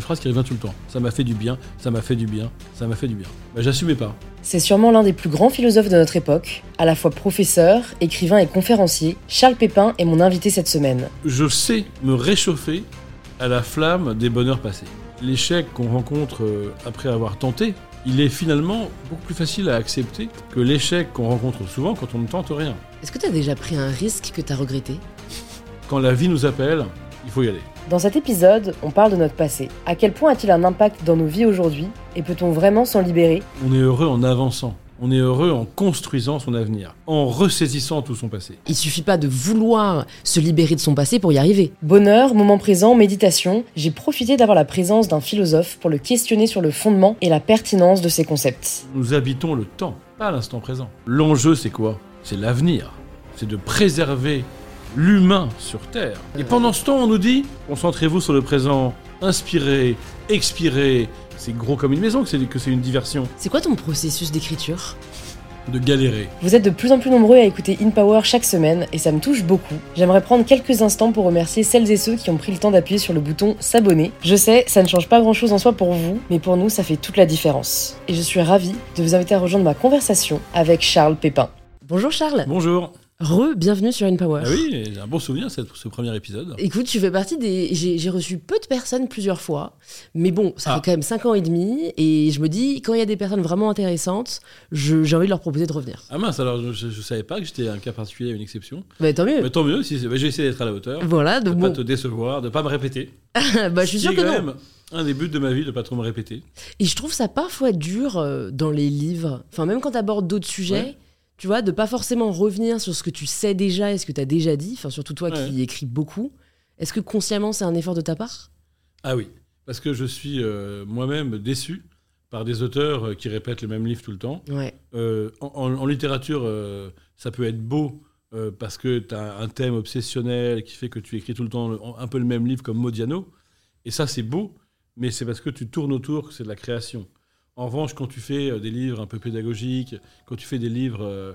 une phrase qui revient tout le temps. Ça m'a fait du bien, ça m'a fait du bien, ça m'a fait du bien. J'assumais pas. C'est sûrement l'un des plus grands philosophes de notre époque, à la fois professeur, écrivain et conférencier. Charles Pépin est mon invité cette semaine. Je sais me réchauffer à la flamme des bonheurs passés. L'échec qu'on rencontre après avoir tenté, il est finalement beaucoup plus facile à accepter que l'échec qu'on rencontre souvent quand on ne tente rien. Est-ce que t'as déjà pris un risque que t'as regretté ? Quand la vie nous appelle, il faut y aller. Dans cet épisode, on parle de notre passé. À quel point a-t-il un impact dans nos vies aujourd'hui ? Et peut-on vraiment s'en libérer ? On est heureux en avançant. On est heureux en construisant son avenir, en ressaisissant tout son passé. Il suffit pas de vouloir se libérer de son passé pour y arriver. Bonheur, moment présent, méditation, j'ai profité d'avoir la présence d'un philosophe pour le questionner sur le fondement et la pertinence de ses concepts. Nous habitons le temps, pas l'instant présent. L'enjeu, c'est quoi ? C'est l'avenir. C'est de préserver l'humain sur Terre. Et pendant ce temps, on nous dit, concentrez-vous sur le présent, inspirez, expirez. C'est gros comme une maison que c'est une diversion. C'est quoi ton processus d'écriture ? De galérer. Vous êtes de plus en plus nombreux à écouter In Power chaque semaine et ça me touche beaucoup. J'aimerais prendre quelques instants pour remercier celles et ceux qui ont pris le temps d'appuyer sur le bouton s'abonner. Je sais, ça ne change pas grand chose en soi pour vous, mais pour nous, ça fait toute la différence. Et je suis ravie de vous inviter à rejoindre ma conversation avec Charles Pépin. Bonjour Charles. Bonjour. Bienvenue sur In Power. Ah oui, j'ai un bon souvenir ce premier épisode. Écoute, tu fais partie des... J'ai reçu peu de personnes plusieurs fois, mais bon, ça fait quand même 5 ans et demi, et je me dis, quand il y a des personnes vraiment intéressantes, j'ai envie de leur proposer de revenir. Ah mince, alors je savais pas que j'étais un cas particulier, une exception. Bah tant mieux. Mais tant mieux, j'ai essayé d'être à la hauteur. Voilà, de ne pas te décevoir, de ne pas me répéter. Bah je suis sûre que non. C'est quand même un des buts de ma vie, de ne pas trop me répéter. Et je trouve ça parfois dur dans les livres, enfin même quand tu abordes d'autres sujets... Ouais. Tu vois, de pas forcément revenir sur ce que tu sais déjà et ce que tu as déjà dit, enfin surtout toi qui écris beaucoup. Est-ce que consciemment c'est un effort de ta part ? Ah oui, parce que je suis moi-même déçu par des auteurs qui répètent le même livre tout le temps. Ouais. En littérature, ça peut être beau parce que tu as un thème obsessionnel qui fait que tu écris tout le temps un peu le même livre comme Modiano. Et ça, c'est beau, mais c'est parce que tu tournes autour que c'est de la création. En revanche, quand tu fais des livres un peu pédagogiques, quand tu fais des livres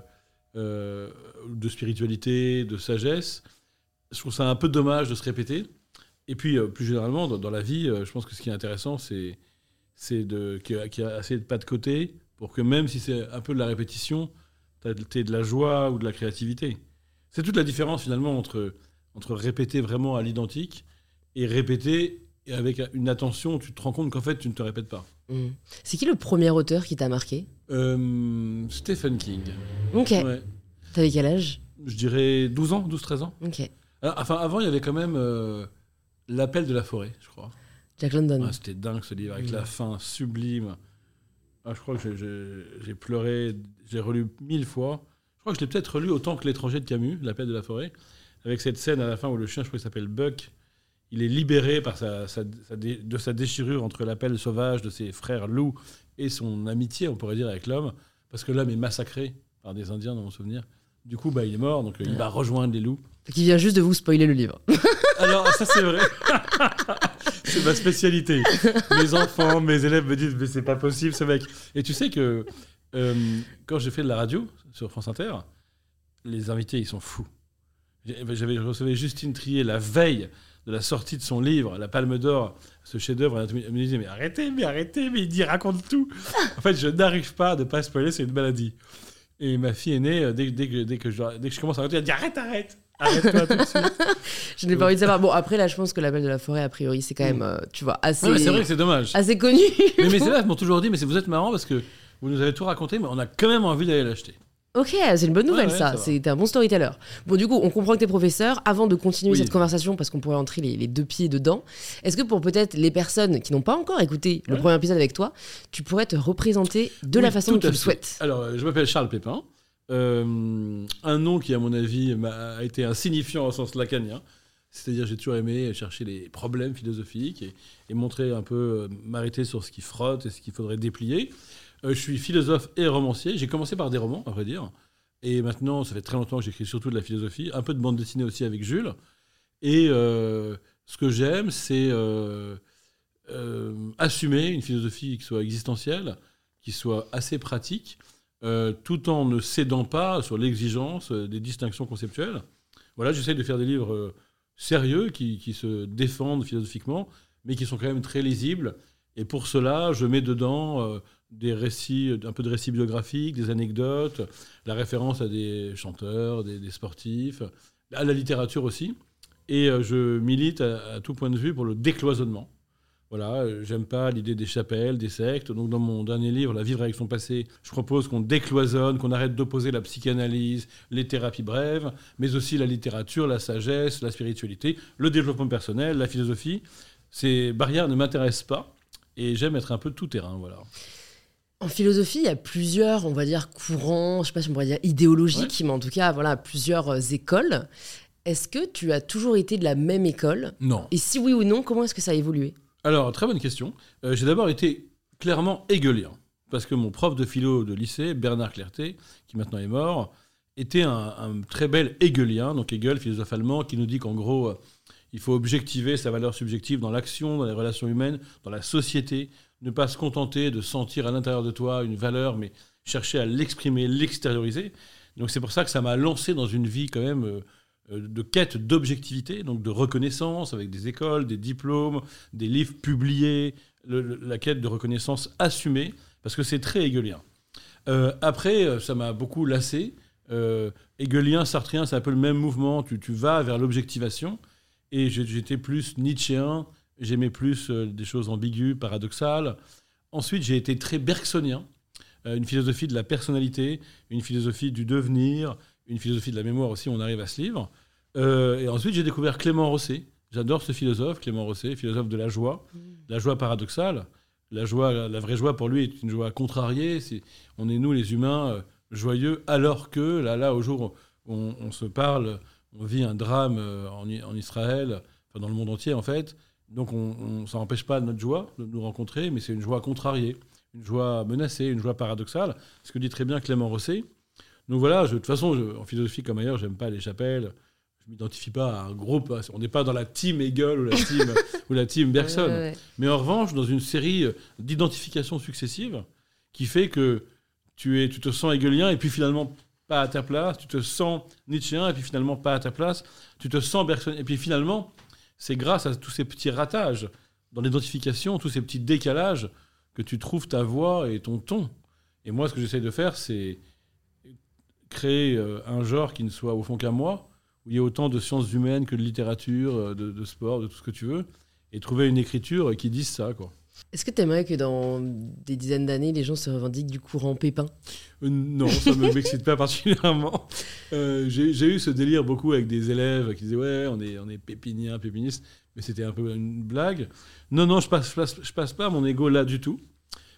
de spiritualité, de sagesse, je trouve ça un peu dommage de se répéter. Et puis, plus généralement, dans la vie, je pense que ce qui est intéressant, c'est qu'il y a assez de pas de côté pour que même si c'est un peu de la répétition, tu aies de la joie ou de la créativité. C'est toute la différence, finalement, entre répéter vraiment à l'identique et répéter avec une attention où tu te rends compte qu'en fait, tu ne te répètes pas. C'est qui le premier auteur qui t'a marqué ? Stephen King. Ok. Ouais. T'avais quel âge ? Je dirais 12-13 ans. Ok. Alors, avant, il y avait quand même L'appel de la forêt, je crois. Jack London. Ah, c'était dingue ce livre, avec la fin sublime. Ah, je crois que j'ai pleuré, j'ai relu 1000 fois. Je crois que je l'ai peut-être relu autant que L'étranger de Camus, L'appel de la forêt, avec cette scène à la fin où le chien, je crois qu'il s'appelle Buck, il est libéré par de sa déchirure entre l'appel sauvage de ses frères loups et son amitié, on pourrait dire, avec l'homme, parce que l'homme est massacré par des Indiens, dans mon souvenir. Du coup, il est mort, donc il va rejoindre les loups. Qui vient juste de vous spoiler le livre. Alors, ça, c'est vrai. C'est ma spécialité. Mes enfants, mes élèves me disent « Mais c'est pas possible, ce mec !» Et tu sais que quand j'ai fait de la radio sur France Inter, les invités, ils sont fous. Je recevais Justine Triet la veille de la sortie de son livre, La Palme d'Or, ce chef-d'œuvre. Elle me disait « Mais arrêtez, mais il dit, raconte tout !» En fait, je n'arrive pas à ne pas spoiler, c'est une maladie. Et ma fille aînée, dès que je commence à raconter, elle dit « Arrête !» Arrête-toi tout de suite. Je n'ai pas envie de savoir. Bon, après, là, je pense que L'appel de la forêt, a priori, c'est quand même, tu vois, assez... Ouais, c'est vrai que c'est dommage. Assez connu. mais c'est là, ils m'ont toujours dit, mais vous êtes marrant parce que vous nous avez tout raconté, mais on a quand même envie d'aller l'acheter. Ok, c'est une bonne nouvelle, ça. T'es un bon storyteller. Bon, du coup, on comprend que t'es professeur. Avant de continuer cette conversation, parce qu'on pourrait entrer les deux pieds dedans, est-ce que pour peut-être les personnes qui n'ont pas encore écouté le premier épisode avec toi, tu pourrais te représenter de la façon dont tu le souhaites ? Alors, je m'appelle Charles Pépin. Un nom qui, à mon avis, a été insignifiant au sens lacanien. C'est-à-dire, j'ai toujours aimé chercher les problèmes philosophiques et montrer un peu, m'arrêter sur ce qui frotte et ce qu'il faudrait déplier. Je suis philosophe et romancier. J'ai commencé par des romans, à vrai dire. Et maintenant, ça fait très longtemps que j'écris surtout de la philosophie. Un peu de bande dessinée aussi avec Jules. Et ce que j'aime, c'est assumer une philosophie qui soit existentielle, qui soit assez pratique, tout en ne cédant pas sur l'exigence des distinctions conceptuelles. Voilà, j'essaie de faire des livres sérieux qui se défendent philosophiquement, mais qui sont quand même très lisibles. Et pour cela, je mets dedans des récits, un peu de récits biographiques, des anecdotes, la référence à des chanteurs, des sportifs, à la littérature aussi. Et je milite à tout point de vue pour le décloisonnement. Voilà, j'aime pas l'idée des chapelles, des sectes. Donc dans mon dernier livre, La vivre avec son passé, je propose qu'on décloisonne, qu'on arrête d'opposer la psychanalyse, les thérapies brèves, mais aussi la littérature, la sagesse, la spiritualité, le développement personnel, la philosophie. Ces barrières ne m'intéressent pas et j'aime être un peu tout terrain, voilà. En philosophie, il y a plusieurs, on va dire, courants, je ne sais pas si on pourrait dire idéologiques, mais en tout cas, voilà, plusieurs écoles. Est-ce que tu as toujours été de la même école ? Non. Et si oui ou non, comment est-ce que ça a évolué ? Alors, très bonne question. J'ai d'abord été clairement hegelien, parce que mon prof de philo de lycée, Bernard Clerté, qui maintenant est mort, était un très bel hegelien, donc Hegel, philosophe allemand, qui nous dit qu'en gros, il faut objectiver sa valeur subjective dans l'action, dans les relations humaines, dans la société, ne pas se contenter de sentir à l'intérieur de toi une valeur, mais chercher à l'exprimer, l'extérioriser. Donc c'est pour ça que ça m'a lancé dans une vie quand même de quête d'objectivité, donc de reconnaissance avec des écoles, des diplômes, des livres publiés, la quête de reconnaissance assumée, parce que c'est très hegelien. Après, ça m'a beaucoup lassé. Hegelien, sartrien, c'est un peu le même mouvement. Tu vas vers l'objectivation. Et j'étais plus nietzschéen. J'aimais plus des choses ambiguës, paradoxales. Ensuite, j'ai été très bergsonien. Une philosophie de la personnalité, une philosophie du devenir, une philosophie de la mémoire aussi, on arrive à ce livre. Et ensuite, j'ai découvert Clément Rosset. J'adore ce philosophe, Clément Rosset, philosophe de la joie paradoxale. La vraie joie pour lui est une joie contrariée. On est, nous, les humains, joyeux, alors que, là, au jour où on se parle, on vit un drame en Israël, enfin dans le monde entier, en fait. Donc, ça n'empêche pas notre joie de nous rencontrer, mais c'est une joie contrariée, une joie menacée, une joie paradoxale, ce que dit très bien Clément Rosset. Donc voilà, de toute façon, en philosophie comme ailleurs, j'aime pas les chapelles, je m'identifie pas à un groupe, on n'est pas dans la team Hegel ou la team Bergson. Ouais. Mais en revanche, dans une série d'identifications successives qui fait que tu te sens hegelien et puis finalement pas à ta place, tu te sens nietzschéen et puis finalement pas à ta place, tu te sens bergsonien et puis finalement, c'est grâce à tous ces petits ratages dans l'identification, tous ces petits décalages que tu trouves ta voix et ton ton. Et moi, ce que j'essaie de faire, c'est créer un genre qui ne soit au fond qu'à moi, où il y a autant de sciences humaines que de littérature, de sport, de tout ce que tu veux, et trouver une écriture qui dise ça, quoi. Est-ce que tu aimerais que dans des dizaines d'années, les gens se revendiquent du courant Pépin ? Non, ça ne m'excite pas particulièrement. J'ai eu ce délire beaucoup avec des élèves qui disaient « Ouais, on est pépinien, pépiniste », mais c'était un peu une blague. Non, je passe pas mon ego là du tout.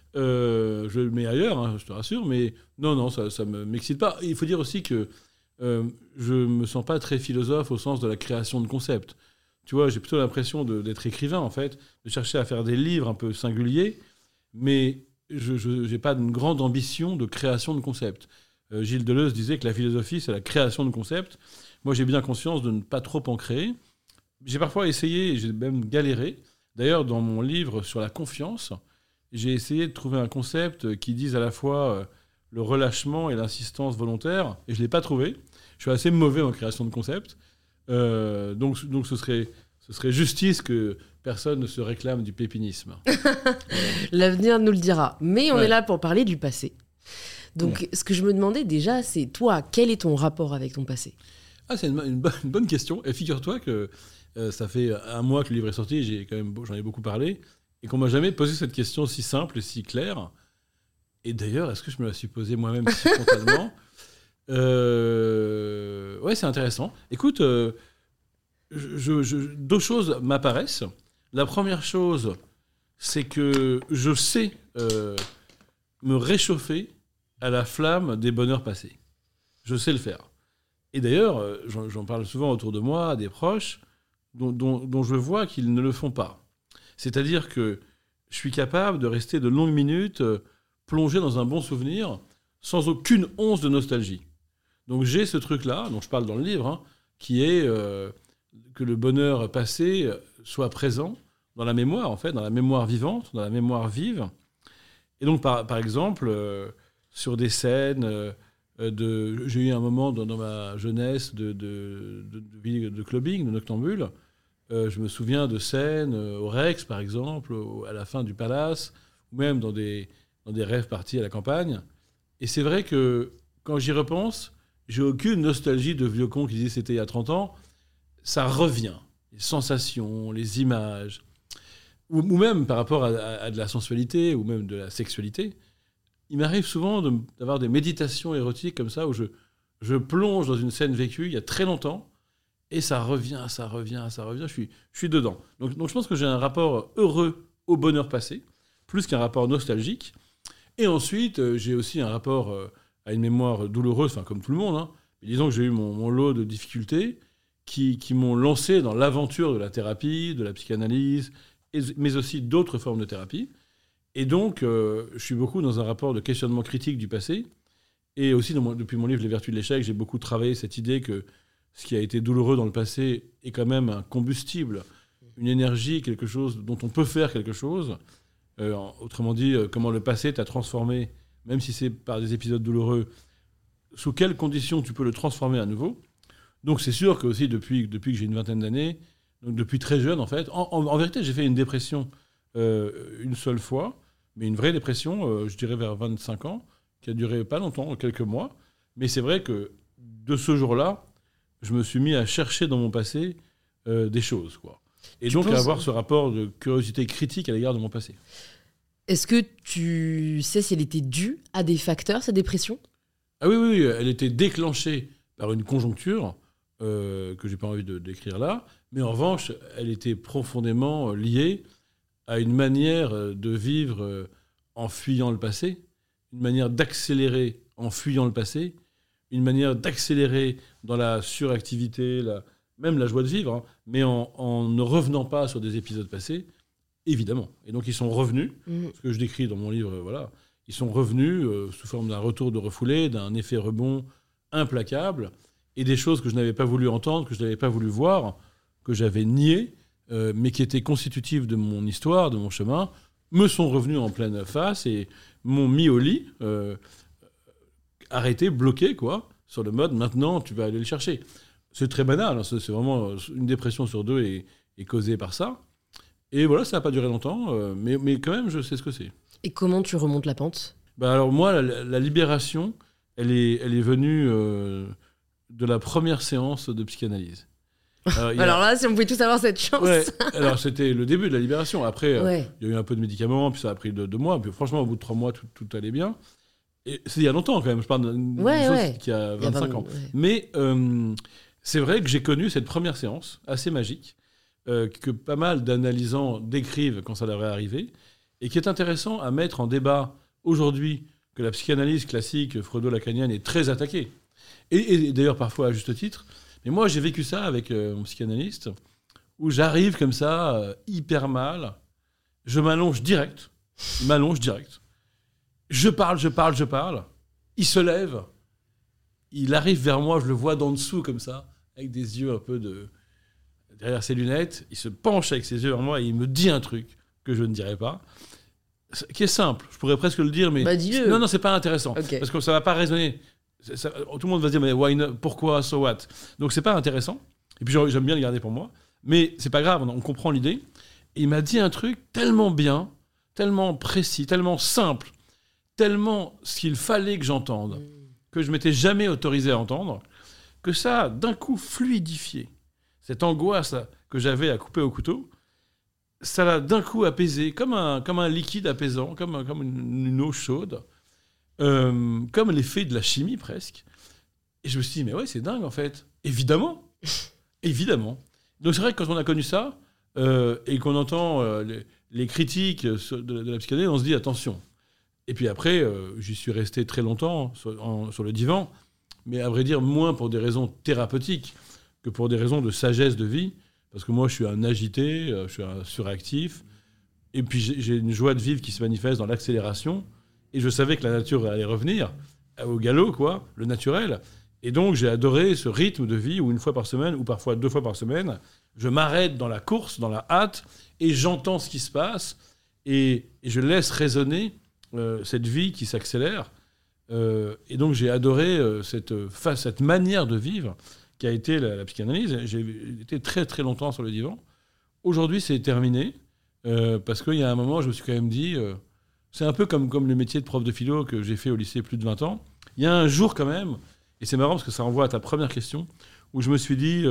Je le mets ailleurs, hein, je te rassure, mais non, ça ne m'excite pas. Il faut dire aussi que je ne me sens pas très philosophe au sens de la création de concepts. Tu vois, j'ai plutôt l'impression d'être écrivain, en fait, de chercher à faire des livres un peu singuliers, mais je n'ai pas une grande ambition de création de concepts. Gilles Deleuze disait que la philosophie, c'est la création de concepts. Moi, j'ai bien conscience de ne pas trop en créer. J'ai parfois essayé, et j'ai même galéré. D'ailleurs, dans mon livre sur la confiance, j'ai essayé de trouver un concept qui dise à la fois le relâchement et l'insistance volontaire, et je ne l'ai pas trouvé. Je suis assez mauvais en création de concepts. Donc ce serait justice que personne ne se réclame du pépinisme. L'avenir nous le dira. Mais on est là pour parler du passé. Donc ce que je me demandais déjà, c'est toi, quel est ton rapport avec ton passé ? C'est une bonne question. Et figure-toi que ça fait un mois que le livre est sorti, j'en ai beaucoup parlé, et qu'on ne m'a jamais posé cette question si simple et si claire. Et d'ailleurs, est-ce que je me la suis posée moi-même si frontalement ? Ouais, c'est intéressant. Écoute, deux choses m'apparaissent. La première chose, c'est que je sais me réchauffer à la flamme des bonheurs passés. Je sais le faire. Et d'ailleurs, j'en parle souvent autour de moi, à des proches, dont je vois qu'ils ne le font pas. C'est-à-dire que je suis capable de rester de longues minutes plongé dans un bon souvenir sans aucune once de nostalgie. Donc j'ai ce truc-là, dont je parle dans le livre, hein, qui est que le bonheur passé soit présent dans la mémoire, en fait, dans la mémoire vivante, dans la mémoire vive. Et donc, par exemple, sur des scènes, j'ai eu un moment dans ma jeunesse de clubbing, de noctambule, Je me souviens de scènes au Rex, par exemple, à la fin du Palace, ou même dans des rêves partis à la campagne. Et c'est vrai que quand j'y repense, j'ai aucune nostalgie de vieux con qui disait c'était il y a 30 ans. Ça revient. Les sensations, les images, ou même par rapport à de la sensualité, ou même de la sexualité. Il m'arrive souvent d'avoir des méditations érotiques comme ça, où je plonge dans une scène vécue il y a très longtemps, et ça revient, je suis dedans. Donc je pense que j'ai un rapport heureux au bonheur passé, plus qu'un rapport nostalgique. Et ensuite, j'ai aussi un rapport à une mémoire douloureuse, enfin comme tout le monde. Hein. Disons que j'ai eu mon lot de difficultés qui m'ont lancé dans l'aventure de la thérapie, de la psychanalyse, mais aussi d'autres formes de thérapie. Et donc, je suis beaucoup dans un rapport de questionnement critique du passé. Et aussi, depuis mon livre « Les vertus de l'échec », j'ai beaucoup travaillé cette idée que ce qui a été douloureux dans le passé est quand même un combustible, une énergie, quelque chose dont on peut faire quelque chose. Autrement dit, comment le passé t'a transformé, même si c'est par des épisodes douloureux, sous quelles conditions tu peux le transformer à nouveau. Donc c'est sûr que aussi depuis que j'ai une vingtaine d'années, donc depuis très jeune en fait, en vérité j'ai fait une dépression une seule fois, mais une vraie dépression, je dirais vers 25 ans, qui a duré pas longtemps, quelques mois. Mais c'est vrai que de ce jour-là, je me suis mis à chercher dans mon passé des choses, quoi. Et donc à avoir ce rapport de curiosité critique à l'égard de mon passé. Est-ce que tu sais si elle était due à des facteurs, cette dépression ? Ah oui, elle était déclenchée par une conjoncture que j'ai pas envie de décrire là, mais en revanche, elle était profondément liée à une manière de vivre en fuyant le passé, une manière d'accélérer en fuyant le passé, une manière d'accélérer dans la suractivité, même la joie de vivre, hein, mais en ne revenant pas sur des épisodes passés, évidemment. Et donc ils sont revenus, ce que je décris dans mon livre, voilà, ils sont revenus sous forme d'un retour de refoulé, d'un effet rebond implacable, et des choses que je n'avais pas voulu entendre, que je n'avais pas voulu voir, que j'avais niées, mais qui étaient constitutives de mon histoire, de mon chemin, me sont revenues en pleine face et m'ont mis au lit, arrêté, bloqué, quoi, sur le mode, maintenant, tu vas aller le chercher. C'est très banal, hein, c'est vraiment une dépression sur deux est causée par ça. Et voilà, ça n'a pas duré longtemps, mais quand même, je sais ce que c'est. Et comment tu remontes la pente ? Alors moi, la libération, elle est venue de la première séance de psychanalyse. Alors là, si on pouvait tous avoir cette chance. Ouais, alors c'était le début de la libération. Après, il y a eu un peu de médicaments, puis ça a pris 2 mois. Puis franchement, au bout de 3 mois, tout allait bien. Et c'est il y a longtemps quand même. Je parle d'une chose qui a 25 ans. Ouais. Mais c'est vrai que j'ai connu cette première séance, assez magique, que pas mal d'analysants décrivent quand ça leur est arrivé, et qui est intéressant à mettre en débat aujourd'hui, que la psychanalyse classique freudo-lacanienne est très attaquée. Et d'ailleurs parfois à juste titre. Mais moi, j'ai vécu ça avec mon psychanalyste, où j'arrive comme ça, hyper mal, je m'allonge direct, je parle, il se lève, il arrive vers moi, je le vois d'en dessous comme ça, avec des yeux un peu derrière ses lunettes, il se penche avec ses yeux vers moi et il me dit un truc que je ne dirai pas, qui est simple, je pourrais presque le dire, mais non, c'est pas intéressant, parce que ça va pas résonner. Tout le monde va se dire mais why not, pourquoi, so what, donc c'est pas intéressant, et puis j'aime bien le garder pour moi, mais c'est pas grave, on comprend l'idée. Et il m'a dit un truc tellement bien, tellement précis, tellement simple, tellement ce qu'il fallait que j'entende, que je m'étais jamais autorisé à entendre, que ça a d'un coup fluidifié cette angoisse que j'avais à couper au couteau. Ça l'a d'un coup apaisé, comme un liquide apaisant, comme une eau chaude, comme l'effet de la chimie presque. Et je me suis dit, mais ouais, c'est dingue en fait. Évidemment. Donc c'est vrai que quand on a connu ça, et qu'on entend les critiques de la psychanalyse, on se dit, attention. Et puis après, j'y suis resté très longtemps sur le divan, mais à vrai dire, moins pour des raisons thérapeutiques que pour des raisons de sagesse de vie. Parce que moi, je suis un agité, je suis un suractif, et puis j'ai une joie de vivre qui se manifeste dans l'accélération, et je savais que la nature allait revenir au galop, quoi, le naturel. Et donc, j'ai adoré ce rythme de vie où 1 fois par semaine, ou parfois 2 fois par semaine, je m'arrête dans la course, dans la hâte, et j'entends ce qui se passe, et je laisse résonner cette vie qui s'accélère. Et donc, j'ai adoré cette manière de vivre qui a été la psychanalyse. J'ai été très, très longtemps sur le divan, aujourd'hui, c'est terminé. Parce qu'il y a un moment, je me suis quand même dit... c'est un peu comme le métier de prof de philo que j'ai fait au lycée plus de 20 ans. Il y a un jour quand même, et c'est marrant parce que ça renvoie à ta première question, où je me suis dit,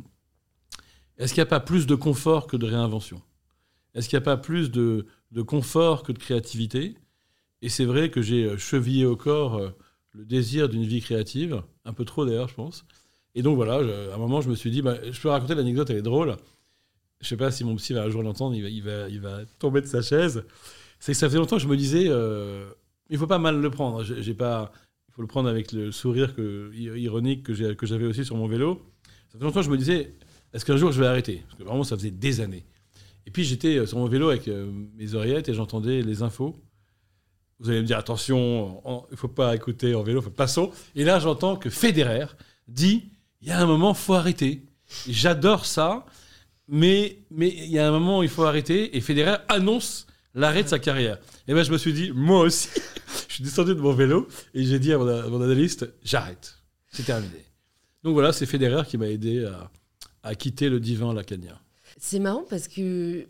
est-ce qu'il n'y a pas plus de confort que de réinvention ? Est-ce qu'il n'y a pas plus de confort que de créativité ? Et c'est vrai que j'ai chevillé au corps le désir d'une vie créative, un peu trop d'ailleurs, je pense. Et donc voilà, à un moment, je me suis dit, je peux raconter l'anecdote, elle est drôle. Je ne sais pas si mon psy va un jour l'entendre, il va tomber de sa chaise. C'est que ça faisait longtemps que je me disais, il ne faut pas mal le prendre. Il faut le prendre avec le sourire ironique que j'avais aussi sur mon vélo. Ça fait longtemps que je me disais, est-ce qu'un jour je vais arrêter ? Parce que vraiment, ça faisait des années. Et puis j'étais sur mon vélo avec mes oreillettes et j'entendais les infos. Vous allez me dire, attention, il ne faut pas écouter en vélo, passons. Et là, j'entends que Federer dit, il y a un moment, il faut arrêter. Et j'adore ça, mais il y a un moment où il faut arrêter. Et Federer annonce l'arrêt de sa carrière. Et ben je me suis dit, moi aussi, je suis descendu de mon vélo et j'ai dit à mon analyste, j'arrête, c'est terminé. Donc voilà, c'est Federer qui m'a aidé à quitter le divan lacanien. C'est marrant parce que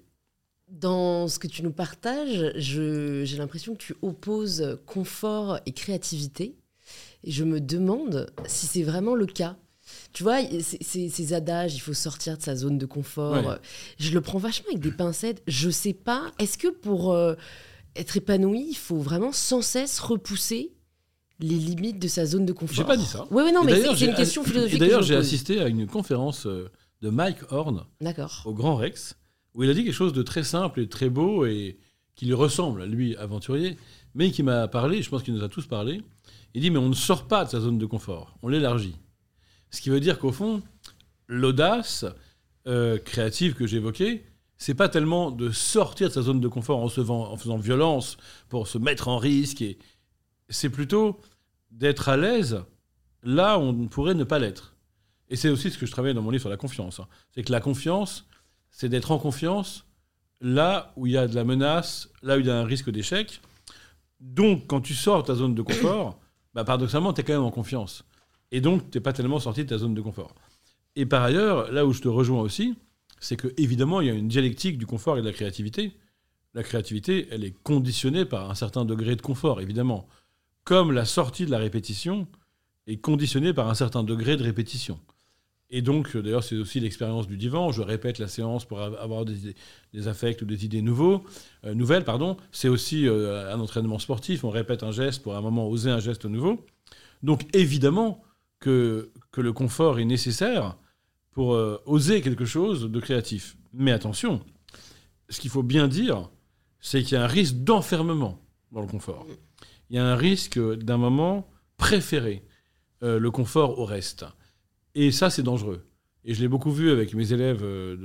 dans ce que tu nous partages, j'ai l'impression que tu opposes confort et créativité. Et je me demande si c'est vraiment le cas. Tu vois, ces adages, il faut sortir de sa zone de confort. Ouais. Je le prends vachement avec des pincettes. Je sais pas, est-ce que pour être épanoui, il faut vraiment sans cesse repousser les limites de sa zone de confort ? J'ai pas dit ça. Oui, non, mais c'est une question philosophique. Et d'ailleurs, j'ai assisté à une conférence de Mike Horn au Grand Rex, où il a dit quelque chose de très simple et très beau et qui lui ressemble, lui, aventurier, mais qui m'a parlé, je pense qu'il nous a tous parlé. Il dit, mais on ne sort pas de sa zone de confort, on l'élargit. Ce qui veut dire qu'au fond, l'audace créative que j'évoquais, c'est pas tellement de sortir de sa zone de confort en faisant violence pour se mettre en risque, c'est plutôt d'être à l'aise là où on pourrait ne pas l'être. Et c'est aussi ce que je travaille dans mon livre sur la confiance. C'est que la confiance, c'est d'être en confiance là où il y a de la menace, là où il y a un risque d'échec. Donc, quand tu sors de ta zone de confort, paradoxalement, tu es quand même en confiance. Et donc, tu n'es pas tellement sorti de ta zone de confort. Et par ailleurs, là où je te rejoins aussi, c'est qu'évidemment, il y a une dialectique du confort et de la créativité. La créativité, elle est conditionnée par un certain degré de confort, évidemment. Comme la sortie de la répétition est conditionnée par un certain degré de répétition. Et donc, d'ailleurs, c'est aussi l'expérience du divan. Je répète la séance pour avoir des affects ou des idées nouvelles. C'est aussi un entraînement sportif. On répète un geste pour à un moment oser un geste nouveau. Donc, évidemment que le confort est nécessaire pour oser quelque chose de créatif. Mais attention, ce qu'il faut bien dire, c'est qu'il y a un risque d'enfermement dans le confort. Il y a un risque d'un moment préférer le confort au reste. Et ça, c'est dangereux. Et je l'ai beaucoup vu avec mes élèves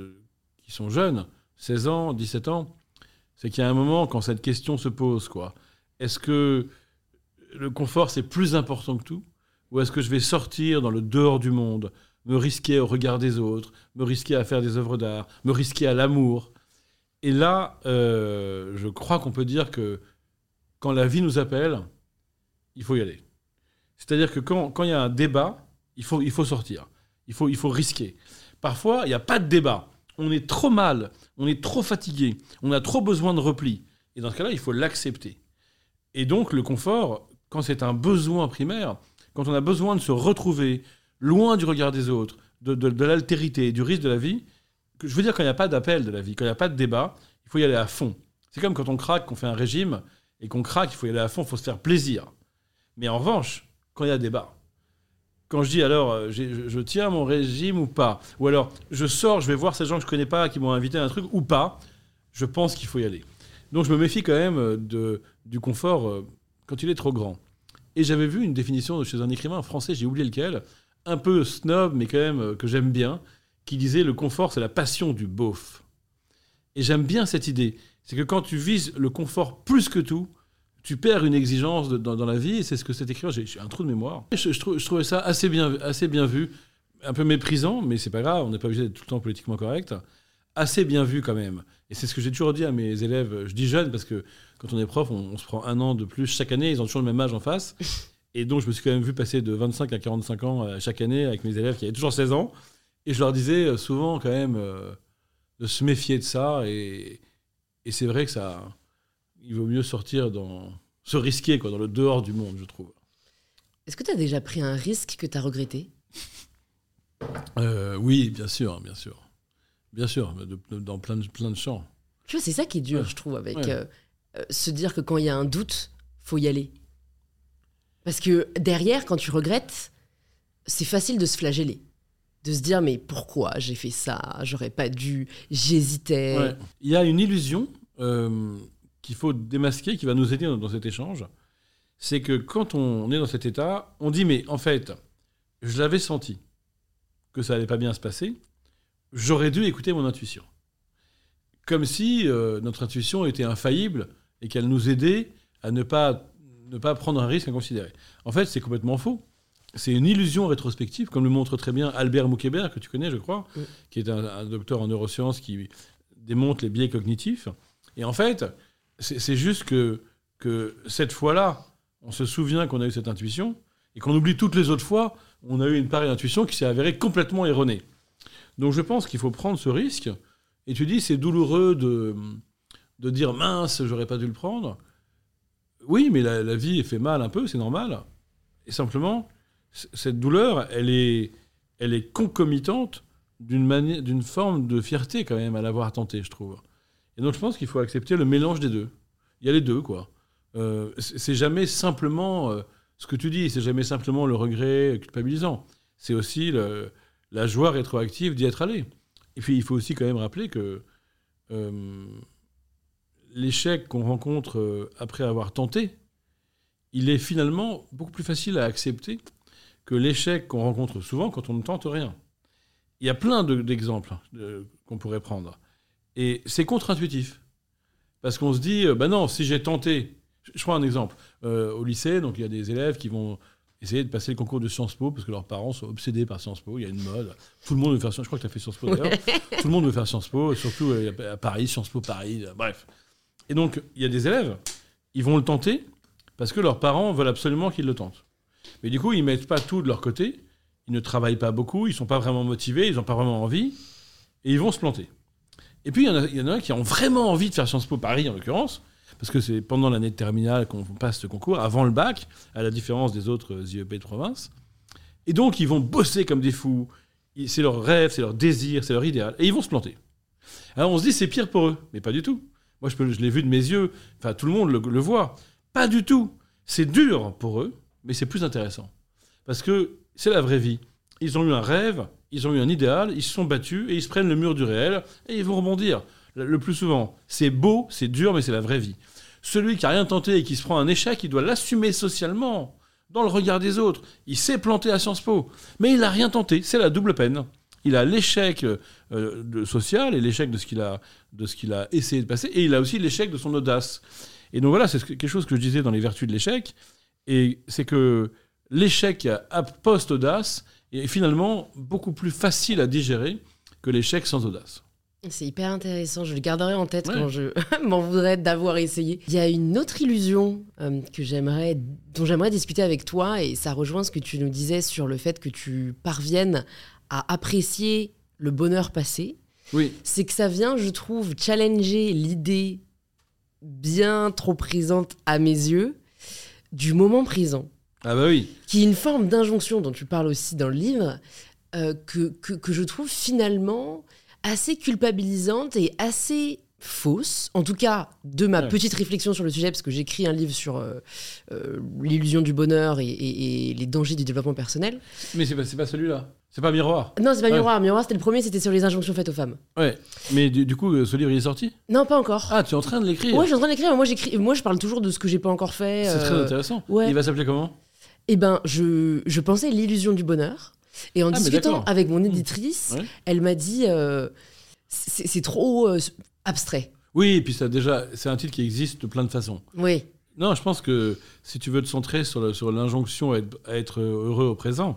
qui sont jeunes, 16 ans, 17 ans, c'est qu'il y a un moment quand cette question se pose, est-ce que le confort, c'est plus important que tout ? Ou est-ce que je vais sortir dans le dehors du monde, me risquer au regard des autres, me risquer à faire des œuvres d'art, me risquer à l'amour ? Et là, je crois qu'on peut dire que quand la vie nous appelle, il faut y aller. C'est-à-dire que quand il y a un débat, il faut sortir. Il faut risquer. Parfois, il n'y a pas de débat. On est trop mal, on est trop fatigué, on a trop besoin de repli. Et dans ce cas-là, il faut l'accepter. Et donc, le confort, quand c'est un besoin primaire, quand on a besoin de se retrouver loin du regard des autres, de l'altérité, du risque de la vie, je veux dire, quand il n'y a pas d'appel de la vie, quand il n'y a pas de débat, il faut y aller à fond. C'est comme quand on craque, qu'on fait un régime, et qu'on craque, il faut y aller à fond, il faut se faire plaisir. Mais en revanche, quand il y a débat, quand je dis alors, je tiens mon régime ou pas, ou alors je sors, je vais voir ces gens que je ne connais pas, qui m'ont invité à un truc ou pas, je pense qu'il faut y aller. Donc je me méfie quand même du confort quand il est trop grand. Et j'avais vu une définition chez un écrivain français, j'ai oublié lequel, un peu snob, mais quand même que j'aime bien, qui disait « le confort, c'est la passion du beauf ». Et j'aime bien cette idée. C'est que quand tu vises le confort plus que tout, tu perds une exigence dans la vie, et c'est ce que cet écrivain... J'ai un trou de mémoire. Je trouvais ça assez bien vu, un peu méprisant, mais c'est pas grave, on n'est pas obligé d'être tout le temps politiquement correct. Assez bien vu quand même. Et c'est ce que j'ai toujours dit à mes élèves. Je dis jeunes parce que quand on est prof, on se prend un an de plus chaque année. Ils ont toujours le même âge en face. Et donc, je me suis quand même vu passer de 25 à 45 ans chaque année avec mes élèves qui avaient toujours 16 ans. Et je leur disais souvent quand même, de se méfier de ça. Et c'est vrai que il vaut mieux sortir se risquer dans le dehors du monde, je trouve. Est-ce que tu as déjà pris un risque que tu as regretté ? Oui, bien sûr. Bien sûr, dans plein de champs. Tu vois, c'est ça qui est dur, je trouve, avec se dire que quand il y a un doute, faut y aller. Parce que derrière, quand tu regrettes, c'est facile de se flageller. De se dire, mais pourquoi j'ai fait ça ? J'aurais pas dû, j'hésitais. Ouais. Il y a une illusion qu'il faut démasquer, qui va nous aider dans cet échange. C'est que quand on est dans cet état, on dit, mais en fait, je l'avais senti que ça allait pas bien se passer, j'aurais dû écouter mon intuition. Comme si notre intuition était infaillible et qu'elle nous aidait à ne pas prendre un risque inconsidéré. En fait, c'est complètement faux. C'est une illusion rétrospective, comme le montre très bien Albert Moukébert, que tu connais, je crois, qui est un docteur en neurosciences qui démontre les biais cognitifs. Et en fait, c'est juste que cette fois-là, on se souvient qu'on a eu cette intuition et qu'on oublie toutes les autres fois, on a eu une pareille intuition qui s'est avérée complètement erronée. Donc je pense qu'il faut prendre ce risque. Et tu dis, c'est douloureux de dire « mince, j'aurais pas dû le prendre ». Oui, mais la vie fait mal un peu, c'est normal. Et simplement, cette douleur, elle est concomitante d'une forme de fierté quand même à l'avoir tenté, je trouve. Et donc je pense qu'il faut accepter le mélange des deux. Il y a les deux, quoi. C'est jamais simplement ce que tu dis, c'est jamais simplement le regret culpabilisant. C'est aussi la joie rétroactive d'y être allé. Et puis il faut aussi quand même rappeler que l'échec qu'on rencontre après avoir tenté, il est finalement beaucoup plus facile à accepter que l'échec qu'on rencontre souvent quand on ne tente rien. Il y a plein d'exemples qu'on pourrait prendre. Et c'est contre-intuitif. Parce qu'on se dit, non, si j'ai tenté... Je prends un exemple. Au lycée, donc il y a des élèves qui vont essayer de passer le concours de Sciences Po parce que leurs parents sont obsédés par Sciences Po. Il y a une mode. Tout le monde veut faire Sciences Po. Je crois que tu as fait Sciences Po d'ailleurs. Tout le monde veut faire Sciences Po, surtout à Paris, Sciences Po Paris, bref. Et donc, il y a des élèves, ils vont le tenter parce que leurs parents veulent absolument qu'ils le tentent. Mais du coup, ils ne mettent pas tout de leur côté. Ils ne travaillent pas beaucoup. Ils ne sont pas vraiment motivés. Ils n'ont pas vraiment envie. Et ils vont se planter. Et puis, il y en a qui ont vraiment envie de faire Sciences Po Paris, en l'occurrence, parce que c'est pendant l'année de terminale qu'on passe ce concours, avant le bac, à la différence des autres IEP de province. Et donc, ils vont bosser comme des fous. C'est leur rêve, c'est leur désir, c'est leur idéal. Et ils vont se planter. Alors, on se dit, c'est pire pour eux. Mais pas du tout. Moi, je l'ai vu de mes yeux. Enfin, tout le monde le voit. Pas du tout. C'est dur pour eux, mais c'est plus intéressant. Parce que c'est la vraie vie. Ils ont eu un rêve, ils ont eu un idéal, ils se sont battus et ils se prennent le mur du réel et ils vont rebondir. Le plus souvent, c'est beau, c'est dur, mais c'est la vraie vie. Celui qui n'a rien tenté et qui se prend un échec, il doit l'assumer socialement, dans le regard des autres. Il s'est planté à Sciences Po, mais il n'a rien tenté. C'est la double peine. Il a l'échec social et l'échec de ce qu'il a essayé de passer, et il a aussi l'échec de son audace. Et donc voilà, c'est quelque chose que je disais dans les vertus de l'échec, et c'est que l'échec post-audace est finalement beaucoup plus facile à digérer que l'échec sans audace. C'est hyper intéressant, je le garderai en tête quand je m'en voudrais d'avoir essayé. Il y a une autre illusion dont j'aimerais discuter avec toi, et ça rejoint ce que tu nous disais sur le fait que tu parviennes à apprécier le bonheur passé. Oui. C'est que ça vient, je trouve, challenger l'idée bien trop présente à mes yeux du moment présent. Ah bah oui. Qui est une forme d'injonction dont tu parles aussi dans le livre, que je trouve finalement assez culpabilisante et assez fausse, en tout cas de ma petite réflexion sur le sujet, parce que j'écris un livre sur l'illusion du bonheur et les dangers du développement personnel. Mais c'est pas celui-là. C'est pas Miroir. Non, c'est pas Miroir. Miroir, c'était le premier, c'était sur les injonctions faites aux femmes. Ouais, mais du coup, ce livre, il est sorti ? Non, pas encore. Ah, tu es en train de l'écrire ? Ouais, je suis en train de l'écrire. Moi, je parle toujours de ce que j'ai pas encore fait. C'est très intéressant. Ouais. Il va s'appeler comment ? Eh ben, je pensais l'illusion du bonheur. Et en discutant avec mon éditrice, elle m'a dit c'est trop abstrait. Oui, et puis c'est un titre qui existe de plein de façons. Oui. Non, je pense que si tu veux te centrer sur l'injonction à être heureux au présent,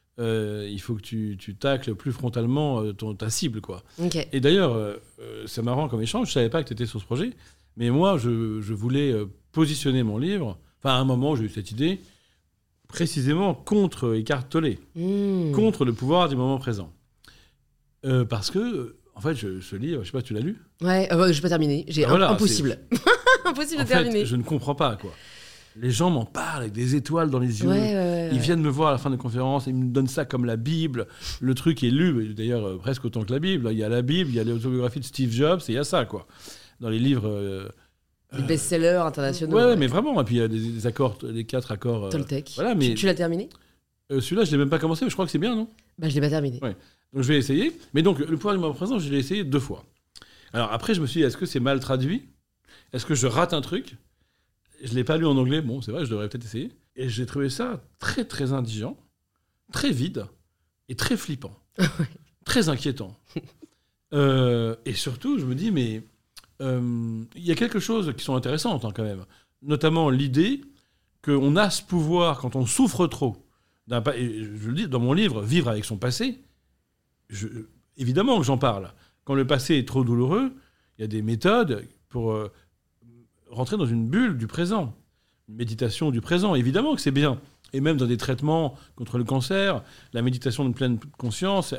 il faut que tu tacles plus frontalement ta cible, quoi. Okay. Et d'ailleurs, c'est marrant comme échange, je savais pas que tu étais sur ce projet, mais moi, je voulais positionner mon livre, enfin, à un moment, j'ai eu cette idée, précisément contre Eckhart Tolle, contre le pouvoir du moment présent. Parce que, En fait, ce livre, je sais pas, tu l'as lu ? Ouais, j'ai pas terminé. Impossible. Impossible de terminer. Je ne comprends pas, quoi. Les gens m'en parlent avec des étoiles dans les yeux. Ils viennent me voir à la fin de la conférence, ils me donnent ça comme la Bible. Le truc est lu, d'ailleurs, presque autant que la Bible. Il y a la Bible, il y a l'autobiographie de Steve Jobs, et il y a ça, quoi. Dans les livres... les best-sellers internationaux. Ouais, mais vraiment. Et puis il y a des accords, les 4 accords... Toltec. Voilà, mais... Tu l'as terminé ? Celui-là, je l'ai même pas commencé, mais je crois que c'est bien, non ? Je l'ai pas terminé. Ouais. Donc je vais essayer. Mais donc, le pouvoir du moment présent, je l'ai essayé 2 fois. Alors après, je me suis dit, est-ce que c'est mal traduit ? Est-ce que je rate un truc ? Je ne l'ai pas lu en anglais. Bon, c'est vrai, je devrais peut-être essayer. Et j'ai trouvé ça très, très indigent, très vide et très flippant. Très inquiétant. Et surtout, je me dis, mais il y a quelque chose qui sont intéressantes quand même. Notamment l'idée qu'on a ce pouvoir quand on souffre trop. Et je le dis dans mon livre, Vivre avec son passé, évidemment que j'en parle. Quand le passé est trop douloureux, il y a des méthodes pour rentrer dans une bulle du présent, une méditation du présent. Évidemment que c'est bien. Et même dans des traitements contre le cancer, la méditation de pleine conscience,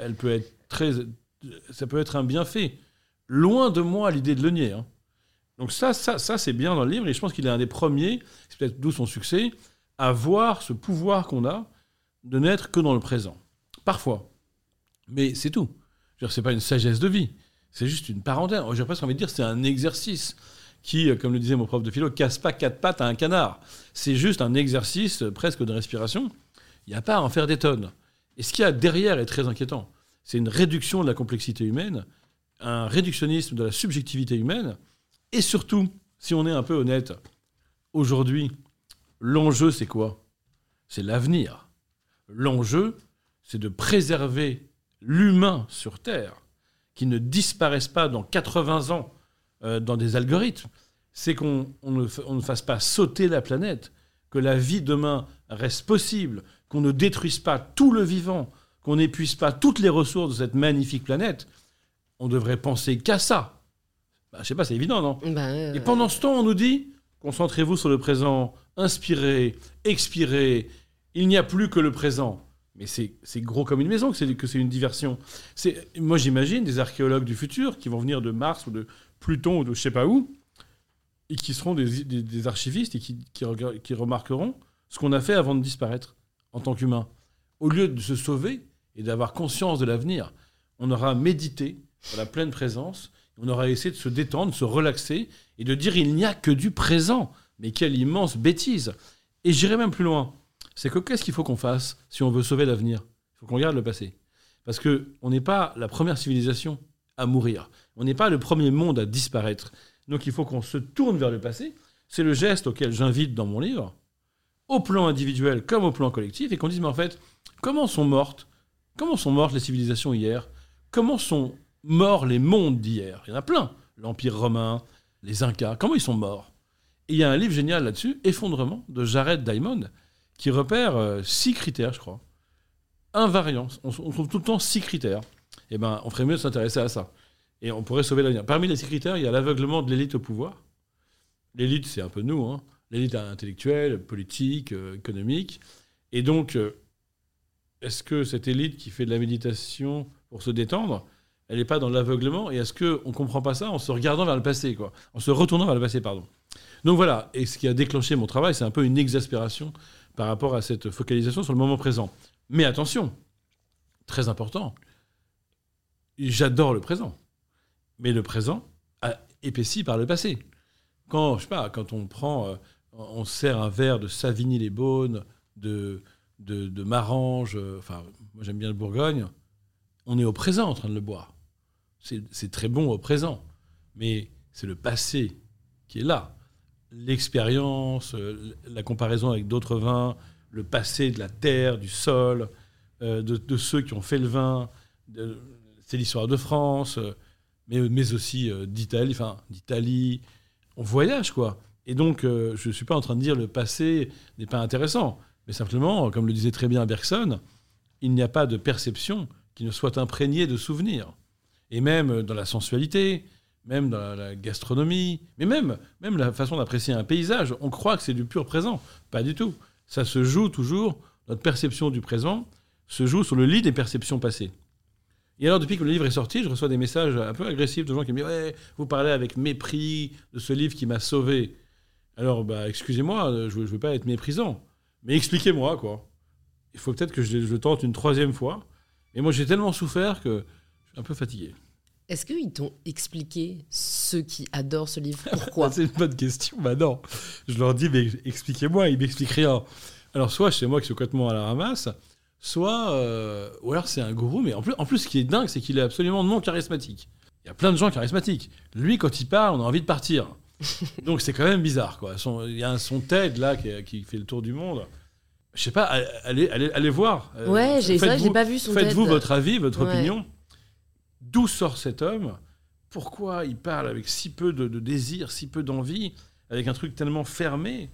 ça peut être un bienfait. Loin de moi l'idée de le nier. Hein. Donc ça, c'est bien dans le livre, et je pense qu'il est un des premiers, c'est peut-être d'où son succès, à voir ce pouvoir qu'on a de n'être que dans le présent. Parfois. Mais c'est tout. C'est pas une sagesse de vie. C'est juste une parenthèse. J'ai presque envie de dire c'est un exercice qui, comme le disait mon prof de philo, casse pas 4 pattes à un canard. C'est juste un exercice presque de respiration. Il n'y a pas à en faire des tonnes. Et ce qu'il y a derrière est très inquiétant. C'est une réduction de la complexité humaine, un réductionnisme de la subjectivité humaine, et surtout, si on est un peu honnête, aujourd'hui, l'enjeu, c'est quoi ? C'est l'avenir. L'enjeu, c'est de préserver l'humain sur Terre, qui ne disparaisse pas dans 80 ans dans des algorithmes. C'est qu'on ne fasse pas sauter la planète, que la vie demain reste possible, qu'on ne détruise pas tout le vivant, qu'on n'épuise pas toutes les ressources de cette magnifique planète. On devrait penser qu'à ça. Je sais pas, c'est évident, non ? Et pendant ce temps, on nous dit, concentrez-vous sur le présent, inspirez, expirez, il n'y a plus que le présent. Mais c'est gros comme une maison que c'est une diversion. Moi, j'imagine des archéologues du futur qui vont venir de Mars ou de Pluton ou de je sais pas où, et qui seront des archivistes et qui remarqueront ce qu'on a fait avant de disparaître en tant qu'humain. Au lieu de se sauver et d'avoir conscience de l'avenir, on aura médité dans la pleine présence, on aura essayé de se détendre, de se relaxer et de dire il n'y a que du présent. Mais quelle immense bêtise. Et j'irai même plus loin. C'est que qu'est-ce qu'il faut qu'on fasse si on veut sauver l'avenir ? Il faut qu'on regarde le passé. Parce qu'on n'est pas la première civilisation à mourir. On n'est pas le premier monde à disparaître. Donc il faut qu'on se tourne vers le passé. C'est le geste auquel j'invite dans mon livre, au plan individuel comme au plan collectif, et qu'on dise, mais en fait, comment sont mortes les civilisations hier ? Comment sont morts les mondes d'hier ? Il y en a plein. L'Empire romain, les Incas, comment ils sont morts ? Et il y a un livre génial là-dessus, Effondrement, de Jared Diamond, qui repère 6 critères, je crois. Invariants. On trouve tout le temps 6 critères. Eh bien, on ferait mieux de s'intéresser à ça. Et on pourrait sauver l'avenir. Parmi les 6 critères, il y a l'aveuglement de l'élite au pouvoir. L'élite, c'est un peu nous, hein. L'élite intellectuelle, politique, économique. Et donc, est-ce que cette élite qui fait de la méditation pour se détendre, elle n'est pas dans l'aveuglement ? Et est-ce qu'on ne comprend pas ça en se regardant vers le passé, quoi ? En se retournant vers le passé, pardon. Donc voilà, et ce qui a déclenché mon travail, c'est un peu une exaspération par rapport à cette focalisation sur le moment présent. Mais attention, très important, j'adore le présent. Mais le présent épaissi par le passé. Quand on sert un verre de Savigny-les-Beaunes, de Marange, moi j'aime bien le Bourgogne, on est au présent en train de le boire. C'est très bon au présent. Mais c'est le passé qui est là. L'expérience, la comparaison avec d'autres vins, le passé de la terre, du sol, de ceux qui ont fait le vin, c'est l'histoire de France, mais aussi d'Italie. On voyage, quoi. Et donc, je ne suis pas en train de dire le passé n'est pas intéressant, mais simplement, comme le disait très bien Bergson, il n'y a pas de perception qui ne soit imprégnée de souvenirs. Et même dans la sensualité, même dans la gastronomie, mais même la façon d'apprécier un paysage, on croit que c'est du pur présent. Pas du tout. Ça se joue toujours, notre perception du présent se joue sur le lit des perceptions passées. Et alors, depuis que le livre est sorti, je reçois des messages un peu agressifs de gens qui me disent « Ouais, vous parlez avec mépris de ce livre qui m'a sauvé. » Alors, excusez-moi, je ne veux pas être méprisant, mais expliquez-moi, quoi. Il faut peut-être que je le tente une 3e fois. Et moi, j'ai tellement souffert que je suis un peu fatigué. Est-ce qu'ils t'ont expliqué, ceux qui adorent ce livre, pourquoi? C'est une bonne question. Non. Je leur dis « Mais expliquez-moi », ils m'expliquent rien. Alors, soit c'est moi qui suis complètement à la ramasse, soit, ou alors c'est un gourou, mais en plus, ce qui est dingue, c'est qu'il est absolument non charismatique. Il y a plein de gens charismatiques. Lui, quand il parle, on a envie de partir. Donc c'est quand même bizarre, quoi. Il y a son TED, là, qui fait le tour du monde. Je sais pas, allez voir. Ouais, j'ai pas vu son TED. Faites-vous votre avis, votre opinion. D'où sort cet homme? Pourquoi il parle avec si peu de désir, si peu d'envie, avec un truc tellement fermé?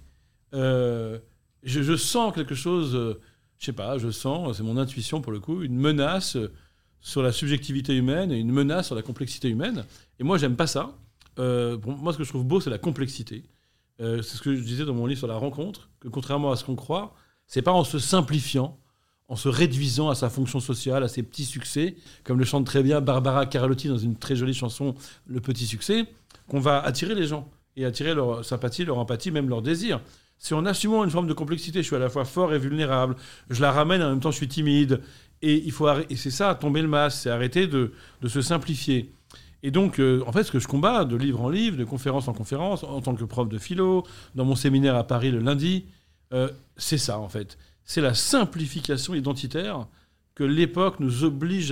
Je sens quelque chose... je sais pas, je sens, c'est mon intuition pour le coup, une menace sur la subjectivité humaine et une menace sur la complexité humaine. Et moi, j'aime pas ça. Moi, ce que je trouve beau, c'est la complexité. C'est ce que je disais dans mon livre sur la rencontre, que contrairement à ce qu'on croit, c'est pas en se simplifiant, en se réduisant à sa fonction sociale, à ses petits succès, comme le chante très bien Barbara Carlotti dans une très jolie chanson, Le Petit Succès, qu'on va attirer les gens et attirer leur sympathie, leur empathie, même leur désir. C'est en assumant une forme de complexité. Je suis à la fois fort et vulnérable. Je la ramène, en même temps, je suis timide. Et il faut et c'est ça, tomber le masque, c'est arrêter de se simplifier. Et donc, en fait, ce que je combats, de livre en livre, de conférence en conférence, en tant que prof de philo, dans mon séminaire à Paris le lundi, c'est ça, en fait. C'est la simplification identitaire que l'époque nous oblige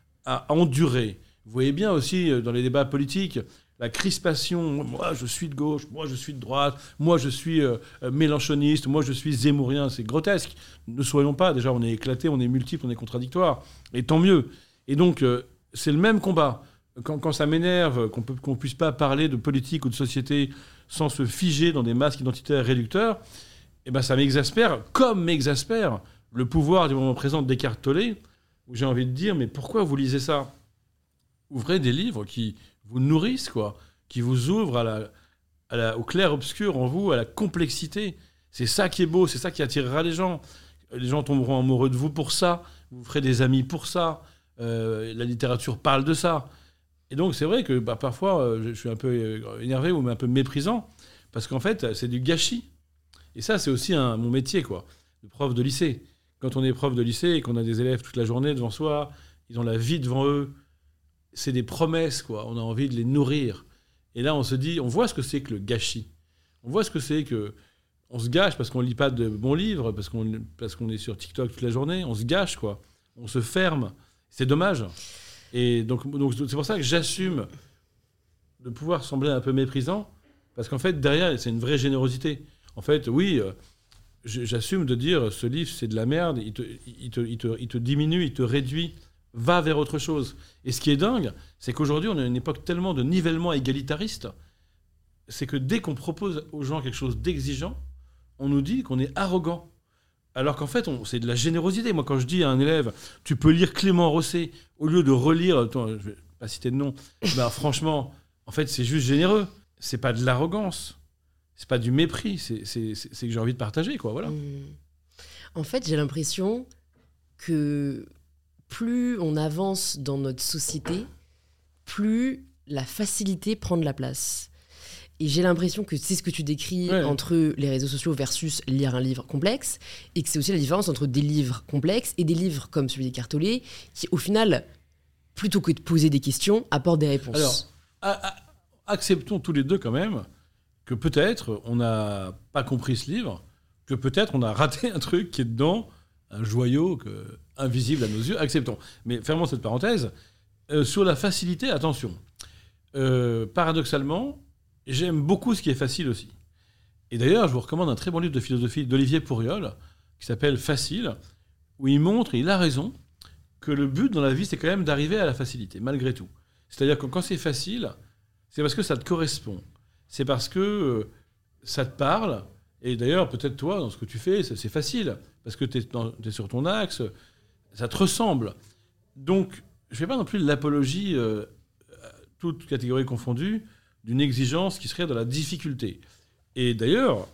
à endurer. Vous voyez bien aussi, dans les débats politiques, la crispation, moi je suis de gauche, moi je suis de droite, moi je suis mélenchoniste, moi je suis zemmourien, c'est grotesque. Ne soyons pas, déjà on est éclatés, on est multiples, on est contradictoires, et tant mieux. Et donc c'est le même combat. Quand ça m'énerve qu'on puisse pas parler de politique ou de société sans se figer dans des masques identitaires réducteurs, eh ben ça m'exaspère, comme m'exaspère le pouvoir du moment présent de Descartes Tollé, où j'ai envie de dire, mais pourquoi vous lisez ça? Ouvrez des livres qui vous nourrissent, quoi, qui vous ouvrent au clair-obscur en vous, à la complexité. C'est ça qui est beau, c'est ça qui attirera les gens. Les gens tomberont amoureux de vous pour ça, vous ferez des amis pour ça, la littérature parle de ça. Et donc c'est vrai que parfois je suis un peu énervé ou un peu méprisant, parce qu'en fait c'est du gâchis. Et ça c'est aussi mon métier, quoi, de prof de lycée. Quand on est prof de lycée et qu'on a des élèves toute la journée devant soi, ils ont la vie devant eux, c'est des promesses, quoi. On a envie de les nourrir. Et là, on se dit, on voit ce que c'est que le gâchis. On voit ce que c'est que... On se gâche parce qu'on ne lit pas de bons livres, parce qu'on est sur TikTok toute la journée. On se gâche, quoi. On se ferme. C'est dommage. Et donc c'est pour ça que j'assume de pouvoir sembler un peu méprisant, parce qu'en fait, derrière, c'est une vraie générosité. En fait, oui, j'assume de dire, ce livre, c'est de la merde, il te diminue, il te réduit, va vers autre chose. Et ce qui est dingue, c'est qu'aujourd'hui, on a une époque tellement de nivellement égalitariste, c'est que dès qu'on propose aux gens quelque chose d'exigeant, on nous dit qu'on est arrogant. Alors qu'en fait, c'est de la générosité. Moi, quand je dis à un élève, tu peux lire Clément Rosset, au lieu de relire, attends, je ne vais pas citer de nom, franchement, en fait, c'est juste généreux. C'est pas de l'arrogance. C'est pas du mépris. C'est que j'ai envie de partager, quoi. Voilà. En fait, j'ai l'impression que plus on avance dans notre société, plus la facilité prend de la place. Et j'ai l'impression que c'est ce que tu décris entre les réseaux sociaux versus lire un livre complexe, et que c'est aussi la différence entre des livres complexes et des livres comme celui d'Eckhart Tolle, qui au final, plutôt que de poser des questions, apportent des réponses. Alors, acceptons tous les deux quand même que peut-être on n'a pas compris ce livre, que peut-être on a raté un truc qui est dedans, un joyau invisible à nos yeux, acceptons. Mais fermons cette parenthèse. Sur la facilité, attention. Paradoxalement, j'aime beaucoup ce qui est facile aussi. Et d'ailleurs, je vous recommande un très bon livre de philosophie d'Olivier Pourriol, qui s'appelle « Facile », où il montre, et il a raison, que le but dans la vie, c'est quand même d'arriver à la facilité, malgré tout. C'est-à-dire que quand c'est facile, c'est parce que ça te correspond. C'est parce que ça te parle. Et d'ailleurs, peut-être toi, dans ce que tu fais, c'est facile, parce que tu es sur ton axe, ça te ressemble. Donc, je ne fais pas non plus l'apologie, toute catégorie confondue, d'une exigence qui serait dans la difficulté. Et d'ailleurs,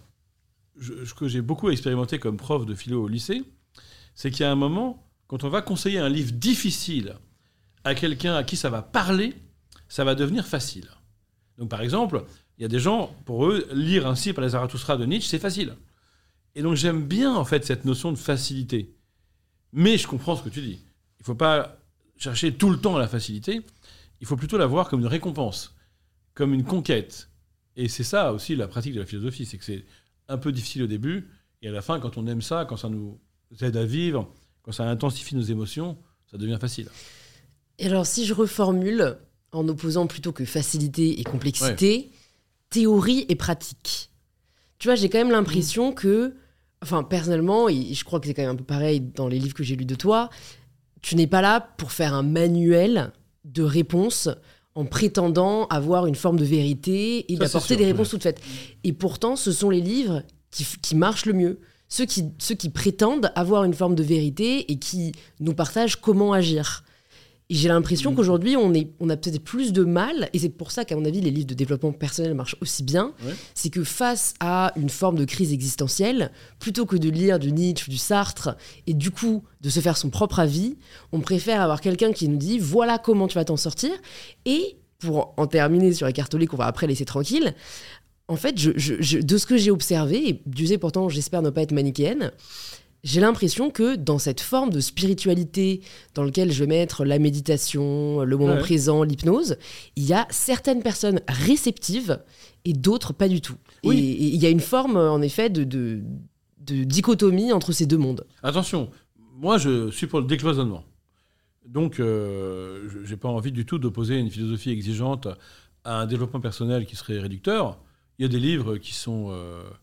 ce que j'ai beaucoup expérimenté comme prof de philo au lycée, c'est qu'il y a un moment, quand on va conseiller un livre difficile à quelqu'un à qui ça va parler, ça va devenir facile. Donc par exemple, il y a des gens, pour eux, lire Ainsi par les Zarathustra de Nietzsche, c'est facile. Et donc j'aime bien en fait cette notion de facilité. Mais je comprends ce que tu dis. Il ne faut pas chercher tout le temps la facilité, il faut plutôt la voir comme une récompense, comme une conquête. Et c'est ça aussi la pratique de la philosophie, c'est que c'est un peu difficile au début, et à la fin, quand on aime ça, quand ça nous aide à vivre, quand ça intensifie nos émotions, ça devient facile. Et alors, si je reformule, en opposant plutôt que facilité et complexité, théorie et pratique. Tu vois, j'ai quand même l'impression que, enfin, personnellement, et je crois que c'est quand même un peu pareil dans les livres que j'ai lus de toi, tu n'es pas là pour faire un manuel de réponses en prétendant avoir une forme de vérité et d'apporter des réponses toutes faites. Et pourtant, ce sont les livres qui marchent le mieux. Ceux qui prétendent avoir une forme de vérité et qui nous partagent comment agir. Et j'ai l'impression qu'aujourd'hui, on a peut-être plus de mal, et c'est pour ça qu'à mon avis, les livres de développement personnel marchent aussi bien, c'est que face à une forme de crise existentielle, plutôt que de lire du Nietzsche ou du Sartre, et du coup, de se faire son propre avis, on préfère avoir quelqu'un qui nous dit « voilà comment tu vas t'en sortir », et pour en terminer sur Eckhart Tolle, qu'on va après laisser tranquille, en fait, de ce que j'ai observé, et Dieu sait pourtant, j'espère ne pas être manichéenne, j'ai l'impression que dans cette forme de spiritualité dans laquelle je vais mettre la méditation, le moment présent, l'hypnose, il y a certaines personnes réceptives et d'autres pas du tout. Oui. Et il y a une forme, en effet, de dichotomie entre ces deux mondes. Attention, moi je suis pour le décloisonnement. Donc je n'ai pas envie du tout d'opposer une philosophie exigeante à un développement personnel qui serait réducteur. Il y a des livres qui sont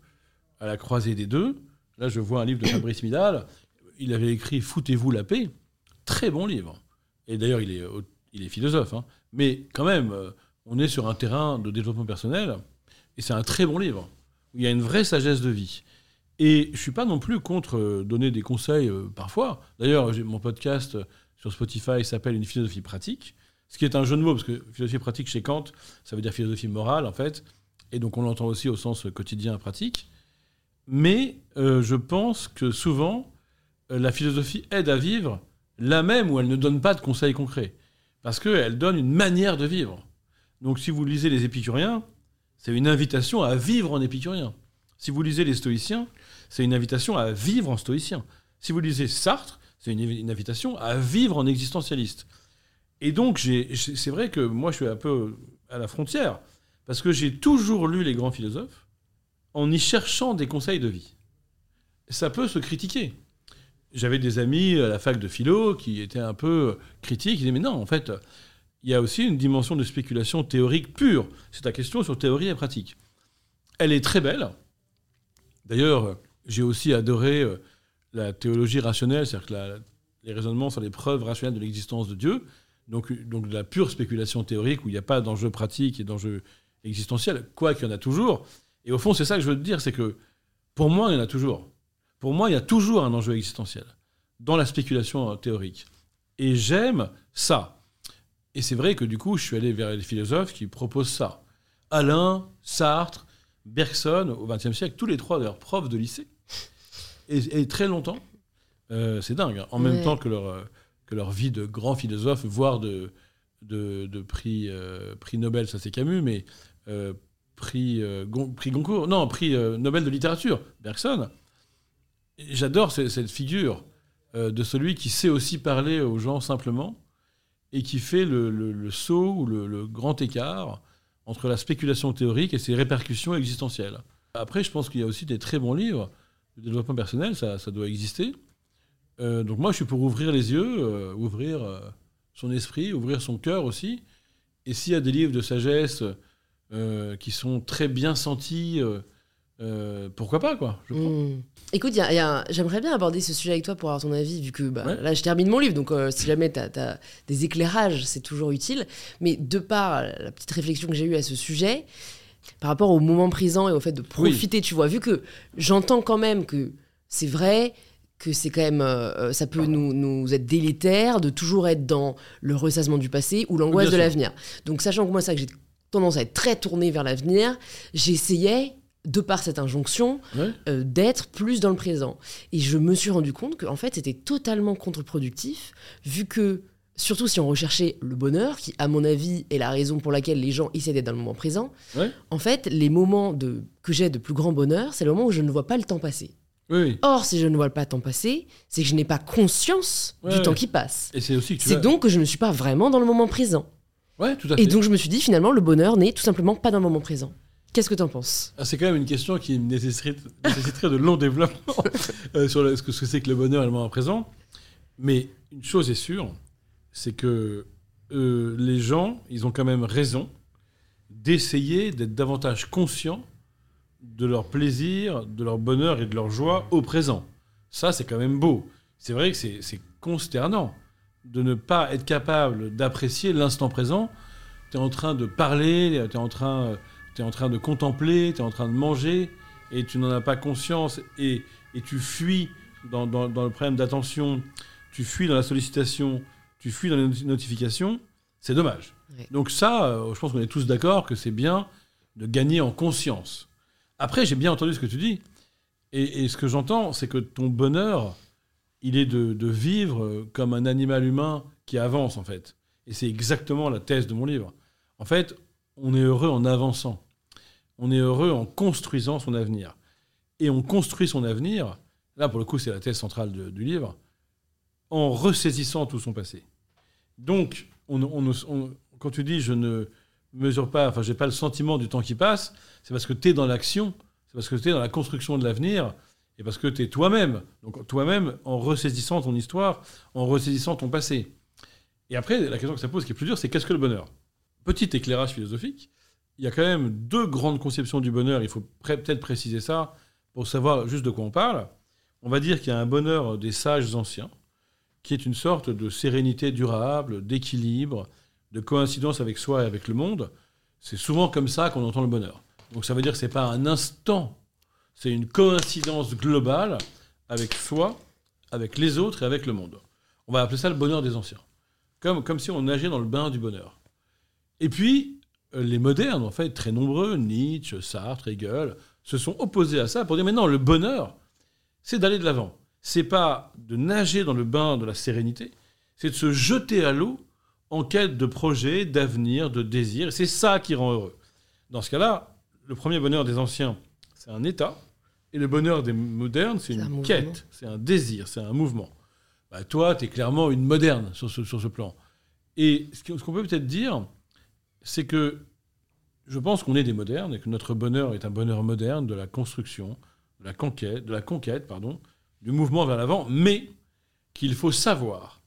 à la croisée des deux. Là, je vois un livre de Fabrice Midal. Il avait écrit « Foutez-vous la paix ». Très bon livre. Et d'ailleurs, il est philosophe. Hein. Mais quand même, on est sur un terrain de développement personnel. Et c'est un très bon livre. Où il y a une vraie sagesse de vie. Et je ne suis pas non plus contre donner des conseils parfois. D'ailleurs, mon podcast sur Spotify s'appelle « Une philosophie pratique ». Ce qui est un jeu de mots, parce que philosophie pratique chez Kant, ça veut dire philosophie morale, en fait. Et donc, on l'entend aussi au sens quotidien pratique. Mais je pense que souvent, la philosophie aide à vivre là même où elle ne donne pas de conseils concrets. Parce qu'elle donne une manière de vivre. Donc si vous lisez les épicuriens, c'est une invitation à vivre en épicurien. Si vous lisez les stoïciens, c'est une invitation à vivre en stoïcien. Si vous lisez Sartre, c'est une invitation à vivre en existentialiste. Et donc, c'est vrai que moi, je suis un peu à la frontière. Parce que j'ai toujours lu les grands philosophes en y cherchant des conseils de vie. Ça peut se critiquer. J'avais des amis à la fac de philo qui étaient un peu critiques. Ils disaient, mais non, en fait, il y a aussi une dimension de spéculation théorique pure. C'est ta question sur théorie et pratique. Elle est très belle. D'ailleurs, j'ai aussi adoré la théologie rationnelle, c'est-à-dire que les raisonnements sur les preuves rationnelles de l'existence de Dieu, donc de la pure spéculation théorique où il n'y a pas d'enjeu pratique et d'enjeu existentiel, quoi qu'il y en a toujours. Et au fond, c'est ça que je veux te dire, c'est que pour moi, il y en a toujours. Pour moi, il y a toujours un enjeu existentiel dans la spéculation théorique. Et j'aime ça. Et c'est vrai que du coup, je suis allé vers les philosophes qui proposent ça. Alain, Sartre, Bergson, au XXe siècle, tous les trois d'ailleurs profs de lycée. Et très longtemps. C'est dingue. Hein. En même temps que leur vie de grands philosophes, voire de prix Nobel, ça c'est Camus, mais... prix Goncourt, non, prix Nobel de littérature, Bergson. J'adore cette figure de celui qui sait aussi parler aux gens simplement et qui fait le saut ou le grand écart entre la spéculation théorique et ses répercussions existentielles. Après, je pense qu'il y a aussi des très bons livres de développement personnel, ça doit exister. Donc moi, je suis pour ouvrir les yeux, ouvrir son esprit, ouvrir son cœur aussi. Et s'il y a des livres de sagesse... qui sont très bien sentis, pourquoi pas, quoi, je crois. Écoute, j'aimerais bien aborder ce sujet avec toi pour avoir ton avis, vu que là, je termine mon livre, donc si jamais t'as des éclairages, c'est toujours utile. Mais de par la petite réflexion que j'ai eue à ce sujet, par rapport au moment présent et au fait de profiter, tu vois, vu que j'entends quand même que c'est vrai... que c'est quand même, ça peut nous être délétère de toujours être dans le ressassement du passé ou l'angoisse de l'avenir. Donc, sachant que moi, ça, que j'ai tendance à être très tournée vers l'avenir, j'essayais, de par cette injonction, d'être plus dans le présent. Et je me suis rendu compte qu'en fait, c'était totalement contre-productif, vu que surtout si on recherchait le bonheur, qui, à mon avis, est la raison pour laquelle les gens essaient d'être dans le moment présent, en fait, les moments que j'ai de plus grand bonheur, c'est le moment où je ne vois pas le temps passer. Oui. Or, si je ne vois pas le temps passer, c'est que je n'ai pas conscience du temps qui passe. Et c'est aussi que c'est donc que je ne suis pas vraiment dans le moment présent. Ouais, tout à fait. Et donc je me suis dit, finalement, le bonheur n'est tout simplement pas dans le moment présent. Qu'est-ce que tu en penses ? C'est quand même une question qui nécessiterait de longs développements sur ce que c'est que le bonheur et le moment présent. Mais une chose est sûre, c'est que les gens, ils ont quand même raison d'essayer d'être davantage conscients de leur plaisir, de leur bonheur et de leur joie au présent. Ça, c'est quand même beau. C'est vrai que c'est consternant de ne pas être capable d'apprécier l'instant présent. Tu es en train de parler, tu es en train de contempler, tu es en train de manger, et tu n'en as pas conscience, et tu fuis dans le problème d'attention, tu fuis dans la sollicitation, tu fuis dans les notifications. C'est dommage. Oui. Donc ça, je pense qu'on est tous d'accord que c'est bien de gagner en conscience. Après, j'ai bien entendu ce que tu dis. Et ce que j'entends, c'est que ton bonheur, il est de vivre comme un animal humain qui avance, en fait. Et c'est exactement la thèse de mon livre. En fait, on est heureux en avançant. On est heureux en construisant son avenir. Et on construit son avenir, là, pour le coup, c'est la thèse centrale du livre, en ressaisissant tout son passé. Donc, quand tu dis « je ne mesure pas, j'ai pas le sentiment du temps qui passe », c'est parce que tu es dans l'action, c'est parce que tu es dans la construction de l'avenir, et parce que tu es toi-même. Donc toi-même, en ressaisissant ton histoire, en ressaisissant ton passé. Et après, la question que ça pose, qui est plus dure, c'est qu'est-ce que le bonheur ? Petit éclairage philosophique, il y a quand même 2 grandes conceptions du bonheur, il faut peut-être préciser ça, pour savoir juste de quoi on parle. On va dire qu'il y a un bonheur des sages anciens, qui est une sorte de sérénité durable, d'équilibre, de coïncidence avec soi et avec le monde. C'est souvent comme ça qu'on entend le bonheur. Donc ça veut dire que ce n'est pas un instant, c'est une coïncidence globale avec soi, avec les autres et avec le monde. On va appeler ça le bonheur des anciens. Comme si on nageait dans le bain du bonheur. Et puis, les modernes, en fait, très nombreux, Nietzsche, Sartre, Hegel, se sont opposés à ça pour dire, mais non, le bonheur, c'est d'aller de l'avant. C'est pas de nager dans le bain de la sérénité, c'est de se jeter à l'eau en quête de projets, d'avenir, de désirs. Et c'est ça qui rend heureux. Dans ce cas-là, le premier bonheur des anciens, c'est un état. Et le bonheur des modernes, c'est une quête, c'est un désir, c'est un mouvement. Bah, toi, tu es clairement une moderne sur ce plan. Et ce qu'on peut peut-être dire, c'est que je pense qu'on est des modernes et que notre bonheur est un bonheur moderne de la construction, de la conquête, du mouvement vers l'avant, mais qu'il faut savoir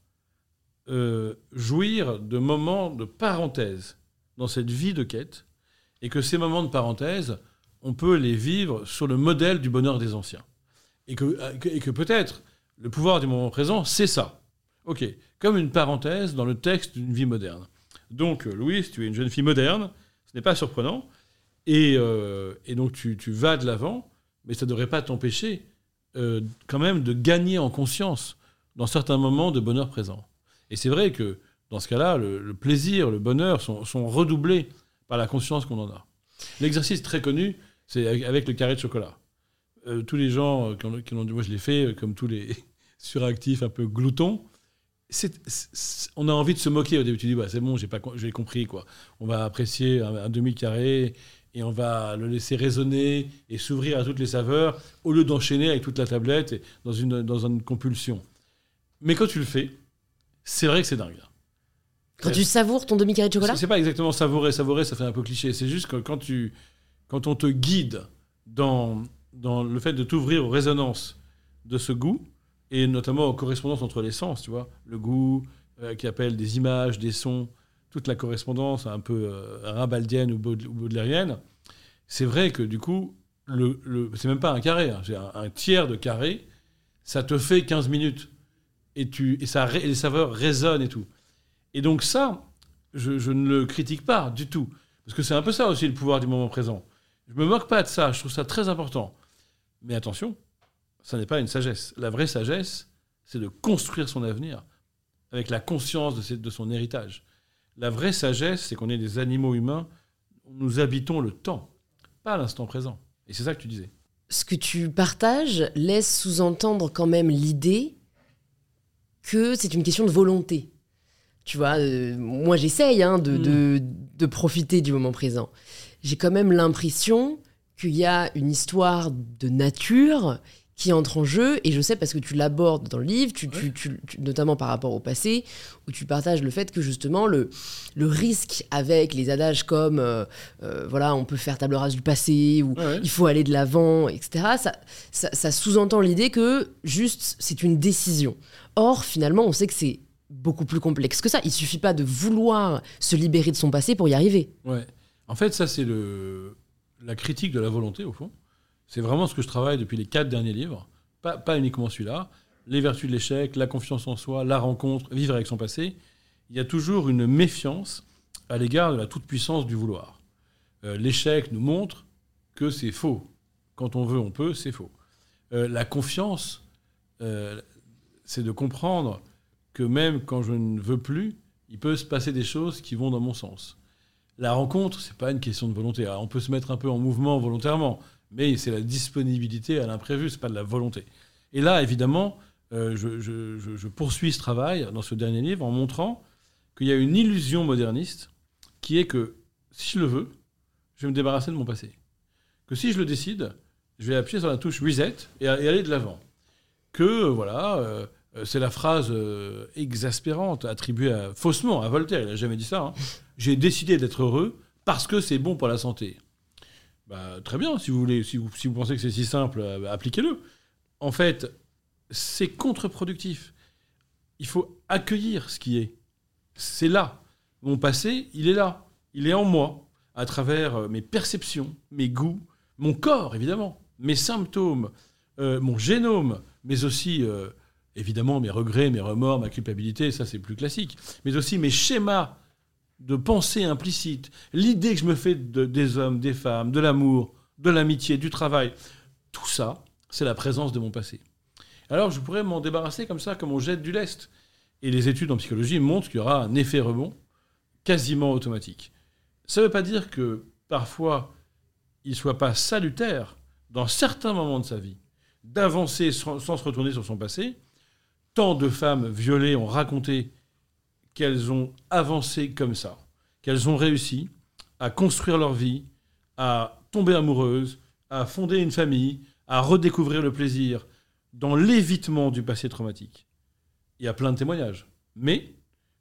jouir de moments de parenthèse dans cette vie de quête, et que ces moments de parenthèse, on peut les vivre sur le modèle du bonheur des anciens. Et que peut-être le pouvoir du moment présent, c'est ça. Ok, comme une parenthèse dans le texte d'une vie moderne. Donc, Louise, tu es une jeune fille moderne, ce n'est pas surprenant, et donc tu vas de l'avant, mais ça ne devrait pas t'empêcher quand même de gagner en conscience dans certains moments de bonheur présent. Et c'est vrai que dans ce cas-là, le plaisir, le bonheur sont redoublés par la conscience qu'on en a. L'exercice très connu, c'est avec le carré de chocolat. Tous les gens qui l'ont dit, moi je l'ai fait, comme tous les suractifs un peu gloutons, on a envie de se moquer au début. Tu dis, bah, c'est bon, j'ai compris, quoi. On va apprécier un demi-carré et on va le laisser résonner et s'ouvrir à toutes les saveurs au lieu d'enchaîner avec toute la tablette et dans une compulsion. Mais quand tu le fais, c'est vrai que c'est dingue. Quand tu savoures ton demi-carré de chocolat ? C'est pas exactement savourer, ça fait un peu cliché. C'est juste que quand on te guide dans le fait de t'ouvrir aux résonances de ce goût, et notamment aux correspondances entre les sens, tu vois, le goût qui appelle des images, des sons, toute la correspondance un peu rimbaldienne ou baudelairienne, c'est vrai que du coup, c'est même pas un carré, hein, c'est un tiers de carré, ça te fait 15 minutes, et les saveurs résonnent et tout. Et donc ça, je ne le critique pas du tout, parce que c'est un peu ça aussi le pouvoir du moment présent. Je me moque pas de ça, je trouve ça très important. Mais attention, ça n'est pas une sagesse. La vraie sagesse, c'est de construire son avenir avec la conscience de son héritage. La vraie sagesse, c'est qu'on est des animaux humains, nous habitons le temps, pas l'instant présent. Et c'est ça que tu disais. Ce que tu partages laisse sous-entendre quand même l'idée que c'est une question de volonté. Tu vois, moi j'essaye de profiter du moment présent. J'ai quand même l'impression qu'il y a une histoire de nature qui entre en jeu, et je sais parce que tu l'abordes dans le livre, notamment par rapport au passé, où tu partages le fait que justement le risque avec les adages comme voilà, on peut faire table rase du passé, ou il faut aller de l'avant, etc., ça sous-entend l'idée que juste c'est une décision. Or, finalement, on sait que c'est beaucoup plus complexe que ça. Il suffit pas de vouloir se libérer de son passé pour y arriver. Ouais. En fait, ça, c'est la critique de la volonté, au fond. C'est vraiment ce que je travaille depuis les 4 derniers livres. Pas uniquement celui-là. Les vertus de l'échec, la confiance en soi, la rencontre, vivre avec son passé. Il y a toujours une méfiance à l'égard de la toute-puissance du vouloir. L'échec nous montre que c'est faux. Quand on veut, on peut, c'est faux. La confiance, c'est de comprendre que même quand je ne veux plus, il peut se passer des choses qui vont dans mon sens. La rencontre, c'est pas une question de volonté. Alors, on peut se mettre un peu en mouvement volontairement, mais c'est la disponibilité à l'imprévu, c'est pas de la volonté. Et là, évidemment, je poursuis ce travail dans ce dernier livre en montrant qu'il y a une illusion moderniste qui est que, si je le veux, je vais me débarrasser de mon passé. Que si je le décide, je vais appuyer sur la touche reset et aller de l'avant. Que, voilà, c'est la phrase exaspérante attribuée faussement à Voltaire, il n'a jamais dit ça. Hein. J'ai décidé d'être heureux parce que c'est bon pour la santé. Très bien, si vous pensez que c'est si simple, appliquez-le. En fait, c'est contre-productif. Il faut accueillir ce qui est. C'est là. Mon passé, il est là. Il est en moi, à travers mes perceptions, mes goûts, mon corps, évidemment, mes symptômes, mon génome, mais aussi, évidemment, mes regrets, mes remords, ma culpabilité, ça c'est plus classique, mais aussi mes schémas de pensée implicite, l'idée que je me fais des hommes, des femmes, de l'amour, de l'amitié, du travail. Tout ça, c'est la présence de mon passé. Alors, je pourrais m'en débarrasser comme ça, comme on jette du lest. Et les études en psychologie montrent qu'il y aura un effet rebond quasiment automatique. Ça ne veut pas dire que, parfois, il ne soit pas salutaire, dans certains moments de sa vie, d'avancer sans se retourner sur son passé. Tant de femmes violées ont raconté qu'elles ont avancé comme ça, qu'elles ont réussi à construire leur vie, à tomber amoureuses, à fonder une famille, à redécouvrir le plaisir dans l'évitement du passé traumatique. Il y a plein de témoignages. Mais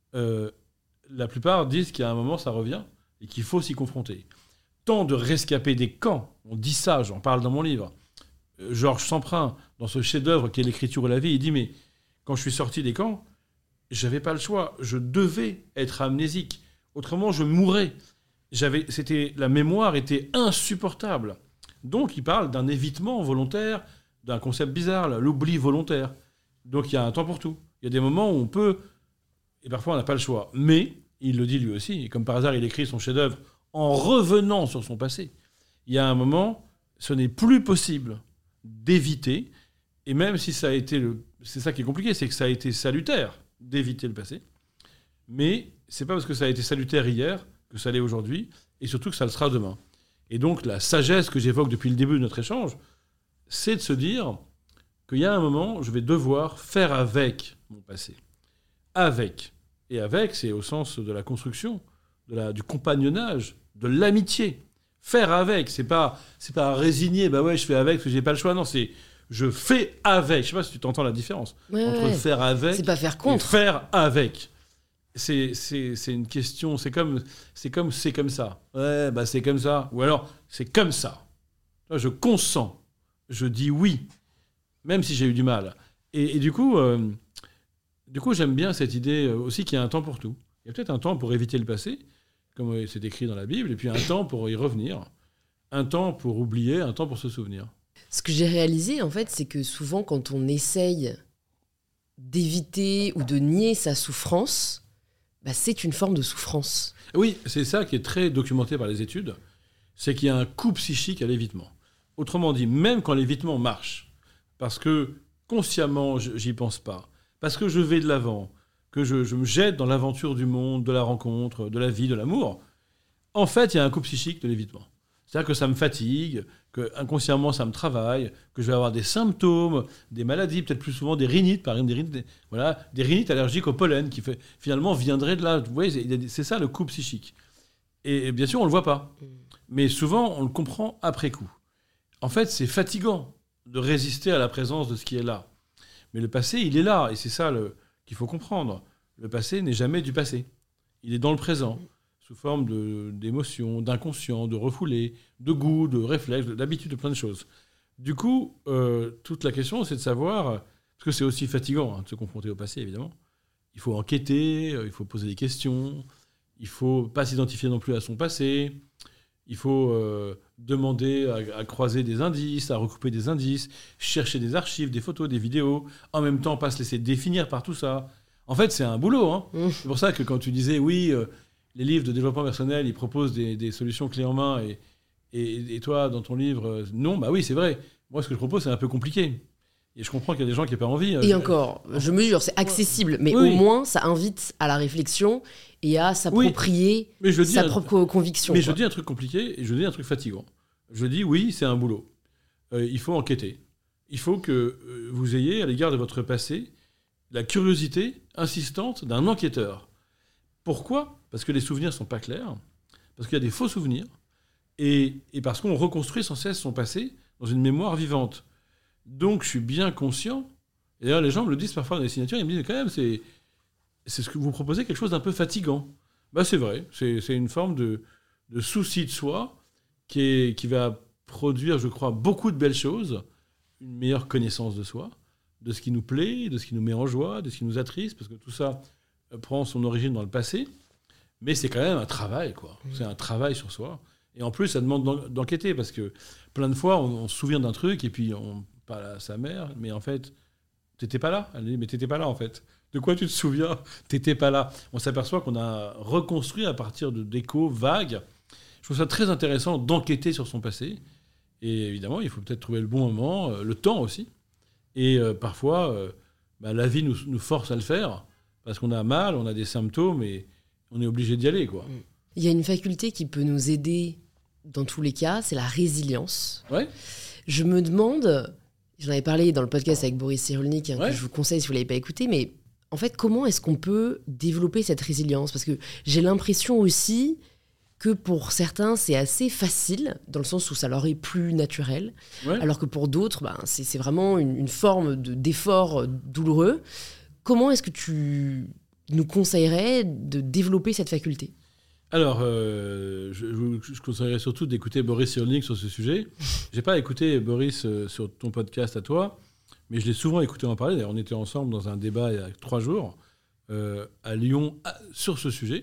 la plupart disent qu'à un moment, ça revient et qu'il faut s'y confronter. Tant de rescapés des camps, on dit ça, j'en parle dans mon livre. Georges Semprin, dans ce chef-d'œuvre qui est l'écriture et la vie, il dit « Mais quand je suis sorti des camps, j'avais pas le choix. Je devais être amnésique. Autrement, je mourrais. La mémoire était insupportable. » Donc, il parle d'un évitement volontaire, d'un concept bizarre, l'oubli volontaire. Donc, il y a un temps pour tout. Il y a des moments où on peut, et parfois on n'a pas le choix. Mais, il le dit lui aussi, et comme par hasard, il écrit son chef-d'œuvre en revenant sur son passé. Il y a un moment, ce n'est plus possible d'éviter, et même si ça a été c'est ça qui est compliqué, c'est que ça a été salutaire d'éviter le passé, mais c'est pas parce que ça a été salutaire hier que ça l'est aujourd'hui, et surtout que ça le sera demain. Et donc la sagesse que j'évoque depuis le début de notre échange, c'est de se dire qu'il y a un moment, je vais devoir faire avec mon passé. Avec. Et avec, c'est au sens de la construction, du compagnonnage, de l'amitié. Faire avec, c'est pas résigner, ouais, je fais avec parce que j'ai pas le choix. Non, c'est je fais avec. Je sais pas si tu t'entends la différence entre faire avec c'est pas faire contre. Et faire avec. C'est une question, c'est comme ça. Ouais, c'est comme ça. Ou alors, c'est comme ça. Je consens. Je dis oui, même si j'ai eu du mal. Et du coup, j'aime bien cette idée aussi qu'il y a un temps pour tout. Il y a peut-être un temps pour éviter le passé, comme c'est écrit dans la Bible, et puis un temps pour y revenir, un temps pour oublier, un temps pour se souvenir. Ce que j'ai réalisé, en fait, c'est que souvent, quand on essaye d'éviter ou de nier sa souffrance, c'est une forme de souffrance. Oui, c'est ça qui est très documenté par les études, c'est qu'il y a un coût psychique à l'évitement. Autrement dit, même quand l'évitement marche, parce que consciemment, j'y pense pas, parce que je vais de l'avant, que je me jette dans l'aventure du monde, de la rencontre, de la vie, de l'amour, en fait, il y a un coût psychique de l'évitement. C'est-à-dire que ça me fatigue, que inconsciemment ça me travaille, que je vais avoir des symptômes, des maladies, peut-être plus souvent des rhinites, par exemple, des rhinites allergiques au pollen, qui finalement viendraient de là. Vous voyez, c'est ça le coup psychique. Et bien sûr, on ne le voit pas. Mais souvent, on le comprend après coup. En fait, c'est fatigant de résister à la présence de ce qui est là. Mais le passé, il est là, et c'est ça qu'il faut comprendre. Le passé n'est jamais du passé. Il est dans le présent, sous forme d'émotions, d'inconscient, de refoulé, de goût, de réflexe, d'habitude, de plein de choses. Du coup, toute la question, c'est de savoir, parce que c'est aussi fatigant de se confronter au passé, évidemment. Il faut enquêter, il faut poser des questions, il ne faut pas s'identifier non plus à son passé, il faut demander à croiser des indices, à recouper des indices, chercher des archives, des photos, des vidéos, en même temps pas se laisser définir par tout ça. En fait, c'est un boulot. Hein. C'est pour ça que quand tu disais, oui, les livres de développement personnel, ils proposent des solutions clés en main, et toi, dans ton livre, non, bah oui, c'est vrai. Moi, ce que je propose, c'est un peu compliqué. Et je comprends qu'il y a des gens qui n'ont pas envie. Et encore, je mesure, c'est accessible, mais au moins, ça invite à la réflexion et à s'approprier sa propre conviction. Mais je dis un truc compliqué et je dis un truc fatigant. Je dis, oui, c'est un boulot. Il faut enquêter. Il faut que vous ayez, à l'égard de votre passé, la curiosité insistante d'un enquêteur. Pourquoi ? Parce que les souvenirs ne sont pas clairs, parce qu'il y a des faux souvenirs, et parce qu'on reconstruit sans cesse son passé dans une mémoire vivante. Donc, je suis bien conscient. Et d'ailleurs, les gens me le disent parfois dans les signatures. Ils me disent, quand même, c'est ce que vous proposez, quelque chose d'un peu fatigant. Ben, c'est vrai. C'est une forme de souci de soi qui va produire, je crois, beaucoup de belles choses. Une meilleure connaissance de soi, de ce qui nous plaît, de ce qui nous met en joie, de ce qui nous attriste, parce que tout ça prend son origine dans le passé. Mais c'est quand même un travail, quoi. C'est un travail sur soi. Et en plus, ça demande d'enquêter, parce que plein de fois, on se souvient d'un truc, et puis on parle à sa mère, mais en fait, t'étais pas là. Elle dit, mais t'étais pas là, en fait. De quoi tu te souviens ? T'étais pas là. On s'aperçoit qu'on a reconstruit à partir d'échos vagues. Je trouve ça très intéressant d'enquêter sur son passé. Et évidemment, il faut peut-être trouver le bon moment, le temps aussi. Et parfois, la vie nous force à le faire, parce qu'on a mal, on a des symptômes, et on est obligé d'y aller, quoi. Il y a une faculté qui peut nous aider dans tous les cas, c'est la résilience. Ouais. Je me demande, j'en avais parlé dans le podcast avec Boris Cyrulnik, que je vous conseille si vous ne l'avez pas écouté, mais en fait, comment est-ce qu'on peut développer cette résilience ? Parce que j'ai l'impression aussi que pour certains, c'est assez facile, dans le sens où ça leur est plus naturel, alors que pour d'autres, c'est vraiment une forme d'effort douloureux. Comment est-ce que tu nous conseillerais de développer cette faculté ? Alors, je conseillerais surtout d'écouter Boris Cyrulnik sur ce sujet. Je n'ai pas écouté Boris sur ton podcast à toi, mais je l'ai souvent écouté en parler. D'ailleurs, on était ensemble dans un débat il y a 3 jours à Lyon sur ce sujet.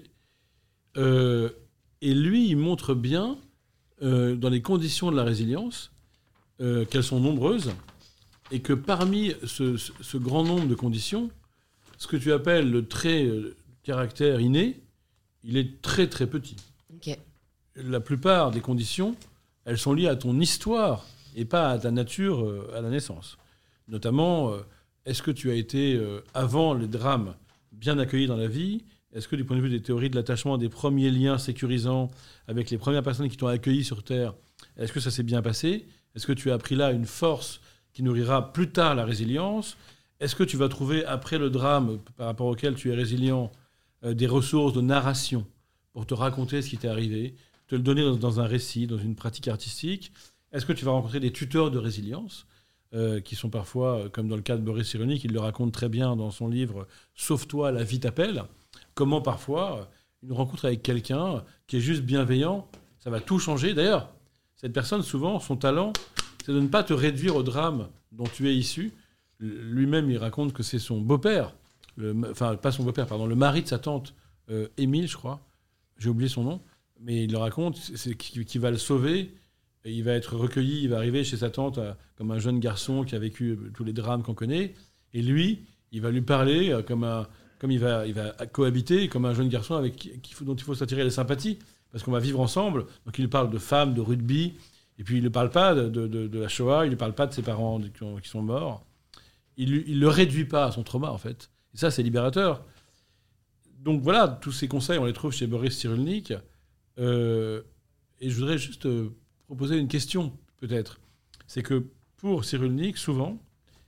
Et lui, il montre bien, dans les conditions de la résilience, qu'elles sont nombreuses, et que parmi ce grand nombre de conditions, ce que tu appelles le trait caractère inné, il est très très petit. Okay. La plupart des conditions, elles sont liées à ton histoire et pas à ta nature à la naissance. Notamment, est-ce que tu as été, avant les drames, bien accueilli dans la vie ? Est-ce que du point de vue des théories de l'attachement, des premiers liens sécurisants avec les premières personnes qui t'ont accueilli sur Terre, est-ce que ça s'est bien passé ? Est-ce que tu as appris là une force qui nourrira plus tard la résilience ? Est-ce que tu vas trouver, après le drame par rapport auquel tu es résilient, des ressources de narration pour te raconter ce qui t'est arrivé, te le donner dans un récit, dans une pratique artistique ? Est-ce que tu vas rencontrer des tuteurs de résilience qui sont parfois, comme dans le cas de Boris Cyrulnik, il le raconte très bien dans son livre « Sauve-toi, la vie t'appelle », comment parfois une rencontre avec quelqu'un qui est juste bienveillant, ça va tout changer. D'ailleurs, cette personne, souvent, son talent, c'est de ne pas te réduire au drame dont tu es issu. Lui-même, il raconte que c'est son beau-père, pas son beau-père, pardon, le mari de sa tante, Émile, je crois, j'ai oublié son nom, mais il le raconte, c'est qui va le sauver, et il va être recueilli, il va arriver chez sa tante comme un jeune garçon qui a vécu tous les drames qu'on connaît, et lui, il va lui parler comme il va cohabiter comme un jeune garçon dont il faut s'attirer les sympathies, parce qu'on va vivre ensemble. Donc il lui parle de femmes, de rugby, et puis il ne parle pas de la Shoah, il ne parle pas de ses parents qui sont morts. Il ne le réduit pas à son trauma, en fait. Et ça, c'est libérateur. Donc voilà, tous ces conseils, on les trouve chez Boris Cyrulnik. Et je voudrais juste proposer une question, peut-être. C'est que pour Cyrulnik, souvent,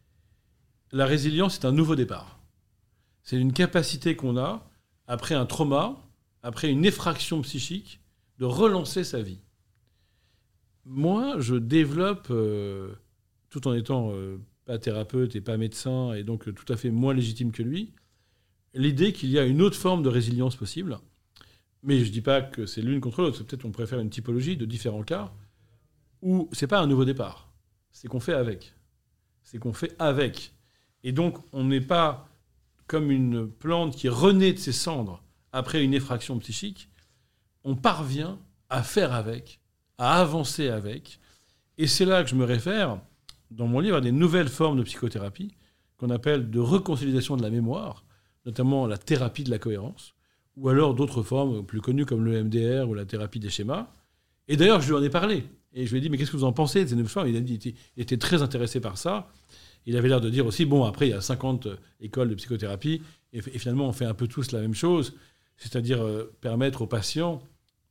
la résilience, c'est un nouveau départ. C'est une capacité qu'on a, après un trauma, après une effraction psychique, de relancer sa vie. Moi, je développe, tout en étant pas thérapeute et pas médecin, et donc tout à fait moins légitime que lui, l'idée qu'il y a une autre forme de résilience possible. Mais je ne dis pas que c'est l'une contre l'autre. Peut-être qu'on préfère une typologie de différents cas où ce n'est pas un nouveau départ. C'est qu'on fait avec. C'est qu'on fait avec. Et donc, on n'est pas comme une plante qui renaît de ses cendres après une effraction psychique. On parvient à faire avec, à avancer avec. Et c'est là que je me réfère, dans mon livre, à des nouvelles formes de psychothérapie qu'on appelle de réconciliation de la mémoire, notamment la thérapie de la cohérence, ou alors d'autres formes plus connues comme le MDR ou la thérapie des schémas. Et d'ailleurs, je lui en ai parlé. Et je lui ai dit, mais qu'est-ce que vous en pensez de ces nouvelles formes ? Il était très intéressé par ça. Il avait l'air de dire aussi, bon, après, il y a 50 écoles de psychothérapie, et finalement, on fait un peu tous la même chose, c'est-à-dire permettre aux patients,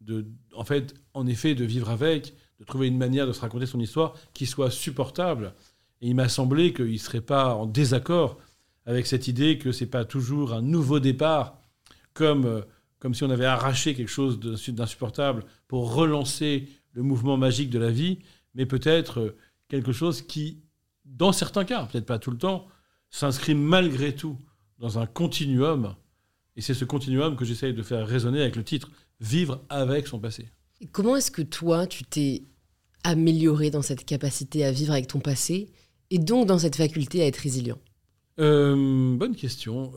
en effet, de vivre avec, de trouver une manière de se raconter son histoire qui soit supportable. Et il m'a semblé qu'il ne serait pas en désaccord avec cette idée que ce n'est pas toujours un nouveau départ, comme si on avait arraché quelque chose d'insupportable pour relancer le mouvement magique de la vie, mais peut-être quelque chose qui, dans certains cas, peut-être pas tout le temps, s'inscrit malgré tout dans un continuum. Et c'est ce continuum que j'essaye de faire résonner avec le titre « Vivre avec son passé ». Et comment est-ce que toi, tu t'es amélioré dans cette capacité à vivre avec ton passé et donc dans cette faculté à être résilient ? Bonne question.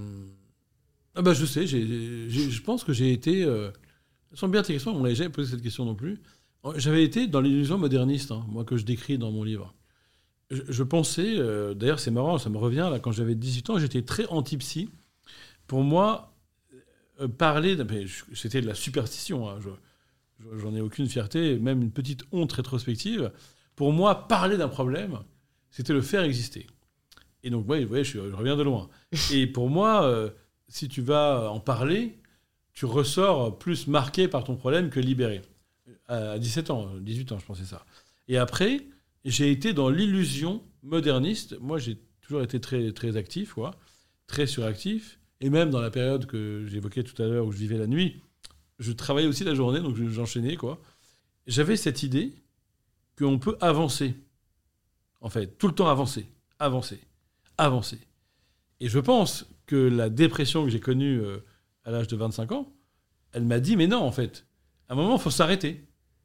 Je sais, je pense que j'ai été... ça semble bien ta question, on ne m'avait jamais posé cette question non plus. J'avais été dans l'illusion moderniste, moi, que je décris dans mon livre. Je pensais, d'ailleurs c'est marrant, ça me revient, là, quand j'avais 18 ans, j'étais très anti-psy. Pour moi, c'était de la superstition, hein, j'en ai aucune fierté, même une petite honte rétrospective. Pour moi, parler d'un problème, c'était le faire exister. Et donc, vous voyez, je reviens de loin. Et pour moi, si tu vas en parler, tu ressors plus marqué par ton problème que libéré. À 17 ans, 18 ans, je pensais ça. Et après, j'ai été dans l'illusion moderniste. Moi, j'ai toujours été très, très actif, très suractif. Et même dans la période que j'évoquais tout à l'heure où je vivais la nuit, je travaillais aussi la journée, donc j'enchaînais, J'avais cette idée qu'on peut avancer. En fait, tout le temps avancer. Et je pense que la dépression que j'ai connue à l'âge de 25 ans, elle m'a dit, mais non, en fait, à un moment, il faut s'arrêter.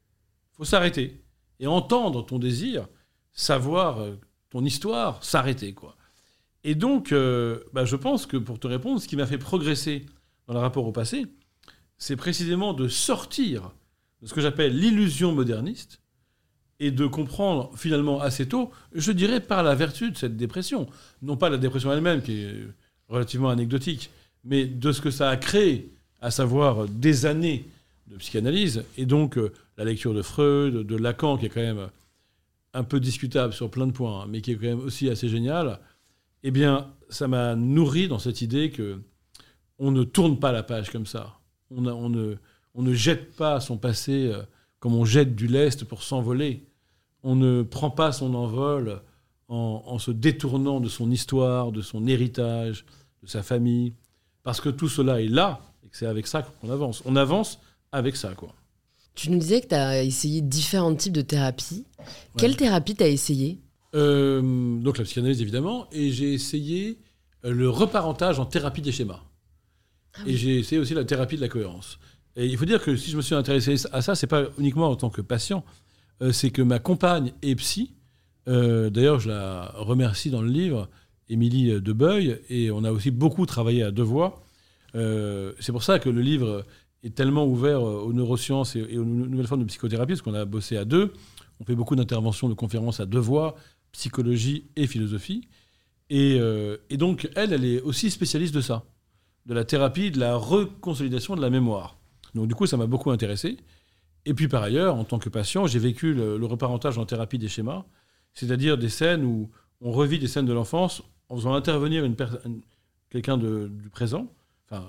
Et entendre ton désir, savoir ton histoire, s'arrêter, Et donc, je pense que, pour te répondre, ce qui m'a fait progresser dans le rapport au passé, c'est précisément de sortir de ce que j'appelle l'illusion moderniste et de comprendre finalement assez tôt, je dirais par la vertu de cette dépression, non pas la dépression elle-même, qui est relativement anecdotique, mais de ce que ça a créé, à savoir des années de psychanalyse, et donc la lecture de Freud, de Lacan, qui est quand même un peu discutable sur plein de points, mais qui est quand même aussi assez génial, eh bien, ça m'a nourri dans cette idée qu'on ne tourne pas la page comme ça. On ne jette pas son passé comme on jette du lest pour s'envoler. On ne prend pas son envol en se détournant de son histoire, de son héritage, de sa famille, parce que tout cela est là, et que c'est avec ça qu'on avance. On avance avec ça, Tu nous disais que tu as essayé différents types de thérapies. Ouais. Quelle thérapie tu as essayé ? Donc la psychanalyse, évidemment, et j'ai essayé le reparentage en thérapie des schémas. Ah oui. Et j'ai essayé aussi la thérapie de la cohérence. Et il faut dire que si je me suis intéressé à ça, c'est pas uniquement en tant que patient, c'est que ma compagne est psy. D'ailleurs, je la remercie dans le livre, Émilie Debeuil, et on a aussi beaucoup travaillé à deux voix. C'est pour ça que le livre est tellement ouvert aux neurosciences et aux nouvelles formes de psychothérapie, parce qu'on a bossé à deux. On fait beaucoup d'interventions, de conférences à deux voix, psychologie et philosophie. Et donc, elle est aussi spécialiste de ça, de la thérapie, de la reconsolidation de la mémoire. Donc, du coup, ça m'a beaucoup intéressé. Et puis, par ailleurs, en tant que patient, j'ai vécu le reparentage en thérapie des schémas, c'est-à-dire des scènes où on revit des scènes de l'enfance en faisant intervenir quelqu'un du présent, enfin,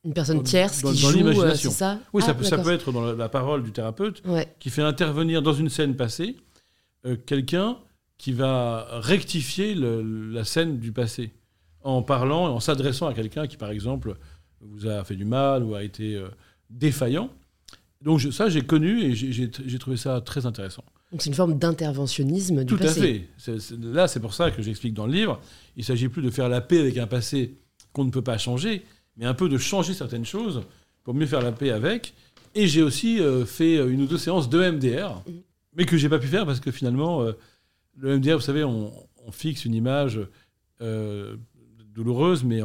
Une personne tierce qui dans joue, l'imagination. c'est ça? Oui, ça peut être dans la parole du thérapeute qui fait intervenir dans une scène passée quelqu'un qui va rectifier la scène du passé en parlant et en s'adressant à quelqu'un qui, par exemple, vous a fait du mal ou a été défaillant. Donc j'ai connu et j'ai trouvé ça très intéressant. Donc c'est une forme d'interventionnisme du passé. Tout à fait. Là, c'est pour ça que j'explique dans le livre, il ne s'agit plus de faire la paix avec un passé qu'on ne peut pas changer, mais un peu de changer certaines choses pour mieux faire la paix avec. Et j'ai aussi fait une ou deux séances de MDR, mais que je n'ai pas pu faire parce que finalement, le MDR, vous savez, on fixe une image douloureuse, mais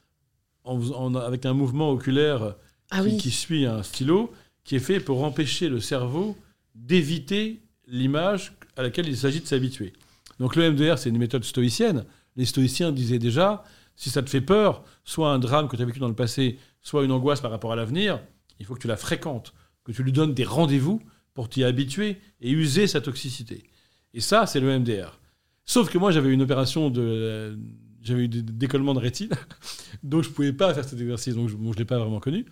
avec un mouvement oculaire qui suit un stylo, qui est fait pour empêcher le cerveau d'éviter l'image à laquelle il s'agit de s'habituer. Donc le MDR, c'est une méthode stoïcienne. Les stoïciens disaient déjà, si ça te fait peur, soit un drame que tu as vécu dans le passé, soit une angoisse par rapport à l'avenir, il faut que tu la fréquentes, que tu lui donnes des rendez-vous pour t'y habituer et user sa toxicité. Et ça, c'est le MDR. Sauf que moi, j'avais une opération j'avais eu des décollements de rétine, donc je ne pouvais pas faire cet exercice, donc je ne l'ai pas vraiment connu.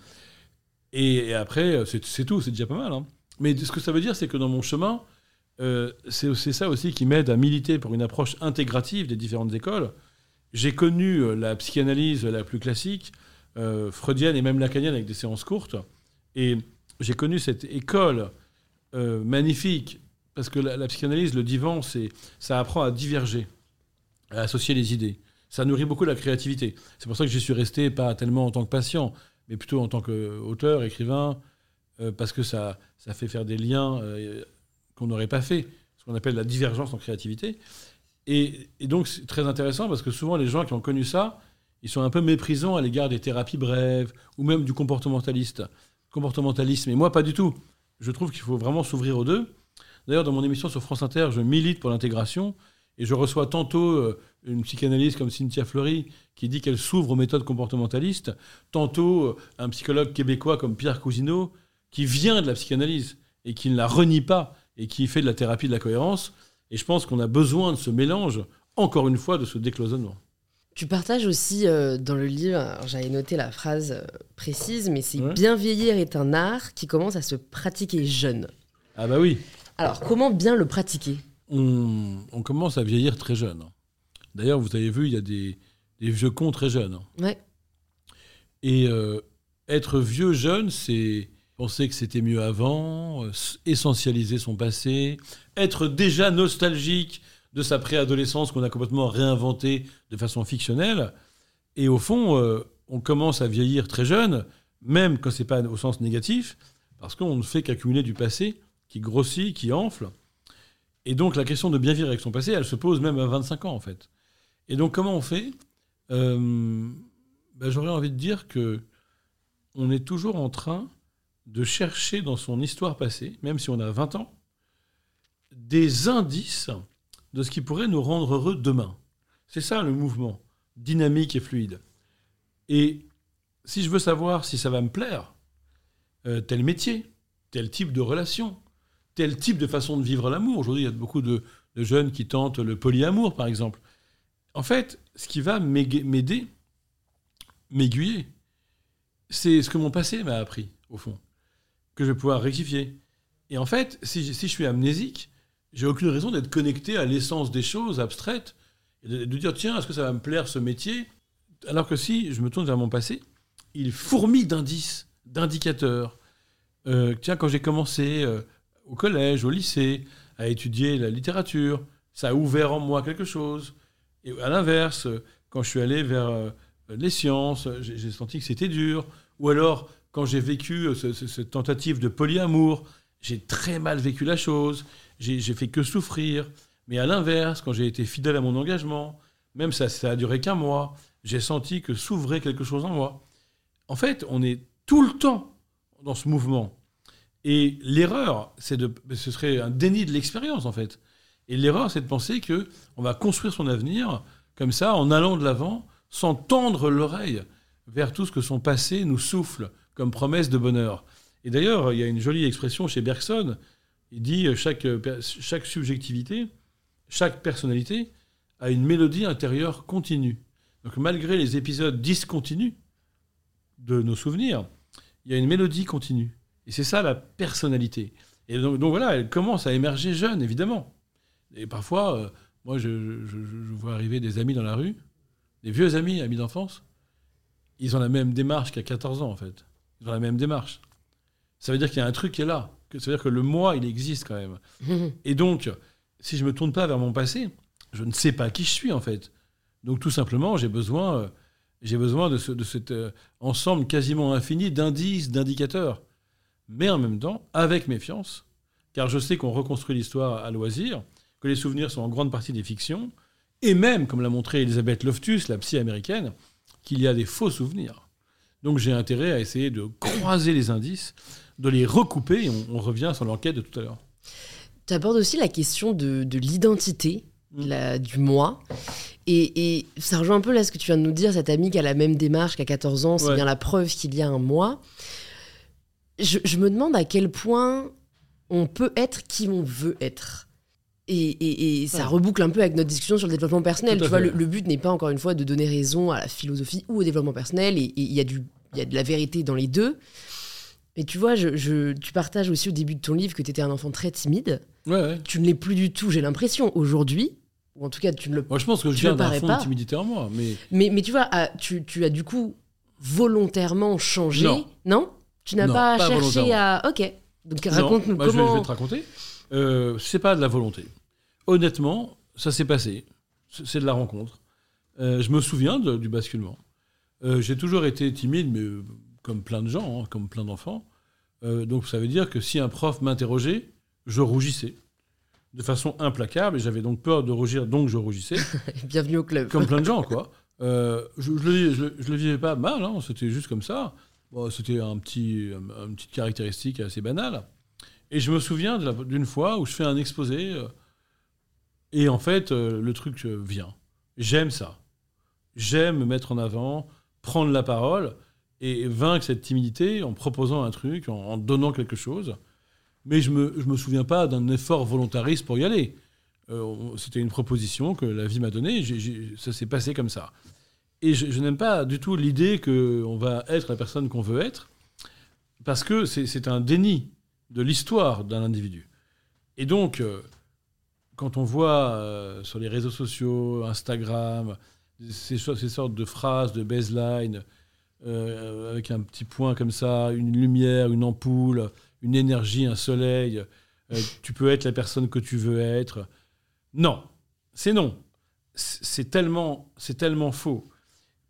Et après, c'est tout, c'est déjà pas mal. Hein. Mais ce que ça veut dire, c'est que dans mon chemin, c'est ça aussi qui m'aide à militer pour une approche intégrative des différentes écoles. J'ai connu la psychanalyse la plus classique, freudienne et même lacanienne avec des séances courtes. Et j'ai connu cette école magnifique, parce que la psychanalyse, le divan, ça apprend à diverger, à associer les idées. Ça nourrit beaucoup la créativité. C'est pour ça que j'y suis resté, pas tellement en tant que patient, mais plutôt en tant qu'auteur, écrivain, parce que ça fait faire des liens qu'on n'aurait pas fait, ce qu'on appelle la divergence en créativité. Et donc, c'est très intéressant, parce que souvent, les gens qui ont connu ça, ils sont un peu méprisants à l'égard des thérapies brèves, ou même du comportementalisme. Et moi, pas du tout. Je trouve qu'il faut vraiment s'ouvrir aux deux. D'ailleurs, dans mon émission sur France Inter, je milite pour l'intégration, et je reçois tantôt une psychanalyste comme Cynthia Fleury qui dit qu'elle s'ouvre aux méthodes comportementalistes, tantôt un psychologue québécois comme Pierre Cousineau qui vient de la psychanalyse et qui ne la renie pas et qui fait de la thérapie de la cohérence. Et je pense qu'on a besoin de ce mélange, encore une fois, de ce décloisonnement. Tu partages aussi dans le livre, alors j'avais noté la phrase précise, mais c'est « Bien vieillir est un art qui commence à se pratiquer jeune ». Ah bah oui. Alors, comment bien le pratiquer ? On commence à vieillir très jeune. D'ailleurs, vous avez vu, il y a des vieux cons très jeunes. Ouais. Et être vieux jeune, c'est penser que c'était mieux avant, essentialiser son passé, être déjà nostalgique de sa préadolescence qu'on a complètement réinventée de façon fictionnelle. Et au fond, on commence à vieillir très jeune, même quand ce n'est pas au sens négatif, parce qu'on ne fait qu'accumuler du passé qui grossit, qui enfle. Et donc, la question de bien vivre avec son passé, elle se pose même à 25 ans, en fait. Et donc, comment on fait ? J'aurais envie de dire qu'on est toujours en train de chercher dans son histoire passée, même si on a 20 ans, des indices de ce qui pourrait nous rendre heureux demain. C'est ça, le mouvement, dynamique et fluide. Et si je veux savoir si ça va me plaire, tel métier, tel type de relation, tel type de façon de vivre l'amour. Aujourd'hui, il y a beaucoup de jeunes qui tentent le polyamour, par exemple. En fait, ce qui va m'aider, m'aiguiller, c'est ce que mon passé m'a appris, au fond, que je vais pouvoir rectifier. Et en fait, si je suis amnésique, j'ai aucune raison d'être connecté à l'essence des choses abstraites, et de dire, tiens, est-ce que ça va me plaire, ce métier ? Alors que si je me tourne vers mon passé, il fourmille d'indices, d'indicateurs. Tiens, quand j'ai commencé... au collège, au lycée, à étudier la littérature. Ça a ouvert en moi quelque chose. Et à l'inverse, quand je suis allé vers les sciences, j'ai senti que c'était dur. Ou alors, quand j'ai vécu cette tentative de polyamour, j'ai très mal vécu la chose. J'ai fait que souffrir. Mais à l'inverse, quand j'ai été fidèle à mon engagement, même ça a duré qu'un mois, j'ai senti que s'ouvrait quelque chose en moi. En fait, on est tout le temps dans ce mouvement. Et l'erreur, ce serait un déni de l'expérience, en fait. Et l'erreur, c'est de penser qu'on va construire son avenir comme ça, en allant de l'avant, sans tendre l'oreille vers tout ce que son passé nous souffle comme promesse de bonheur. Et d'ailleurs, il y a une jolie expression chez Bergson. Il dit chaque subjectivité, chaque personnalité a une mélodie intérieure continue. Donc malgré les épisodes discontinus, de nos souvenirs, il y a une mélodie continue. Et c'est ça la personnalité. Et donc voilà, elle commence à émerger jeune, évidemment. Et parfois, moi, je vois arriver des amis dans la rue, des vieux amis d'enfance. Ils ont la même démarche qu'à 14 ans, en fait. Ils ont la même démarche. Ça veut dire qu'il y a un truc qui est là. Ça veut dire que le moi, il existe quand même. Et donc, si je ne me tourne pas vers mon passé, je ne sais pas qui je suis, en fait. Donc, tout simplement, j'ai besoin de cet ensemble quasiment infini d'indices, d'indicateurs. Mais en même temps, avec méfiance, car je sais qu'on reconstruit l'histoire à loisir, que les souvenirs sont en grande partie des fictions, et même, comme l'a montré Elisabeth Loftus, la psy américaine, qu'il y a des faux souvenirs. Donc j'ai intérêt à essayer de croiser les indices, de les recouper, et on revient sur l'enquête de tout à l'heure. Tu abordes aussi la question de l'identité, du moi. Et ça rejoint un peu là ce que tu viens de nous dire, cette amie qui a la même démarche qu'à 14 ans, c'est bien la preuve qu'il y a un moi. Je me demande à quel point on peut être qui on veut être. Et ça reboucle un peu avec notre discussion sur le développement personnel. Tu vois, le but n'est pas, encore une fois, de donner raison à la philosophie ou au développement personnel. Et il y a de la vérité dans les deux. Mais tu vois, tu partages aussi au début de ton livre que tu étais un enfant très timide. Ouais. Tu ne l'es plus du tout, j'ai l'impression, aujourd'hui. Ou en tout cas, tu ne le Moi, je pense que je viens d'un fond de timidité en moi. Mais tu vois, tu as du coup volontairement changé. Non tu n'as pas cherché à... Ok. Donc raconte-nous comment... Je vais te raconter. C'est pas de la volonté. Honnêtement, ça s'est passé. C'est de la rencontre. Je me souviens du basculement. J'ai toujours été timide, mais comme plein de gens, comme plein d'enfants. Donc ça veut dire que si un prof m'interrogeait, je rougissais de façon implacable, et j'avais donc peur de rougir, donc je rougissais. Bienvenue au club. Comme plein de gens, quoi. Je le vivais pas mal, c'était juste comme ça. Bon, c'était une petite caractéristique assez banale. Et je me souviens d'une fois où je fais un exposé, et en fait, le truc vient. J'aime ça. J'aime me mettre en avant, prendre la parole, et vaincre cette timidité en proposant un truc, en donnant quelque chose. Mais je me souviens pas d'un effort volontariste pour y aller. C'était une proposition que la vie m'a donnée, ça s'est passé comme ça. Et je n'aime pas du tout l'idée qu'on va être la personne qu'on veut être, parce que c'est un déni de l'histoire d'un individu. Et donc, quand on voit sur les réseaux sociaux, Instagram, ces sortes de phrases, de baseline, avec un petit point comme ça, une lumière, une ampoule, une énergie, un soleil, tu peux être la personne que tu veux être. Non, c'est non. C'est tellement faux. Pourquoi ?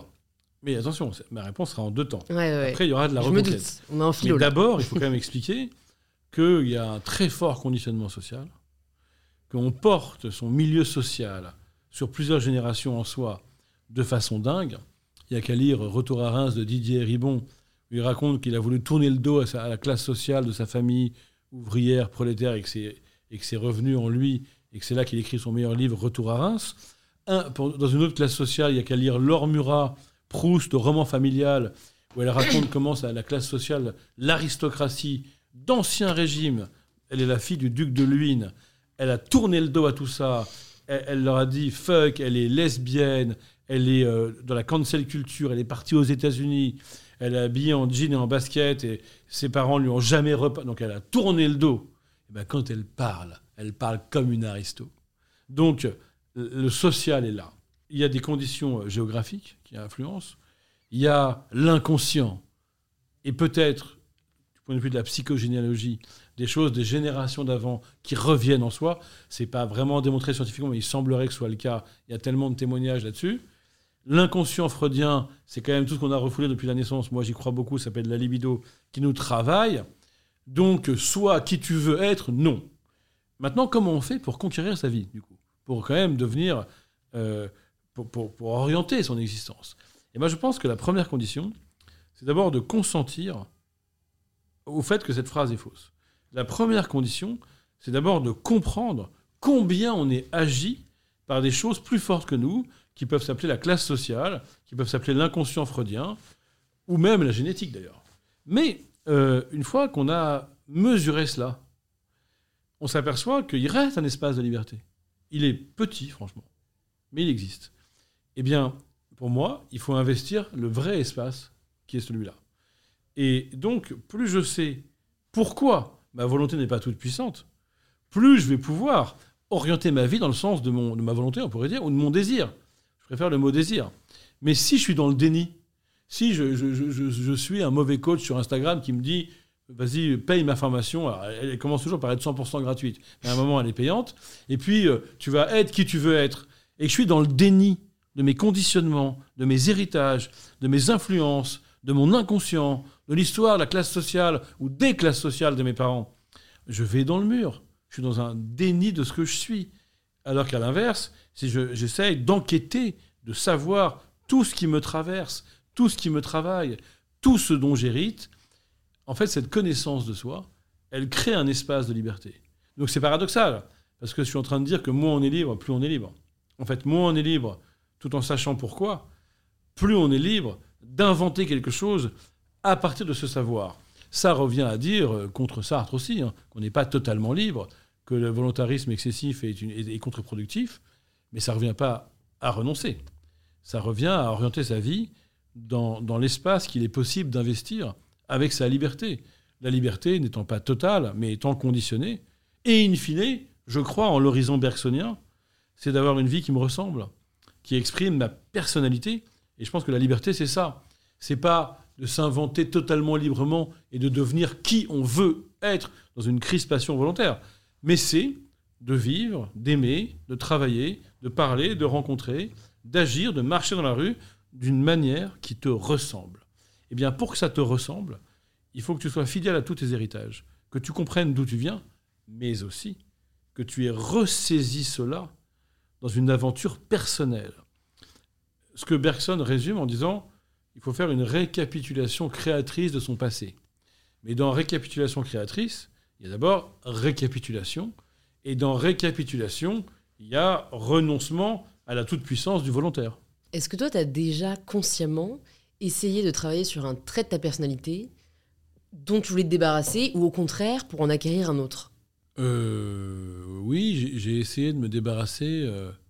Mais attention, ma réponse sera en 2 temps. Ouais. Après, il y aura de la reconquête. On a un philo. Mais d'abord, il faut quand même expliquer qu'il y a un très fort conditionnement social, qu'on porte son milieu social sur plusieurs générations en soi de façon dingue. Il n'y a qu'à lire Retour à Reims de Didier Ribon, où il raconte qu'il a voulu tourner le dos à la classe sociale de sa famille ouvrière, prolétaire, et que c'est revenu en lui, et que c'est là qu'il écrit son meilleur livre, Retour à Reims. Dans une autre classe sociale, il n'y a qu'à lire Laure Murat, Proust, roman familial, où elle raconte comment la classe sociale, l'aristocratie d'ancien régime, elle est la fille du duc de Luynes, elle a tourné le dos à tout ça, elle leur a dit fuck, elle est lesbienne, elle est dans la cancel culture, elle est partie aux États-Unis, elle est habillée en jean et en basket, et ses parents lui ont jamais repas. Donc elle a tourné le dos. Et ben quand elle parle comme une aristo. Donc le social est là. Il y a des conditions géographiques qui influencent. Il y a l'inconscient. Et peut-être, du point de vue de la psychogénéalogie, des choses des générations d'avant qui reviennent en soi. Ce n'est pas vraiment démontré scientifiquement, mais il semblerait que ce soit le cas. Il y a tellement de témoignages là-dessus. L'inconscient freudien, c'est quand même tout ce qu'on a refoulé depuis la naissance. Moi, j'y crois beaucoup. Ça s'appelle la libido qui nous travaille. Donc, soit qui tu veux être, non. Maintenant, comment on fait pour conquérir sa vie, du coup ? Pour quand même devenir... pour orienter son existence. Et moi, je pense que la première condition, c'est d'abord de consentir au fait que cette phrase est fausse. La première condition, c'est d'abord de comprendre combien on est agi par des choses plus fortes que nous, qui peuvent s'appeler la classe sociale, qui peuvent s'appeler l'inconscient freudien, ou même la génétique d'ailleurs. Mais une fois qu'on a mesuré cela, on s'aperçoit qu'il reste un espace de liberté. Il est petit, franchement, mais il existe. Eh bien, pour moi, il faut investir le vrai espace qui est celui-là. Et donc, plus je sais pourquoi ma volonté n'est pas toute puissante, plus je vais pouvoir orienter ma vie dans le sens de ma volonté, on pourrait dire, ou de mon désir. Je préfère le mot désir. Mais si je suis dans le déni, si je suis un mauvais coach sur Instagram qui me dit « vas-y, paye ma formation », alors, elle commence toujours par être 100% gratuite, mais à un moment, elle est payante, et puis tu vas être qui tu veux être, et que je suis dans le déni de mes conditionnements, de mes héritages, de mes influences, de mon inconscient, de l'histoire de la classe sociale ou des classes sociales de mes parents, je vais dans le mur. Je suis dans un déni de ce que je suis. Alors qu'à l'inverse, si j'essaye d'enquêter, de savoir tout ce qui me traverse, tout ce qui me travaille, tout ce dont j'hérite, en fait, cette connaissance de soi, elle crée un espace de liberté. Donc c'est paradoxal, parce que je suis en train de dire que moins on est libre, plus on est libre. En fait, moins on est libre, tout en sachant pourquoi, plus on est libre d'inventer quelque chose à partir de ce savoir. Ça revient à dire, contre Sartre aussi, qu'on n'est pas totalement libre, que le volontarisme excessif est contre-productif, mais ça ne revient pas à renoncer. Ça revient à orienter sa vie dans l'espace qu'il est possible d'investir avec sa liberté. La liberté n'étant pas totale, mais étant conditionnée. Et in fine, je crois en l'horizon bergsonien, c'est d'avoir une vie qui me ressemble, qui exprime ma personnalité. Et je pense que la liberté, c'est ça. C'est pas de s'inventer totalement librement et de devenir qui on veut être dans une crispation volontaire. Mais c'est de vivre, d'aimer, de travailler, de parler, de rencontrer, d'agir, de marcher dans la rue d'une manière qui te ressemble. Eh bien, pour que ça te ressemble, il faut que tu sois fidèle à tous tes héritages, que tu comprennes d'où tu viens, mais aussi que tu aies ressaisi cela dans une aventure personnelle. Ce que Bergson résume en disant il faut faire une récapitulation créatrice de son passé. Mais dans récapitulation créatrice, il y a d'abord récapitulation. Et dans récapitulation, il y a renoncement à la toute-puissance du volontaire. Est-ce que toi, tu as déjà consciemment essayé de travailler sur un trait de ta personnalité dont tu voulais te débarrasser ou au contraire pour en acquérir un autre ? Oui, j'ai essayé de me débarrasser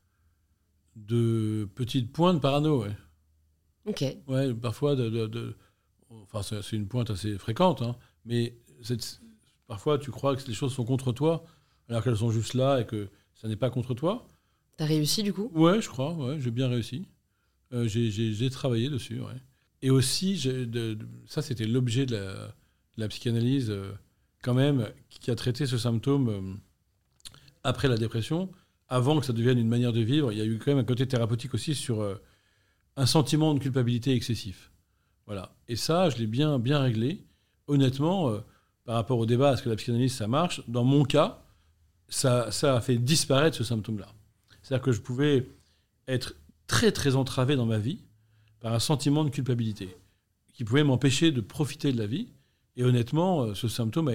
de petites pointes parano, ouais. Ok. Ouais, parfois, enfin, c'est une pointe assez fréquente, hein, mais parfois tu crois que les choses sont contre toi, alors qu'elles sont juste là et que ça n'est pas contre toi. T'as réussi du coup ? Ouais, je crois, ouais, j'ai bien réussi. J'ai travaillé dessus, ouais. Et aussi, ça c'était l'objet de la psychanalyse, quand même, qui a traité ce symptôme après la dépression, avant que ça devienne une manière de vivre. Il y a eu quand même un côté thérapeutique aussi sur un sentiment de culpabilité excessif. Voilà. Et ça, je l'ai bien réglé. Honnêtement, par rapport au débat, est-ce que la psychanalyse, ça marche ? Dans mon cas, ça a fait disparaître ce symptôme-là. C'est-à-dire que je pouvais être très, très entravé dans ma vie par un sentiment de culpabilité qui pouvait m'empêcher de profiter de la vie. Et honnêtement, ce symptôme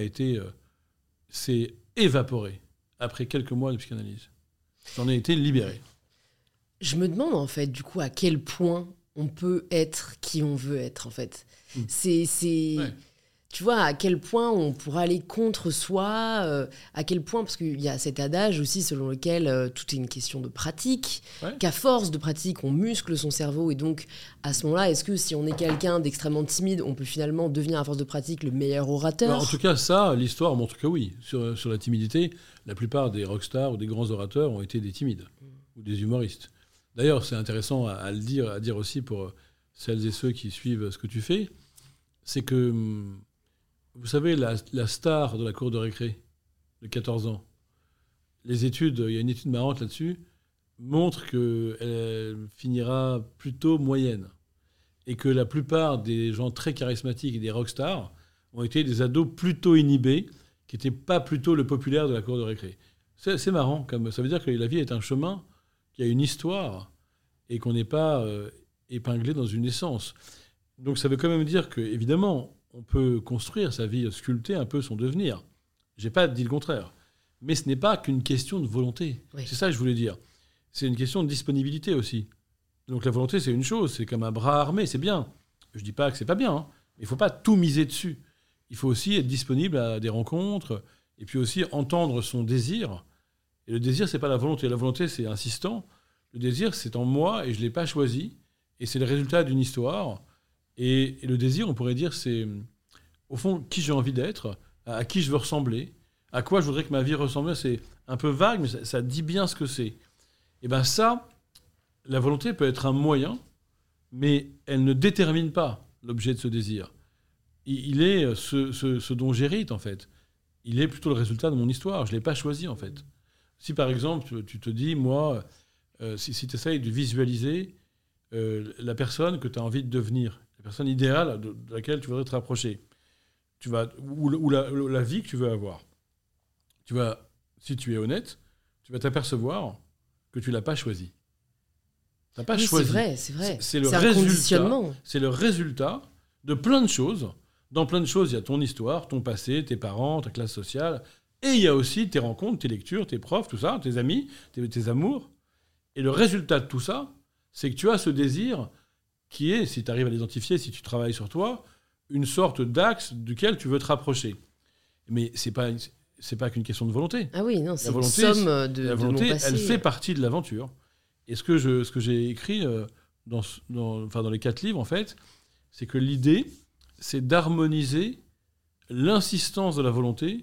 s'est évaporé après quelques mois de psychanalyse. J'en ai été libéré. Je me demande en fait du coup à quel point on peut être qui on veut être en fait. Ouais. Tu vois à quel point on pourra aller contre soi, à quel point, parce qu'il y a cet adage aussi selon lequel tout est une question de pratique, qu'à force de pratique on muscle son cerveau et donc à ce moment-là, est-ce que si on est quelqu'un d'extrêmement timide, on peut finalement devenir à force de pratique le meilleur orateur ? En tout cas ça, l'histoire montre que oui. Sur la timidité, la plupart des rockstars ou des grands orateurs ont été des timides ou des humoristes. D'ailleurs, c'est intéressant à dire aussi pour celles et ceux qui suivent ce que tu fais, c'est que, vous savez, la star de la cour de récré de 14 ans, il y a une étude marrante là-dessus, montre qu'elle finira plutôt moyenne. Et que la plupart des gens très charismatiques et des rockstars ont été des ados plutôt inhibés, qui n'étaient pas plutôt le populaire de la cour de récré. C'est marrant, ça veut dire que la vie est un chemin qui a une histoire et qu'on n'est pas épinglé dans une essence. Donc ça veut quand même dire que, évidemment, on peut construire sa vie, sculpter un peu son devenir. Je n'ai pas dit le contraire. Mais ce n'est pas qu'une question de volonté. Oui. C'est ça que je voulais dire. C'est une question de disponibilité aussi. Donc la volonté, c'est une chose, c'est comme un bras armé, c'est bien. Je ne dis pas que c'est pas bien, hein, mais il ne faut pas tout miser dessus. Il faut aussi être disponible à des rencontres et puis aussi entendre son désir. Et le désir, ce n'est pas la volonté. La volonté, c'est insistant. Le désir, c'est en moi et je ne l'ai pas choisi. Et c'est le résultat d'une histoire. Et le désir, on pourrait dire, c'est, au fond, qui j'ai envie d'être, à qui je veux ressembler, à quoi je voudrais que ma vie ressemble. C'est un peu vague, mais ça dit bien ce que c'est. Et bien ça, la volonté peut être un moyen, mais elle ne détermine pas l'objet de ce désir. Il est ce dont j'hérite, en fait. Il est plutôt le résultat de mon histoire. Je ne l'ai pas choisi, en fait. Si, par exemple, tu te dis, moi, si tu essayes de visualiser la personne que tu as envie de devenir, la personne idéale de laquelle tu voudrais te rapprocher, ou la vie que tu veux avoir, si tu es honnête, tu vas t'apercevoir que tu ne l'as pas choisi. Tu n'as pas choisi. C'est vrai. C'est un conditionnement. C'est le résultat de plein de choses. Dans plein de choses, il y a ton histoire, ton passé, tes parents, ta classe sociale. Et il y a aussi tes rencontres, tes lectures, tes profs, tout ça, tes amis, tes amours. Et le résultat de tout ça, c'est que tu as ce désir qui est, si tu arrives à l'identifier, si tu travailles sur toi, une sorte d'axe duquel tu veux te rapprocher. Mais c'est pas qu'une question de volonté. Ah oui, non, c'est une somme de mon passé. Elle fait partie de l'aventure. Et ce que j'ai écrit dans les 4 livres, en fait, c'est que l'idée, c'est d'harmoniser l'insistance de la volonté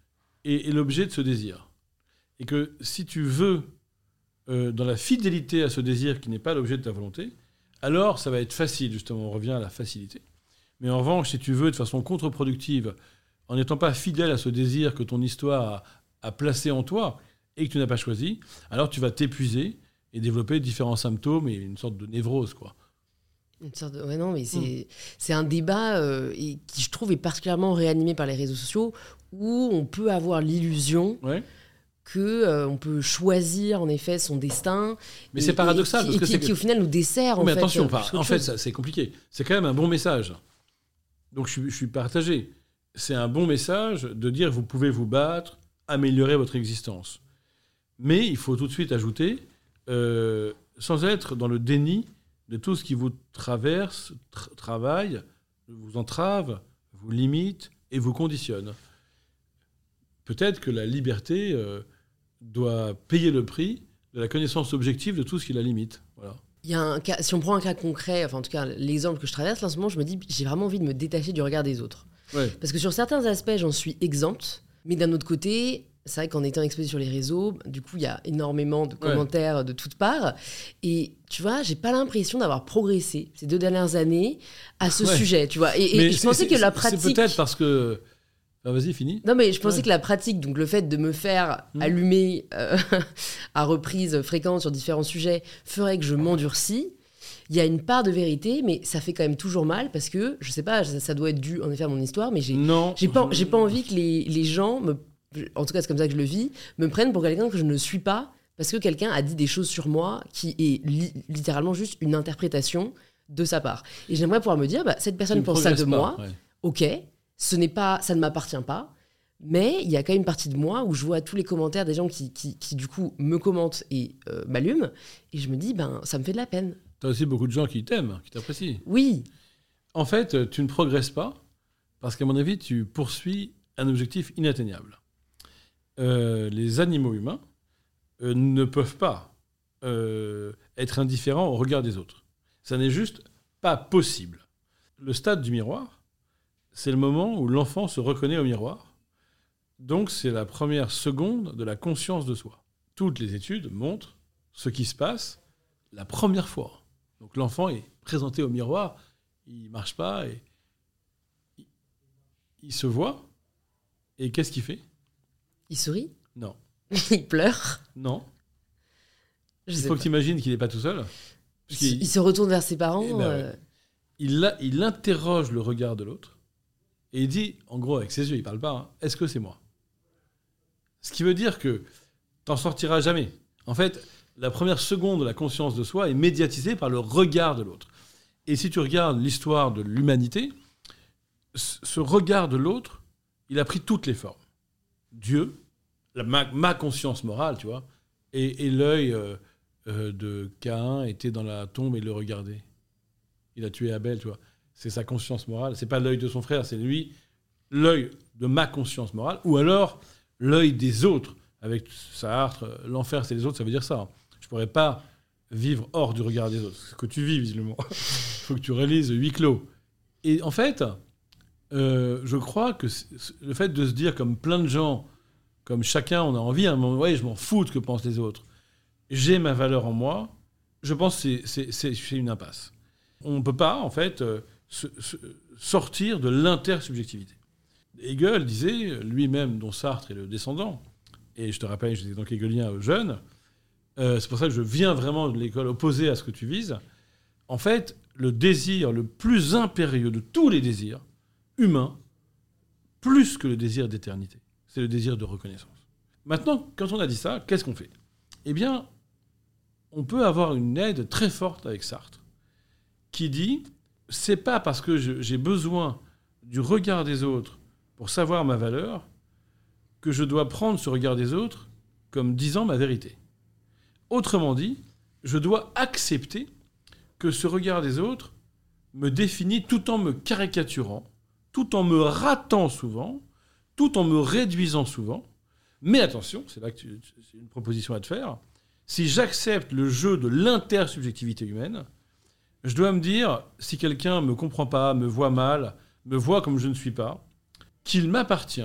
et l'objet de ce désir. Et que si tu veux, dans la fidélité à ce désir qui n'est pas l'objet de ta volonté, alors ça va être facile, justement, on revient à la facilité. Mais en revanche, si tu veux, de façon contre-productive, en n'étant pas fidèle à ce désir que ton histoire a placé en toi et que tu n'as pas choisi, alors tu vas t'épuiser et développer différents symptômes et une sorte de névrose, quoi. Une sorte de... Ouais, non, mais c'est un débat qui, je trouve, est particulièrement réanimé par les réseaux sociaux, où on peut avoir l'illusion qu'on peut choisir, en effet, son destin. Mais c'est paradoxal. Qui, au final, nous dessert, mais attention, en fait, ça, c'est compliqué. C'est quand même un bon message. Donc, je suis partagé. C'est un bon message de dire vous pouvez vous battre, améliorer votre existence. Mais il faut tout de suite ajouter, sans être dans le déni de tout ce qui vous traverse, travaille, vous entrave, vous limite et vous conditionne. Peut-être que la liberté doit payer le prix de la connaissance objective de tout ce qui la limite. Voilà. Il y a un cas, si on prend un cas concret, enfin en tout cas l'exemple que je traverse, là, en ce moment, je me dis j'ai vraiment envie de me détacher du regard des autres. Ouais. Parce que sur certains aspects, j'en suis exempte, mais d'un autre côté... C'est vrai qu'en étant exposé sur les réseaux, du coup, il y a énormément de commentaires de toutes parts. Et tu vois, j'ai pas l'impression d'avoir progressé ces 2 dernières années à ce sujet, tu vois. Et je pensais que la pratique... C'est peut-être parce que... Ah, vas-y, fini. Non, mais je pensais que la pratique, donc le fait de me faire allumer à reprises fréquentes sur différents sujets, ferait que je m'endurcis. Il y a une part de vérité, mais ça fait quand même toujours mal parce que, je sais pas, ça doit être dû en effet à mon histoire, mais j'ai pas envie que les gens en tout cas c'est comme ça que je le vis, me prennent pour quelqu'un que je ne suis pas parce que quelqu'un a dit des choses sur moi qui est littéralement juste une interprétation de sa part. Et j'aimerais pouvoir me dire, cette personne pense ça de moi, ok, ça ne m'appartient pas, mais il y a quand même une partie de moi où je vois tous les commentaires des gens qui du coup me commentent et m'allument, et je me dis, ça me fait de la peine. T'as aussi beaucoup de gens qui t'aiment, qui t'apprécient. Oui. En fait, tu ne progresses pas parce qu'à mon avis, tu poursuis un objectif inatteignable. Les animaux humains ne peuvent pas être indifférents au regard des autres. Ça n'est juste pas possible. Le stade du miroir, c'est le moment où l'enfant se reconnaît au miroir. Donc, c'est la première seconde de la conscience de soi. Toutes les études montrent ce qui se passe la première fois. Donc, l'enfant est présenté au miroir, il ne marche pas, et il se voit, et qu'est-ce qu'il fait ? Il sourit ? Non. Il pleure ? Non. Il faut que tu imagines qu'il n'est pas tout seul. Il se retourne vers ses parents. Il interroge le regard de l'autre et il dit, en gros, avec ses yeux, il ne parle pas, est-ce que c'est moi ? Ce qui veut dire que tu n'en sortiras jamais. En fait, la première seconde de la conscience de soi est médiatisée par le regard de l'autre. Et si tu regardes l'histoire de l'humanité, ce regard de l'autre, il a pris toutes les formes. Dieu, ma conscience morale, tu vois, et l'œil de Caïn était dans la tombe et le regardait. Il a tué Abel, tu vois. C'est sa conscience morale. C'est pas l'œil de son frère, c'est lui, l'œil de ma conscience morale, ou alors l'œil des autres. Avec Sartre, l'enfer, c'est les autres, ça veut dire ça. Je pourrais pas vivre hors du regard des autres. C'est ce que tu vis, visiblement. Il faut que tu réalises huis clos. Et en fait, je crois que le fait de se dire, comme plein de gens, comme chacun, on a envie à un moment, ouais, je m'en fous de ce que pensent les autres, j'ai ma valeur en moi, je pense que c'est une impasse. On ne peut pas, en fait, sortir de l'intersubjectivité. Hegel disait, lui-même, dont Sartre est le descendant, et je te rappelle, j'étais donc hegelien jeune, c'est pour ça que je viens vraiment de l'école opposée à ce que tu vises. En fait, le désir le plus impérieux de tous les désirs humains, plus que le désir d'éternité, c'est le désir de reconnaissance. Maintenant, quand on a dit ça, qu'est-ce qu'on fait ? Eh bien, on peut avoir une aide très forte avec Sartre, qui dit, c'est pas parce que j'ai besoin du regard des autres pour savoir ma valeur que je dois prendre ce regard des autres comme disant ma vérité. Autrement dit, je dois accepter que ce regard des autres me définit tout en me caricaturant, tout en me ratant souvent, tout en me réduisant souvent. Mais attention, c'est là que c'est une proposition à te faire. Si j'accepte le jeu de l'intersubjectivité humaine, je dois me dire, si quelqu'un ne me comprend pas, me voit mal, me voit comme je ne suis pas, qu'il m'appartient,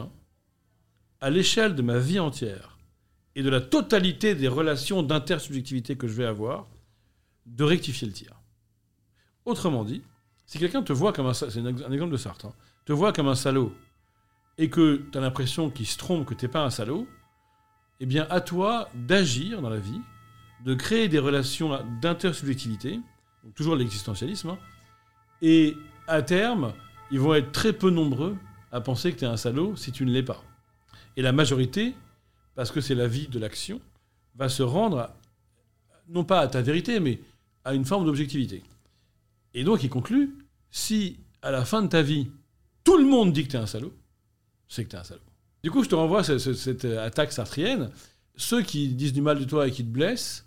à l'échelle de ma vie entière et de la totalité des relations d'intersubjectivité que je vais avoir, de rectifier le tir. Autrement dit, si quelqu'un te voit comme c'est un exemple de Sartre, te voit comme un salaud et que tu as l'impression qu'il se trompe, que tu n'es pas un salaud, eh bien à toi d'agir dans la vie, de créer des relations d'intersubjectivité, donc toujours l'existentialisme, et à terme, ils vont être très peu nombreux à penser que tu es un salaud si tu ne l'es pas. Et la majorité, parce que c'est la vie de l'action, va se rendre, non pas à ta vérité, mais à une forme d'objectivité. Et donc il conclut, si à la fin de ta vie, tout le monde dit que tu es un salaud, c'est que tu es un salaud. Du coup, je te renvoie à cette attaque sartrienne. Ceux qui disent du mal de toi et qui te blessent,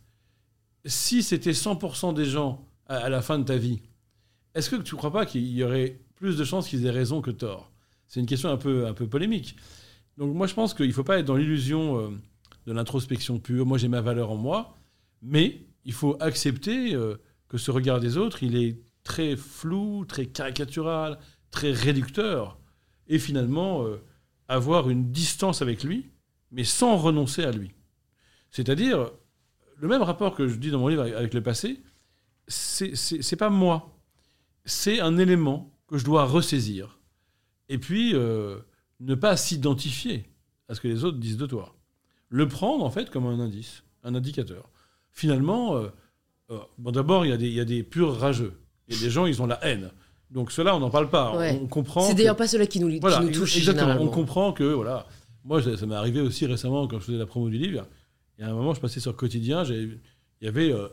si c'était 100% des gens à la fin de ta vie, est-ce que tu ne crois pas qu'il y aurait plus de chances qu'ils aient raison que tort ? C'est une question un peu polémique. Donc moi, je pense qu'il ne faut pas être dans l'illusion de l'introspection pure. Moi, j'ai ma valeur en moi, mais il faut accepter que ce regard des autres, il est très flou, très caricatural, très réducteur, et finalement avoir une distance avec lui, mais sans renoncer à lui. C'est-à-dire, le même rapport que je dis dans mon livre avec le passé, c'est pas moi, c'est un élément que je dois ressaisir. Et puis, ne pas s'identifier à ce que les autres disent de toi. Le prendre, en fait, comme un indice, un indicateur. Finalement, d'abord, il y a des purs rageux. Et des gens, ils ont la haine. Donc, ceux-là, on n'en parle pas. Ouais. On comprend. C'est d'ailleurs pas ceux-là qui nous touchent. Exactement. On comprend que, voilà. Moi, ça m'est arrivé aussi récemment, quand je faisais la promo du livre. Il y a un moment, je passais sur Quotidien. Il y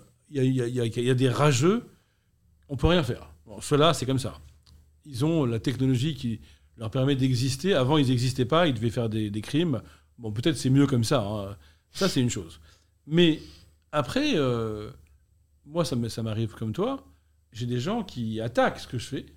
a des rageux. On peut rien faire. Bon, ceux-là, c'est comme ça. Ils ont la technologie qui leur permet d'exister. Avant, ils n'existaient pas. Ils devaient faire des crimes. Bon, peut-être c'est mieux comme ça. Hein. Ça, c'est une chose. Mais après, moi, ça m'arrive comme toi. J'ai des gens qui attaquent ce que je fais,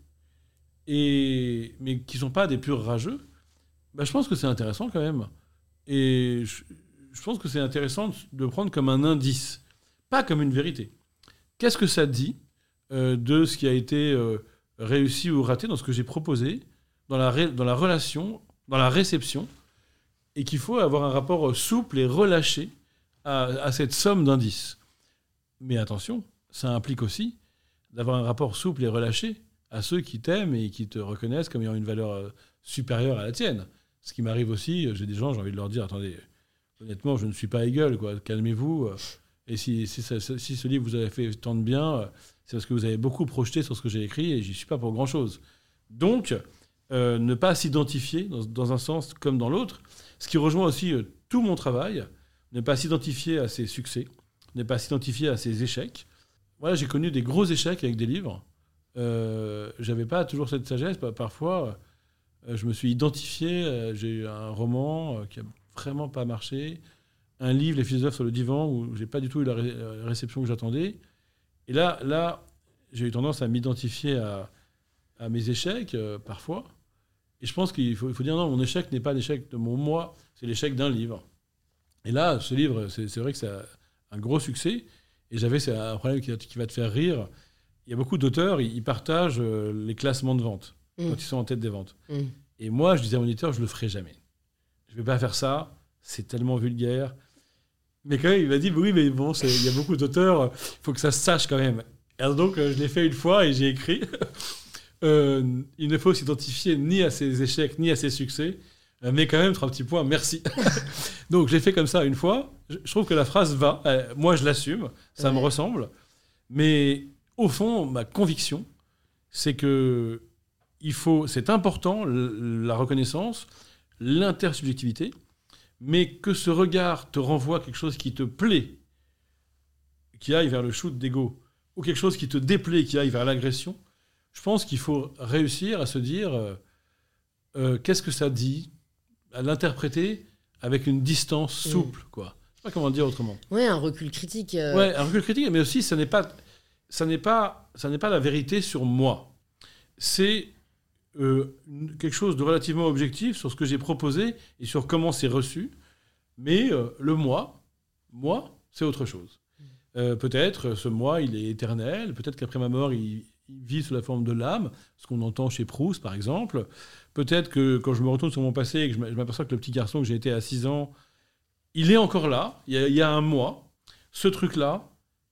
mais qui ne sont pas des purs rageux. Ben, je pense que c'est intéressant quand même. Et je pense que c'est intéressant de prendre comme un indice, pas comme une vérité. Qu'est-ce que ça dit de ce qui a été réussi ou raté dans ce que j'ai proposé, dans la relation, dans la réception, et qu'il faut avoir un rapport souple et relâché à cette somme d'indices. Mais attention, ça implique aussi d'avoir un rapport souple et relâché à ceux qui t'aiment et qui te reconnaissent comme ayant une valeur supérieure à la tienne. Ce qui m'arrive aussi, j'ai des gens, j'ai envie de leur dire, attendez, honnêtement, je ne suis pas Hegel, quoi, calmez-vous. Et si ce livre vous a fait tant de bien, c'est parce que vous avez beaucoup projeté sur ce que j'ai écrit et j'y suis pas pour grand-chose. Donc, ne pas s'identifier dans un sens comme dans l'autre, ce qui rejoint aussi tout mon travail, ne pas s'identifier à ses succès, ne pas s'identifier à ses échecs. Voilà, j'ai connu des gros échecs avec des livres. J'avais pas toujours cette sagesse. Parfois, je me suis identifié. J'ai eu un roman qui a vraiment pas marché, un livre, Les philosophes sur le divan, où j'ai pas du tout eu la réception que j'attendais. Et là, j'ai eu tendance à m'identifier à mes échecs parfois. Et je pense qu'il faut dire non, mon échec n'est pas l'échec de mon moi, c'est l'échec d'un livre. Et là, ce livre, c'est vrai que c'est un gros succès. Et j'avais un problème qui va te faire rire. il y a beaucoup d'auteurs, ils partagent les classements de vente quand ils sont en tête des ventes. Et moi, je disais à mon éditeur, je le ferai jamais. Je vais pas faire ça, c'est tellement vulgaire. Mais quand même, il m'a dit, oui, mais bon, il y a beaucoup d'auteurs, il faut que ça se sache quand même. Et donc, je l'ai fait une fois et j'ai écrit il ne faut s'identifier ni à ses échecs, ni à ses succès, mais quand même, 3 petits points, merci. Donc, j'ai fait comme ça une fois. Je trouve que la phrase va. Moi, je l'assume, ça me ressemble. Mais au fond, ma conviction, c'est que c'est important, la reconnaissance, l'intersubjectivité, mais que ce regard te renvoie quelque chose qui te plaît, qui aille vers le shoot d'ego, ou quelque chose qui te déplaît, qui aille vers l'agression. Je pense qu'il faut réussir à se dire qu'est-ce que ça dit, à l'interpréter avec une distance souple, quoi. Je sais pas comment le dire autrement. Ouais, un recul critique. Ouais, un recul critique, mais aussi ça n'est pas la vérité sur moi. C'est quelque chose de relativement objectif sur ce que j'ai proposé et sur comment c'est reçu. Mais le moi, c'est autre chose. Peut-être ce moi, il est éternel. Peut-être qu'après ma mort, il vit sous la forme de l'âme, ce qu'on entend chez Proust, par exemple. Peut-être que quand je me retourne sur mon passé et que je m'aperçois que le petit garçon que j'ai été à 6 ans, il est encore là. Il y a un moi. Ce truc-là,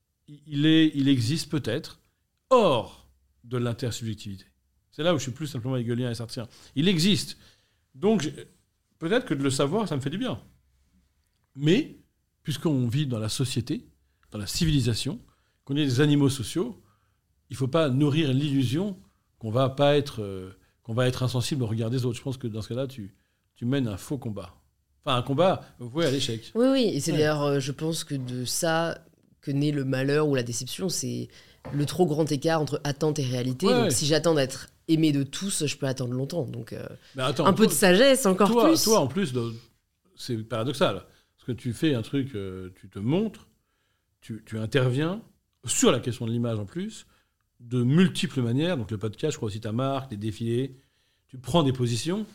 il existe peut-être hors de l'intersubjectivité. C'est là où je suis plus simplement hegelien et sartrien. Il existe. Donc, peut-être que de le savoir, ça me fait du bien. Mais, puisqu'on vit dans la société, dans la civilisation, qu'on est des animaux sociaux, il ne faut pas nourrir l'illusion qu'on va être insensible au regard des autres. Je pense que dans ce cas-là, tu mènes un faux combat. Enfin, un combat voué à l'échec. Oui, et c'est d'ailleurs, je pense que de ça que naît le malheur ou la déception, c'est le trop grand écart entre attente et réalité. Donc, si j'attends d'être aimé de tous, je peux attendre longtemps. Donc, un peu de sagesse, encore plus. Toi, en plus, c'est paradoxal. Parce que tu fais un truc, tu te montres, tu interviens sur la question de l'image en plus, de multiples manières. Donc, le podcast, je crois aussi ta marque, les défilés. Tu prends des positions.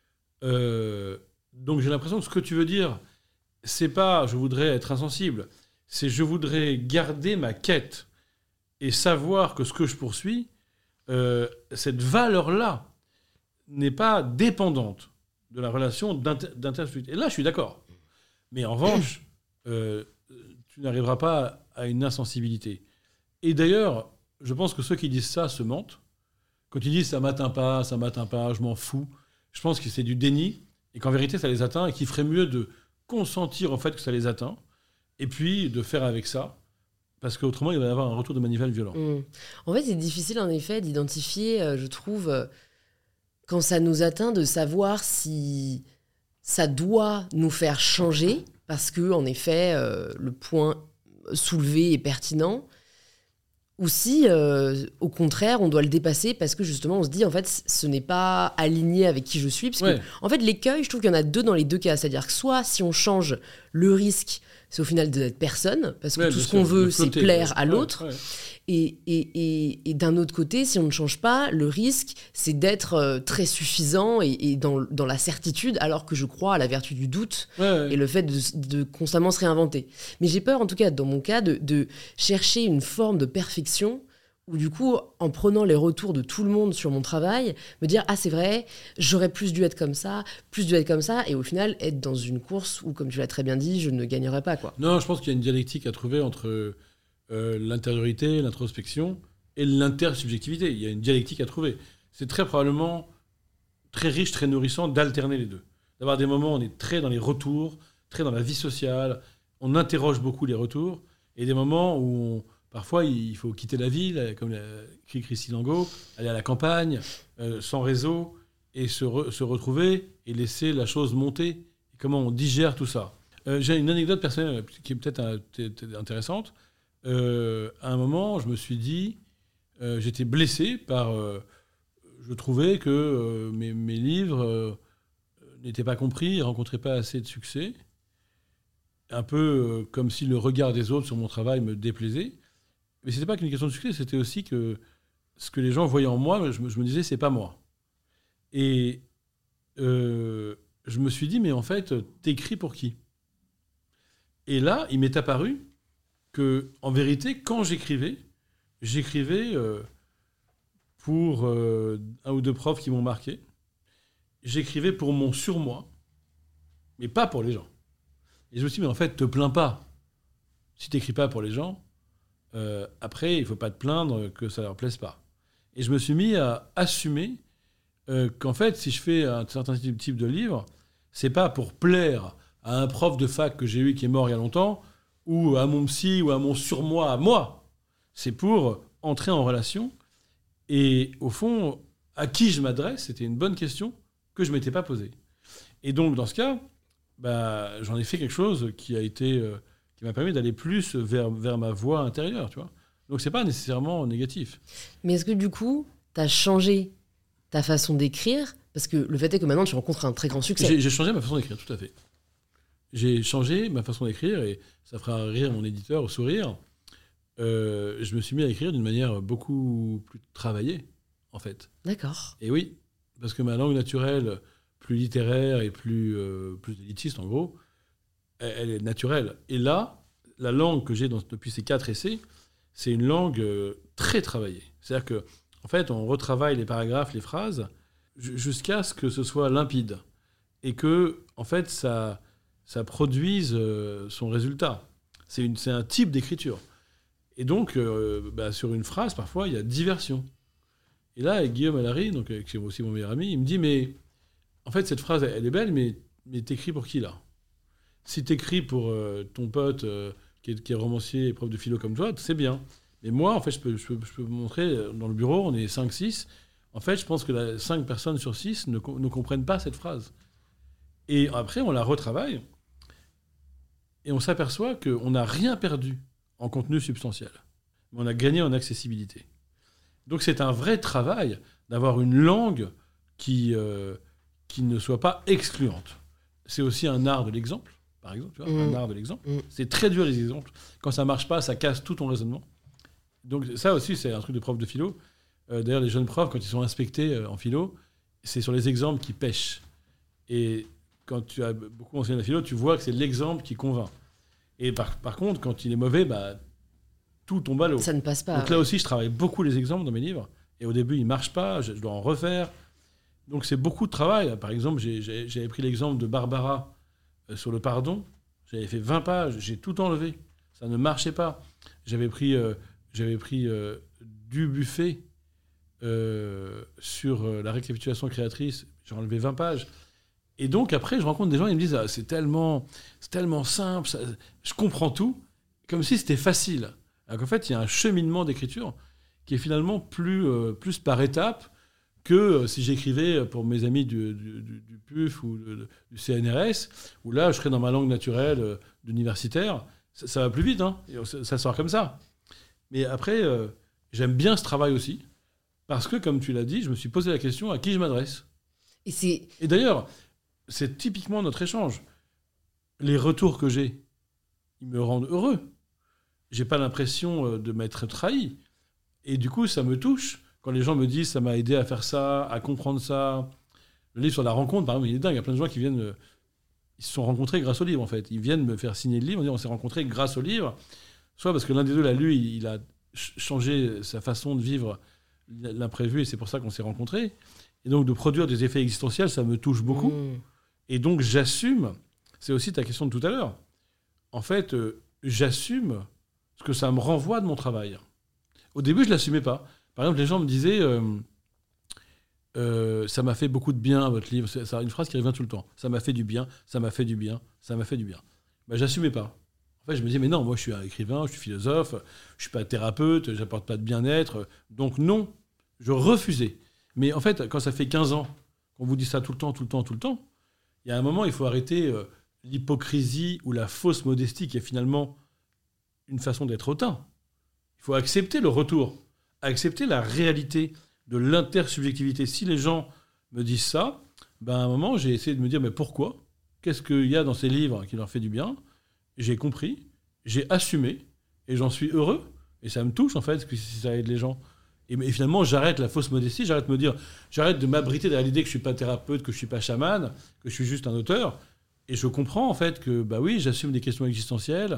Donc, j'ai l'impression que ce que tu veux dire, c'est pas « je voudrais être insensible », c'est « je voudrais garder ma quête » et savoir que ce que je poursuis, cette valeur-là n'est pas dépendante de la relation d'intersubjectivité. Et là, je suis d'accord. Mais en revanche, tu n'arriveras pas à une insensibilité. Et d'ailleurs, je pense que ceux qui disent ça se mentent. Quand ils disent « ça m'atteint pas, je m'en fous », je pense que c'est du déni et qu'en vérité, ça les atteint et qu'il ferait mieux de consentir au fait que ça les atteint et puis de faire avec ça. Parce qu'autrement, il va y avoir un retour de manivelle violent. En fait, c'est difficile, en effet, d'identifier, je trouve, quand ça nous atteint, de savoir si ça doit nous faire changer, parce que, en effet, le point soulevé est pertinent, ou si, au contraire, on doit le dépasser, parce que, justement, on se dit, en fait, ce n'est pas aligné avec qui je suis. Parce que, en fait, l'écueil, je trouve qu'il y en a deux dans les deux cas. C'est-à-dire que soit, si on change, le risque, c'est au final d'être personne, parce que tout ce qu'on veut, c'est plaire à l'autre. Et d'un autre côté, si on ne change pas, le risque, c'est d'être très suffisant et dans la certitude, alors que je crois à la vertu du doute et le fait de constamment se réinventer. Mais j'ai peur, en tout cas, dans mon cas, de chercher une forme de perfection où, du coup, en prenant les retours de tout le monde sur mon travail, me dire « Ah, c'est vrai, j'aurais plus dû être comme ça, et au final, être dans une course où, comme tu l'as très bien dit, je ne gagnerais pas, quoi. Non, je pense qu'il y a une dialectique à trouver entre l'intériorité, l'introspection et l'intersubjectivité. Il y a une dialectique à trouver. C'est très probablement très riche, très nourrissant d'alterner les deux. D'avoir des moments où on est très dans les retours, très dans la vie sociale, on interroge beaucoup les retours, et des moments où parfois il faut quitter la ville, comme écrit Christine Angot, aller à la campagne, sans réseau, et se retrouver et laisser la chose monter, et comment on digère tout ça. J'ai une anecdote personnelle qui est peut-être intéressante. À un moment, je me suis dit, j'étais blessé par... je trouvais que mes livres n'étaient pas compris, ne rencontraient pas assez de succès. Un peu comme si le regard des autres sur mon travail me déplaisait. Mais ce n'était pas qu'une question de succès, c'était aussi que ce que les gens voyaient en moi, je me disais, c'est pas moi. Et je me suis dit, mais en fait, t'écris pour qui ? Et là, il m'est apparu que, en vérité, quand j'écrivais, j'écrivais pour un ou deux profs qui m'ont marqué. J'écrivais pour mon surmoi, mais pas pour les gens. Et je me suis dit, mais en fait, te plains pas. Si tu n'écris pas pour les gens, après, il ne faut pas te plaindre que ça ne leur plaise pas. Et je me suis mis à assumer qu'en fait, si je fais un certain type de livre, c'est pas pour plaire à un prof de fac que j'ai eu qui est mort il y a longtemps, ou à mon psy, ou à mon surmoi, à moi. C'est pour entrer en relation. Et au fond, à qui je m'adresse, c'était une bonne question que je ne m'étais pas posée. Et donc, dans ce cas, j'en ai fait quelque chose qui m'a permis d'aller plus vers ma voie intérieure, tu vois. Donc, ce n'est pas nécessairement négatif. Mais est-ce que du coup, tu as changé ta façon d'écrire ? Parce que le fait est que maintenant, tu rencontres un très grand succès. J'ai changé ma façon d'écrire, tout à fait. J'ai changé ma façon d'écrire, et ça fera rire mon éditeur au sourire. Je me suis mis à écrire d'une manière beaucoup plus travaillée, en fait. D'accord. Et oui, parce que ma langue naturelle, plus littéraire et plus élitiste, en gros, elle est naturelle. Et là, la langue que j'ai depuis ces 4 essais, c'est une langue très travaillée. C'est-à-dire que, en fait, on retravaille les paragraphes, les phrases, jusqu'à ce que ce soit limpide. Et que, en fait, ça produise son résultat. C'est un type d'écriture. Et donc, sur une phrase, parfois, il y a 10 versions. Et là, avec Guillaume Allary, donc c'est aussi mon meilleur ami, il me dit, mais en fait, cette phrase, elle est belle, mais t'écris pour qui, là ? Si t'écris pour ton pote qui est romancier et prof de philo comme toi, c'est bien. Mais moi, en fait, je peux vous montrer, dans le bureau, on est 5-6. En fait, je pense que 5 personnes sur 6 ne comprennent pas cette phrase. Et après, on la retravaille, et on s'aperçoit qu'on n'a rien perdu en contenu substantiel. Mais on a gagné en accessibilité. Donc c'est un vrai travail d'avoir une langue qui ne soit pas excluante. C'est aussi un art de l'exemple, par exemple. Tu vois, un art de l'exemple. C'est très dur, les exemples. Quand ça ne marche pas, ça casse tout ton raisonnement. Donc ça aussi, c'est un truc de prof de philo. D'ailleurs, les jeunes profs, quand ils sont inspectés en philo, c'est sur les exemples qui pêchent. Et quand tu as beaucoup enseigné la philo, tu vois que c'est l'exemple qui convainc. Et par contre, quand il est mauvais, tout tombe à l'eau. Ça ne passe pas. Donc là aussi, je travaille beaucoup les exemples dans mes livres. Et au début, ils ne marchent pas, je dois en refaire. Donc c'est beaucoup de travail. Par exemple, j'avais pris l'exemple de Barbara sur le pardon. J'avais fait 20 pages, j'ai tout enlevé. Ça ne marchait pas. J'avais pris du Buffet sur la récapitulation créatrice. J'ai enlevé 20 pages. Et donc, après, je rencontre des gens, ils me disent « c'est tellement simple, je comprends tout », comme si c'était facile. Alors qu'en fait, il y a un cheminement d'écriture qui est finalement plus par étapes que si j'écrivais pour mes amis du PUF ou du CNRS, où là, je serais dans ma langue naturelle d'universitaire. Ça va plus vite, hein, ça sort comme ça. Mais après, j'aime bien ce travail aussi, parce que, comme tu l'as dit, je me suis posé la question à qui je m'adresse. Et d'ailleurs, c'est typiquement notre échange. Les retours que j'ai, ils me rendent heureux. J'ai pas l'impression de m'être trahi. Et du coup, ça me touche. Quand les gens me disent « ça m'a aidé à faire ça, à comprendre ça ». Le livre sur la rencontre, par exemple, il est dingue. Il y a plein de gens qui viennent... ils se sont rencontrés grâce au livre, en fait. Ils viennent me faire signer le livre, on s'est rencontrés grâce au livre. Soit parce que l'un des deux l'a lu, il a changé sa façon de vivre l'imprévu, et c'est pour ça qu'on s'est rencontrés. Et donc, de produire des effets existentiels, ça me touche beaucoup. Et donc, j'assume, c'est aussi ta question de tout à l'heure, en fait, j'assume ce que ça me renvoie de mon travail. Au début, je ne l'assumais pas. Par exemple, les gens me disaient ça m'a fait beaucoup de bien, votre livre. C'est une phrase qui revient tout le temps. Ça m'a fait du bien, ça m'a fait du bien, ça m'a fait du bien. J'assumais pas. En fait, je me disais, mais non, moi, je suis un écrivain, je suis philosophe, je ne suis pas thérapeute, je n'apporte pas de bien-être. Donc, non, je refusais. Mais en fait, quand ça fait 15 ans qu'on vous dit ça tout le temps, il y a un moment, il faut arrêter l'hypocrisie ou la fausse modestie qui est finalement une façon d'être hautain. Il faut accepter le retour, accepter la réalité de l'intersubjectivité. Si les gens me disent ça, à un moment, j'ai essayé de me dire, mais pourquoi ? Qu'est-ce qu'il y a dans ces livres qui leur fait du bien ? J'ai compris, j'ai assumé, et j'en suis heureux. Et ça me touche, en fait, si ça aide les gens. Et finalement, j'arrête la fausse modestie, j'arrête de m'abriter derrière l'idée que je ne suis pas thérapeute, que je ne suis pas chaman, que je suis juste un auteur. Et je comprends, en fait, que, oui, j'assume des questions existentielles,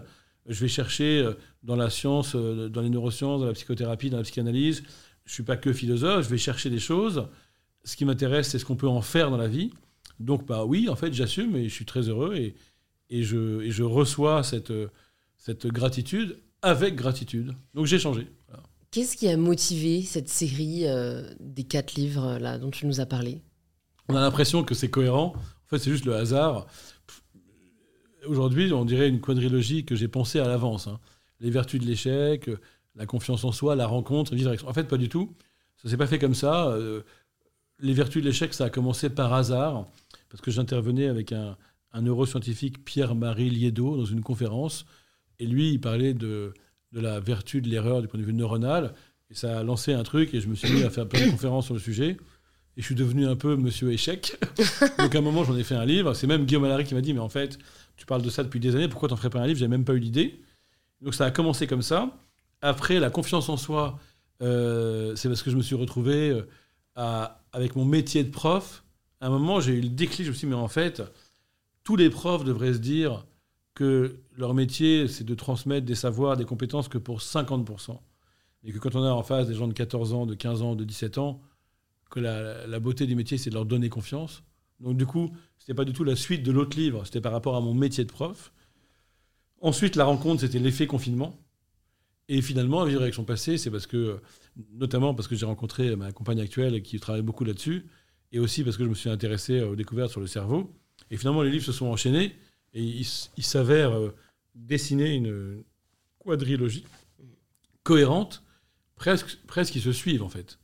Je vais chercher dans la science, dans les neurosciences, dans la psychothérapie, dans la psychanalyse. Je ne suis pas que philosophe, je vais chercher des choses. Ce qui m'intéresse, c'est ce qu'on peut en faire dans la vie. Donc, oui, en fait, j'assume et je suis très heureux et je reçois cette gratitude avec gratitude. Donc, j'ai changé. Voilà. Qu'est-ce qui a motivé cette série des 4 livres là, dont tu nous as parlé ? On a l'impression que c'est cohérent. En fait, c'est juste le hasard. Aujourd'hui, on dirait une quadrilogie que j'ai pensée à l'avance. Les vertus de l'échec, la confiance en soi, la rencontre, vivre avec... En fait, pas du tout. Ça ne s'est pas fait comme ça. Les vertus de l'échec, ça a commencé par hasard, parce que j'intervenais avec un neuroscientifique, Pierre-Marie Liédo, dans une conférence. Et lui, il parlait de la vertu de l'erreur du point de vue neuronal. Et ça a lancé un truc, et je me suis mis à faire plein de conférences sur le sujet. Et je suis devenu un peu monsieur échec. Donc à un moment, j'en ai fait un livre. C'est même Guillaume Allary qui m'a dit, mais en fait, tu parles de ça depuis des années, pourquoi t'en ferais pas un livre ? J'avais même pas eu l'idée. Donc ça a commencé comme ça. Après, la confiance en soi, c'est parce que je me suis retrouvé avec mon métier de prof. À un moment, j'ai eu le déclic, je me suis dit, mais en fait, tous les profs devraient se dire que leur métier, c'est de transmettre des savoirs, des compétences que pour 50%. Et que quand on a en face des gens de 14 ans, de 15 ans, de 17 ans, que la beauté du métier, c'est de leur donner confiance. Donc du coup, c'était pas du tout la suite de l'autre livre, c'était par rapport à mon métier de prof. Ensuite, la rencontre, c'était l'effet confinement. Et finalement, vivre avec son passé, c'est notamment parce que j'ai rencontré ma compagne actuelle qui travaille beaucoup là-dessus, et aussi parce que je me suis intéressé aux découvertes sur le cerveau. Et finalement, les livres se sont enchaînés, et il s'avère dessiner une quadrilogie cohérente, presque qui se suivent en fait.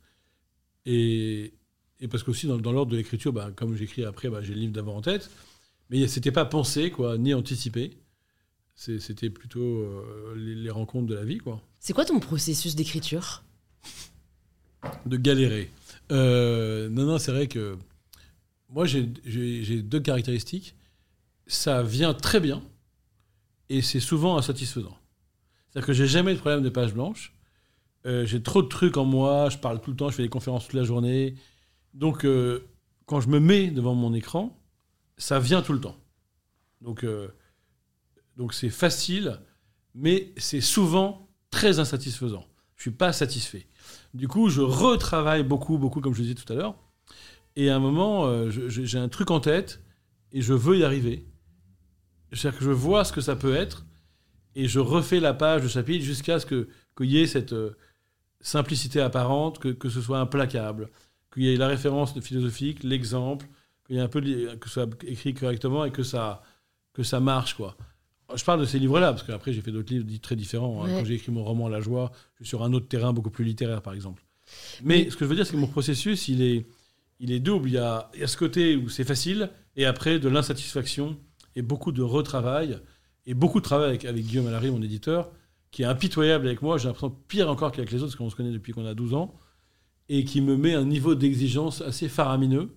Et parce qu'aussi, dans l'ordre de l'écriture, comme j'écris après, j'ai le livre d'avant en tête, mais c'était pas pensé, ni anticipé. C'était plutôt les rencontres de la vie, quoi. C'est quoi ton processus d'écriture ? De galérer. Non, c'est vrai que moi, j'ai 2 caractéristiques. Ça vient très bien et c'est souvent insatisfaisant. C'est-à-dire que j'ai jamais de problème de page blanche. J'ai trop de trucs en moi, je parle tout le temps, je fais des conférences toute la journée. Donc, quand je me mets devant mon écran, ça vient tout le temps. Donc c'est facile, mais c'est souvent très insatisfaisant. Je ne suis pas satisfait. Du coup, je retravaille beaucoup, comme je le disais tout à l'heure. Et à un moment, j'ai un truc en tête et je veux y arriver. C'est-à-dire que je vois ce que ça peut être et je refais la page, le chapitre, jusqu'à ce qu'il y ait cette simplicité apparente, que ce soit implacable, qu'il y ait la référence philosophique, l'exemple, qu'il y ait un peu que ce soit écrit correctement et que ça marche, quoi. Je parle de ces livres-là, parce qu'après, j'ai fait d'autres livres très différents. Ouais. Quand j'ai écrit mon roman La Joie, je suis sur un autre terrain beaucoup plus littéraire, par exemple. Mais ce que je veux dire, c'est que mon processus, il est double. Il y a ce côté où c'est facile, et après, de l'insatisfaction, et beaucoup de retravail, et beaucoup de travail avec Guillaume Allary, mon éditeur, qui est impitoyable avec moi. J'ai l'impression pire encore qu'avec les autres, parce qu'on se connaît depuis qu'on a 12 ans, et qui me met un niveau d'exigence assez faramineux.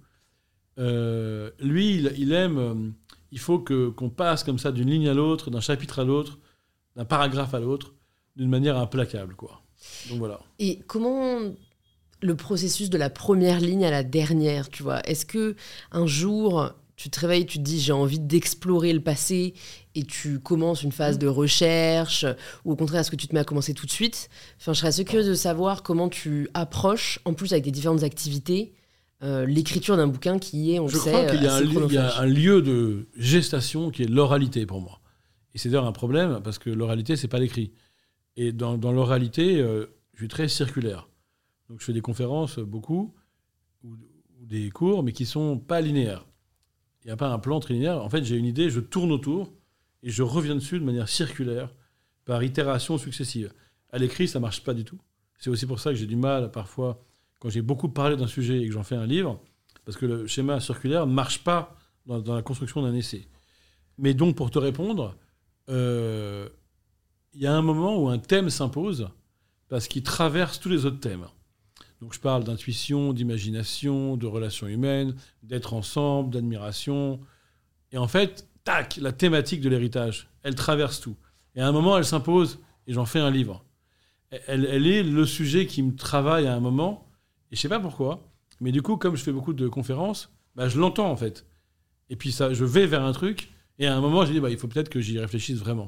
Lui, il aime... Il faut qu'on passe comme ça d'une ligne à l'autre, d'un chapitre à l'autre, d'un paragraphe à l'autre, d'une manière implacable, quoi. Donc voilà. Et comment le processus de la première ligne à la dernière, tu vois ? Est-ce que un jour, tu te réveilles, tu te dis j'ai envie d'explorer le passé et tu commences une phase de recherche, ou au contraire, est-ce que tu te mets à commencer tout de suite ? Enfin, je serais assez curieuse de savoir comment tu approches, en plus avec tes différentes activités, l'écriture d'un bouquin qui est, je crois qu'il y a un lieu de gestation qui est l'oralité pour moi. Et c'est d'ailleurs un problème parce que l'oralité, c'est pas l'écrit. Et dans l'oralité, je suis très circulaire. Donc je fais des conférences beaucoup, ou des cours, mais qui sont pas linéaires. Il n'y a pas un plan très linéaire. En fait, j'ai une idée, je tourne autour et je reviens dessus de manière circulaire, par itération successive. À l'écrit, ça marche pas du tout. C'est aussi pour ça que j'ai du mal parfois, quand j'ai beaucoup parlé d'un sujet et que j'en fais un livre, parce que le schéma circulaire ne marche pas dans la construction d'un essai. Mais donc, pour te répondre, il y a un moment où un thème s'impose, parce qu'il traverse tous les autres thèmes. Donc, je parle d'intuition, d'imagination, de relations humaines, d'être ensemble, d'admiration. Et en fait, tac, la thématique de l'héritage, elle traverse tout. Et à un moment, elle s'impose, et j'en fais un livre. Elle est le sujet qui me travaille à un moment. Et je ne sais pas pourquoi, mais du coup, comme je fais beaucoup de conférences, je l'entends en fait. Et puis ça, je vais vers un truc, et à un moment, j'ai dit, il faut peut-être que j'y réfléchisse vraiment.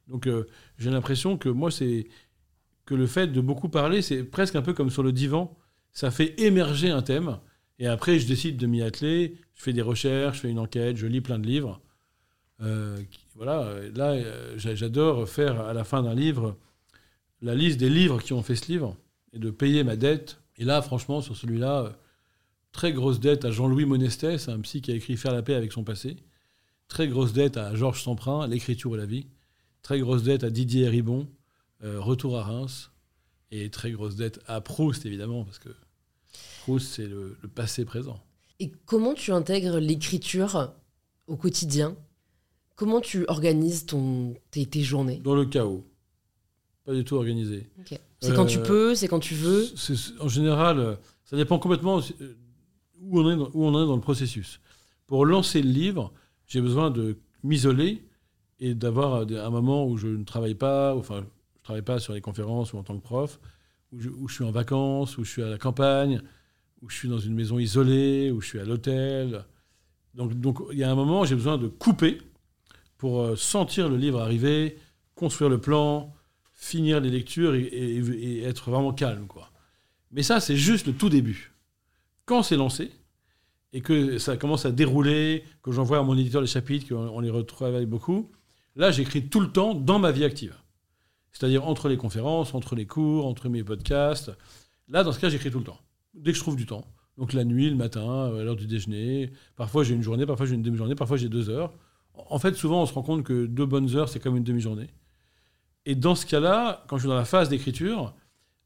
Donc j'ai l'impression que moi, c'est que le fait de beaucoup parler, c'est presque un peu comme sur le divan. Ça fait émerger un thème. Et après, je décide de m'y atteler. Je fais des recherches, je fais une enquête, je lis plein de livres. Voilà. Là, j'adore faire à la fin d'un livre la liste des livres qui ont fait ce livre et de payer ma dette. Et là, franchement, sur celui-là, très grosse dette à Jean-Louis Monestès, c'est un psy qui a écrit Faire la paix avec son passé. Très grosse dette à Georges Semprin, L'écriture et la vie. Très grosse dette à Didier Ribon, Retour à Reims. Et très grosse dette à Proust, évidemment, parce que Proust, c'est le passé présent. Et comment tu intègres l'écriture au quotidien ? Comment tu organises tes journées ? Dans le chaos. Pas du tout organisé. Okay. C'est quand tu peux, c'est quand tu veux ? En général, ça dépend complètement où on est dans le processus. Pour lancer le livre, j'ai besoin de m'isoler et d'avoir un moment où je ne travaille pas, enfin, je ne travaille pas sur les conférences ou en tant que prof, où je suis en vacances, où je suis à la campagne, où je suis dans une maison isolée, où je suis à l'hôtel. Donc il y a un moment où j'ai besoin de couper pour sentir le livre arriver, construire le plan, finir les lectures et être vraiment calme, quoi. Mais ça, c'est juste le tout début. Quand c'est lancé et que ça commence à dérouler, que j'envoie à mon éditeur les chapitres, qu'on les retravaille beaucoup, là, j'écris tout le temps dans ma vie active. C'est-à-dire entre les conférences, entre les cours, entre mes podcasts. Là, dans ce cas, j'écris tout le temps, dès que je trouve du temps. Donc la nuit, le matin, à l'heure du déjeuner. Parfois, j'ai une journée, parfois, j'ai une demi-journée, parfois, j'ai 2 heures. En fait, souvent, on se rend compte que 2 bonnes heures, c'est comme une demi-journée. Et dans ce cas-là, quand je suis dans la phase d'écriture,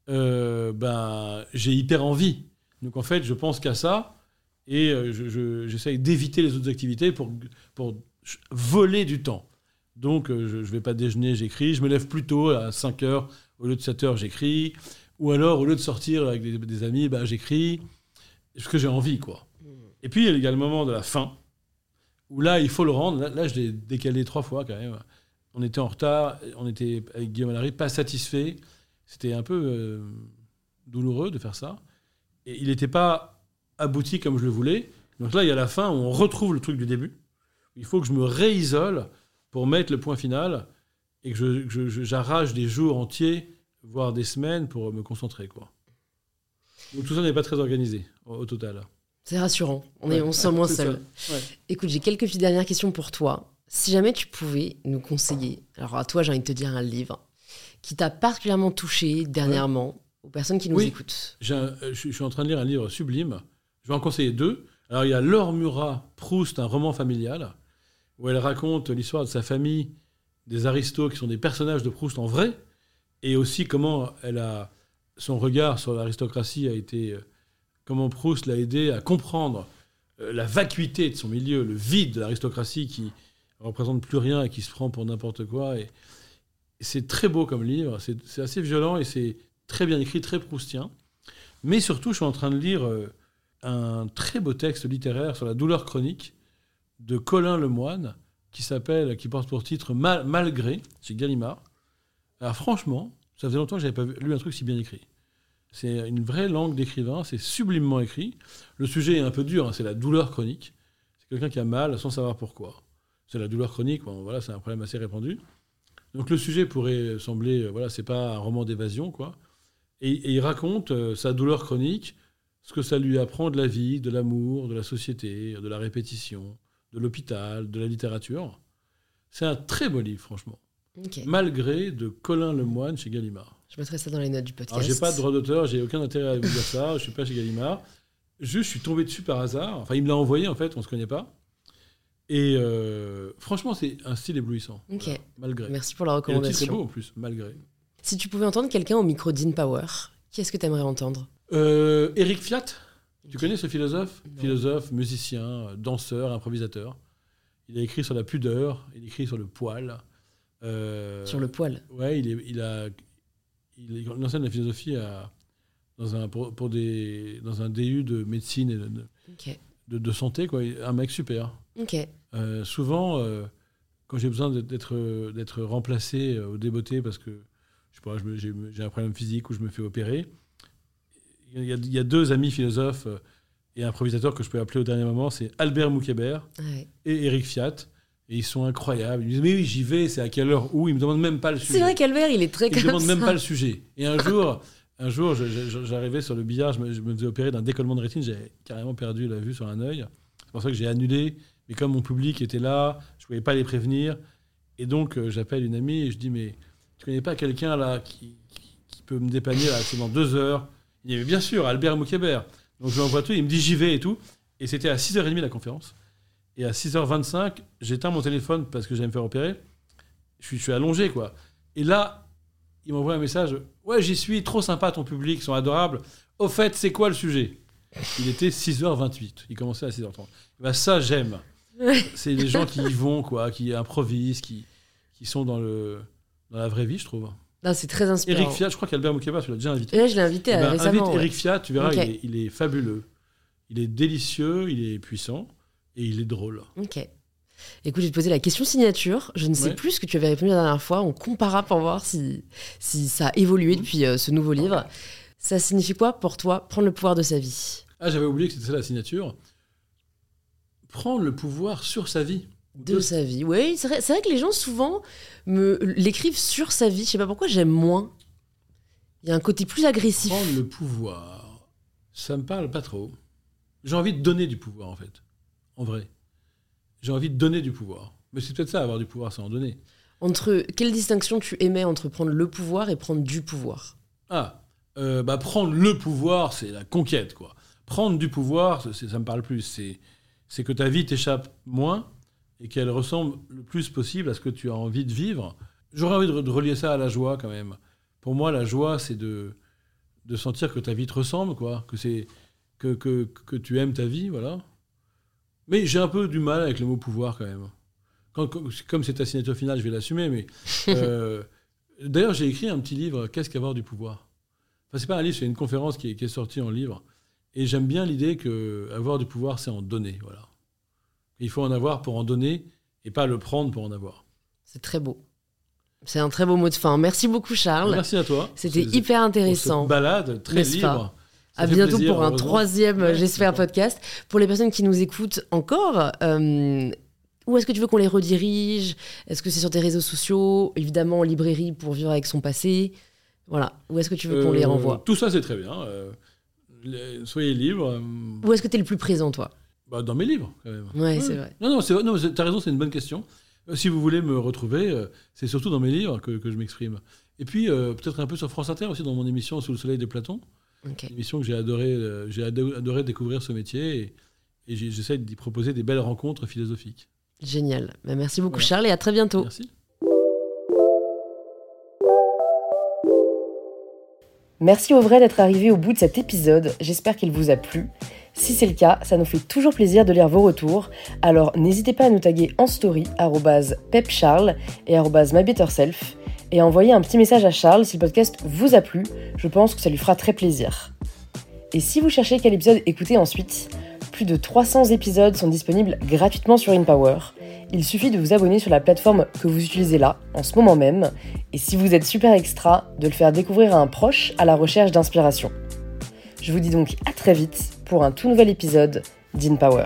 j'ai hyper envie. Donc en fait, je pense qu'à ça et j'essaye d'éviter les autres activités pour voler du temps. Donc je ne vais pas déjeuner, j'écris. Je me lève plus tôt, à 5 heures, au lieu de 7 heures, j'écris. Ou alors, au lieu de sortir avec des amis, j'écris. Parce que j'ai envie, quoi. Et puis, il y a le moment de la fin, où là, il faut le rendre. Là, je l'ai décalé 3 fois, quand même. On était en retard, on était avec Guillaume Allary, pas satisfait. C'était un peu douloureux de faire ça. Et il n'était pas abouti comme je le voulais. Donc là, il y a la fin où on retrouve le truc du début. Il faut que je me réisole pour mettre le point final et que j'arrache des jours entiers, voire des semaines, pour me concentrer, quoi. Donc tout ça n'est pas très organisé, au total. C'est rassurant, on se sent moins seul. Ouais. Écoute, j'ai quelques petites dernières questions pour toi. Si jamais tu pouvais nous conseiller, alors à toi j'ai envie de te dire un livre qui t'a particulièrement touché dernièrement, aux personnes qui nous écoutent. Je suis en train de lire un livre sublime, je vais en conseiller 2. Alors il y a Laure Murat, Proust, un roman familial, où elle raconte l'histoire de sa famille, des aristos qui sont des personnages de Proust en vrai, et aussi comment son regard sur l'aristocratie a été... comment Proust l'a aidé à comprendre la vacuité de son milieu, le vide de l'aristocratie qui ne représente plus rien et qui se prend pour n'importe quoi. Et c'est très beau comme livre, c'est assez violent et c'est très bien écrit, très proustien. Mais surtout, je suis en train de lire un très beau texte littéraire sur la douleur chronique de Colin Lemoine qui porte pour titre Malgré, chez Gallimard. Alors franchement, ça faisait longtemps que je n'avais pas lu un truc si bien écrit. C'est une vraie langue d'écrivain, c'est sublimement écrit. Le sujet est un peu dur, c'est la douleur chronique. C'est quelqu'un qui a mal sans savoir pourquoi. C'est la douleur chronique, voilà, c'est un problème assez répandu. Donc le sujet pourrait sembler, c'est pas un roman d'évasion, quoi. Et il raconte sa douleur chronique, ce que ça lui apprend de la vie, de l'amour, de la société, de la répétition, de l'hôpital, de la littérature. C'est un très beau livre, franchement. Okay. Malgré de Colin Lemoine chez Gallimard. Je mettrai ça dans les notes du podcast. Alors, j'ai pas de droit d'auteur, j'ai aucun intérêt à vous dire ça, je suis pas chez Gallimard. Je suis tombé dessus par hasard. Enfin, il me l'a envoyé, en fait, on se connaît pas. Et franchement, c'est un style éblouissant. Ok. Voilà, Malgré. Merci pour la recommandation. Et le titre est beau, en plus, Malgré. Si tu pouvais entendre quelqu'un au micro d'InPower, qui est-ce que tu aimerais entendre ? Éric Fiat. Tu connais ce philosophe ? Non. Philosophe, musicien, danseur, improvisateur. Il a écrit sur la pudeur, il a écrit sur le poil. Sur le poil. Ouais, il enseigne la philosophie dans un DU de médecine et de santé, quoi. Un mec super. Okay. Souvent, quand j'ai besoin d'être remplacé au débeauté parce que je sais pas, j'ai un problème physique ou je me fais opérer, il y a 2 amis philosophes et improvisateurs que je peux appeler au dernier moment, c'est Albert Moukébert et Éric Fiat. Et ils sont incroyables. Ils me disent, mais oui, j'y vais, c'est à quelle heure, où? Ils me demandent même pas le sujet. C'est vrai qu'Albert, il est très comme ça. Ils me demandent même pas le sujet. Et un jour, j'arrivais sur le billard, je me faisais opérer d'un décollement de rétine, j'avais carrément perdu la vue sur un œil. C'est pour ça que j'ai annulé. Mais comme mon public était là, je ne pouvais pas les prévenir. Et donc, j'appelle une amie et je dis, mais tu connais pas quelqu'un là qui peut me dépanner là, c'est dans 2 heures? Il y avait bien sûr Albert Moukébert. Donc je lui envoie tout, il me dit j'y vais et tout. Et c'était à 6h30 la conférence. Et à 6h25, j'éteins mon téléphone parce que j'allais me faire opérer. Je suis allongé, quoi. Et là, il m'envoie un message. Ouais, j'y suis, trop sympa ton public, ils sont adorables. Au fait, c'est quoi le sujet? Il était 6h28. Il commençait à 6h30. Et ben ça, j'aime. C'est les gens qui y vont, quoi, qui improvisent, qui sont dans la vraie vie, je trouve. Non, c'est très inspirant. Eric Fiat, je crois qu'Albert Moukébert, tu l'as déjà invité. Et là, je l'ai invité récemment. Invite Eric Fiat, tu verras, Okay. il est fabuleux. Il est délicieux, il est puissant et il est drôle. Ok. Écoute, je vais te poser la question signature. Je ne sais plus ce que tu avais répondu la dernière fois. On comparera pour voir si ça a évolué depuis ce nouveau livre. Ça signifie quoi pour toi, prendre le pouvoir de sa vie? Ah, j'avais oublié que c'était ça la signature. Prendre le pouvoir sur sa vie. De sa vie, oui. C'est vrai que les gens, souvent, l'écrivent sur sa vie. Je sais pas pourquoi, j'aime moins. Il y a un côté plus agressif. Prendre le pouvoir, ça me parle pas trop. J'ai envie de donner du pouvoir, en fait. En vrai. J'ai envie de donner du pouvoir. Mais c'est peut-être ça, avoir du pouvoir, c'est en donner. Quelle distinction tu émets entre prendre le pouvoir et prendre du pouvoir? Prendre le pouvoir, c'est la conquête, quoi. Prendre du pouvoir, ça me parle plus. C'est que ta vie t'échappe moins et qu'elle ressemble le plus possible à ce que tu as envie de vivre. J'aurais envie de relier ça à la joie, quand même. Pour moi, la joie, c'est de sentir que ta vie te ressemble, quoi. Que tu aimes ta vie, voilà. Mais j'ai un peu du mal avec le mot pouvoir, quand même. Comme c'est ta signature finale, je vais l'assumer, mais... D'ailleurs, j'ai écrit un petit livre, « Qu'est-ce qu'avoir du pouvoir ?» Enfin, c'est pas un livre, c'est une conférence qui est sortie en livre. Et j'aime bien l'idée qu'avoir du pouvoir, c'est en donner, voilà. Il faut en avoir pour en donner et pas le prendre pour en avoir. C'est très beau. C'est un très beau mot de fin. Merci beaucoup, Charles. Merci à toi. C'était hyper intéressant. Pour cette balade très libre. À bientôt pour un 3e, j'espère, podcast. Pour les personnes qui nous écoutent encore, où est-ce que tu veux qu'on les redirige? Est-ce que c'est sur tes réseaux sociaux? Évidemment, en librairie pour vivre avec son passé. Voilà. Où est-ce que tu veux qu'on les renvoie? Tout ça, c'est très bien. Soyez libres. Où est-ce que tu es le plus présent, toi? Dans mes livres, quand même. Ouais, c'est vrai. Non, t'as raison, c'est une bonne question. Si vous voulez me retrouver, c'est surtout dans mes livres que je m'exprime. Et puis, peut-être un peu sur France Inter aussi, dans mon émission Sous le soleil de Platon. Okay. Une émission que j'ai adoré découvrir ce métier et j'essaie d'y proposer des belles rencontres philosophiques. Génial. Merci beaucoup, Charles, et à très bientôt. Merci. Merci au vrai d'être arrivé au bout de cet épisode, j'espère qu'il vous a plu. Si c'est le cas, ça nous fait toujours plaisir de lire vos retours, alors n'hésitez pas à nous taguer en story @pepcharles et @mybetterself et à envoyer un petit message à Charles si le podcast vous a plu, je pense que ça lui fera très plaisir. Et si vous cherchez quel épisode écouter ensuite, plus de 300 épisodes sont disponibles gratuitement sur InPower. Il suffit de vous abonner sur la plateforme que vous utilisez là, en ce moment même, et si vous êtes super extra, de le faire découvrir à un proche à la recherche d'inspiration. Je vous dis donc à très vite pour un tout nouvel épisode d'InPower.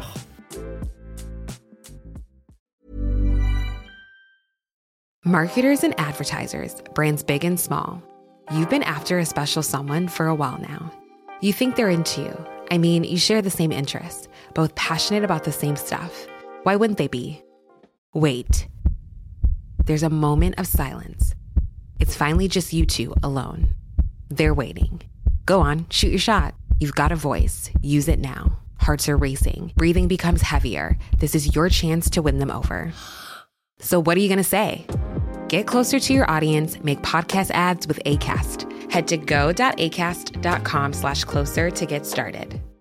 Marketers and advertisers, brands big and small. You've been after a special someone for a while now. You think they're into you. I mean, you share the same interests, both passionate about the same stuff. Why wouldn't they be? Wait. There's a moment of silence. It's finally just you two alone. They're waiting. Go on, shoot your shot. You've got a voice. Use it now. Hearts are racing. Breathing becomes heavier. This is your chance to win them over. So what are you going to say? Get closer to your audience. Make podcast ads with Acast. Head to go.acast.com/closer to get started.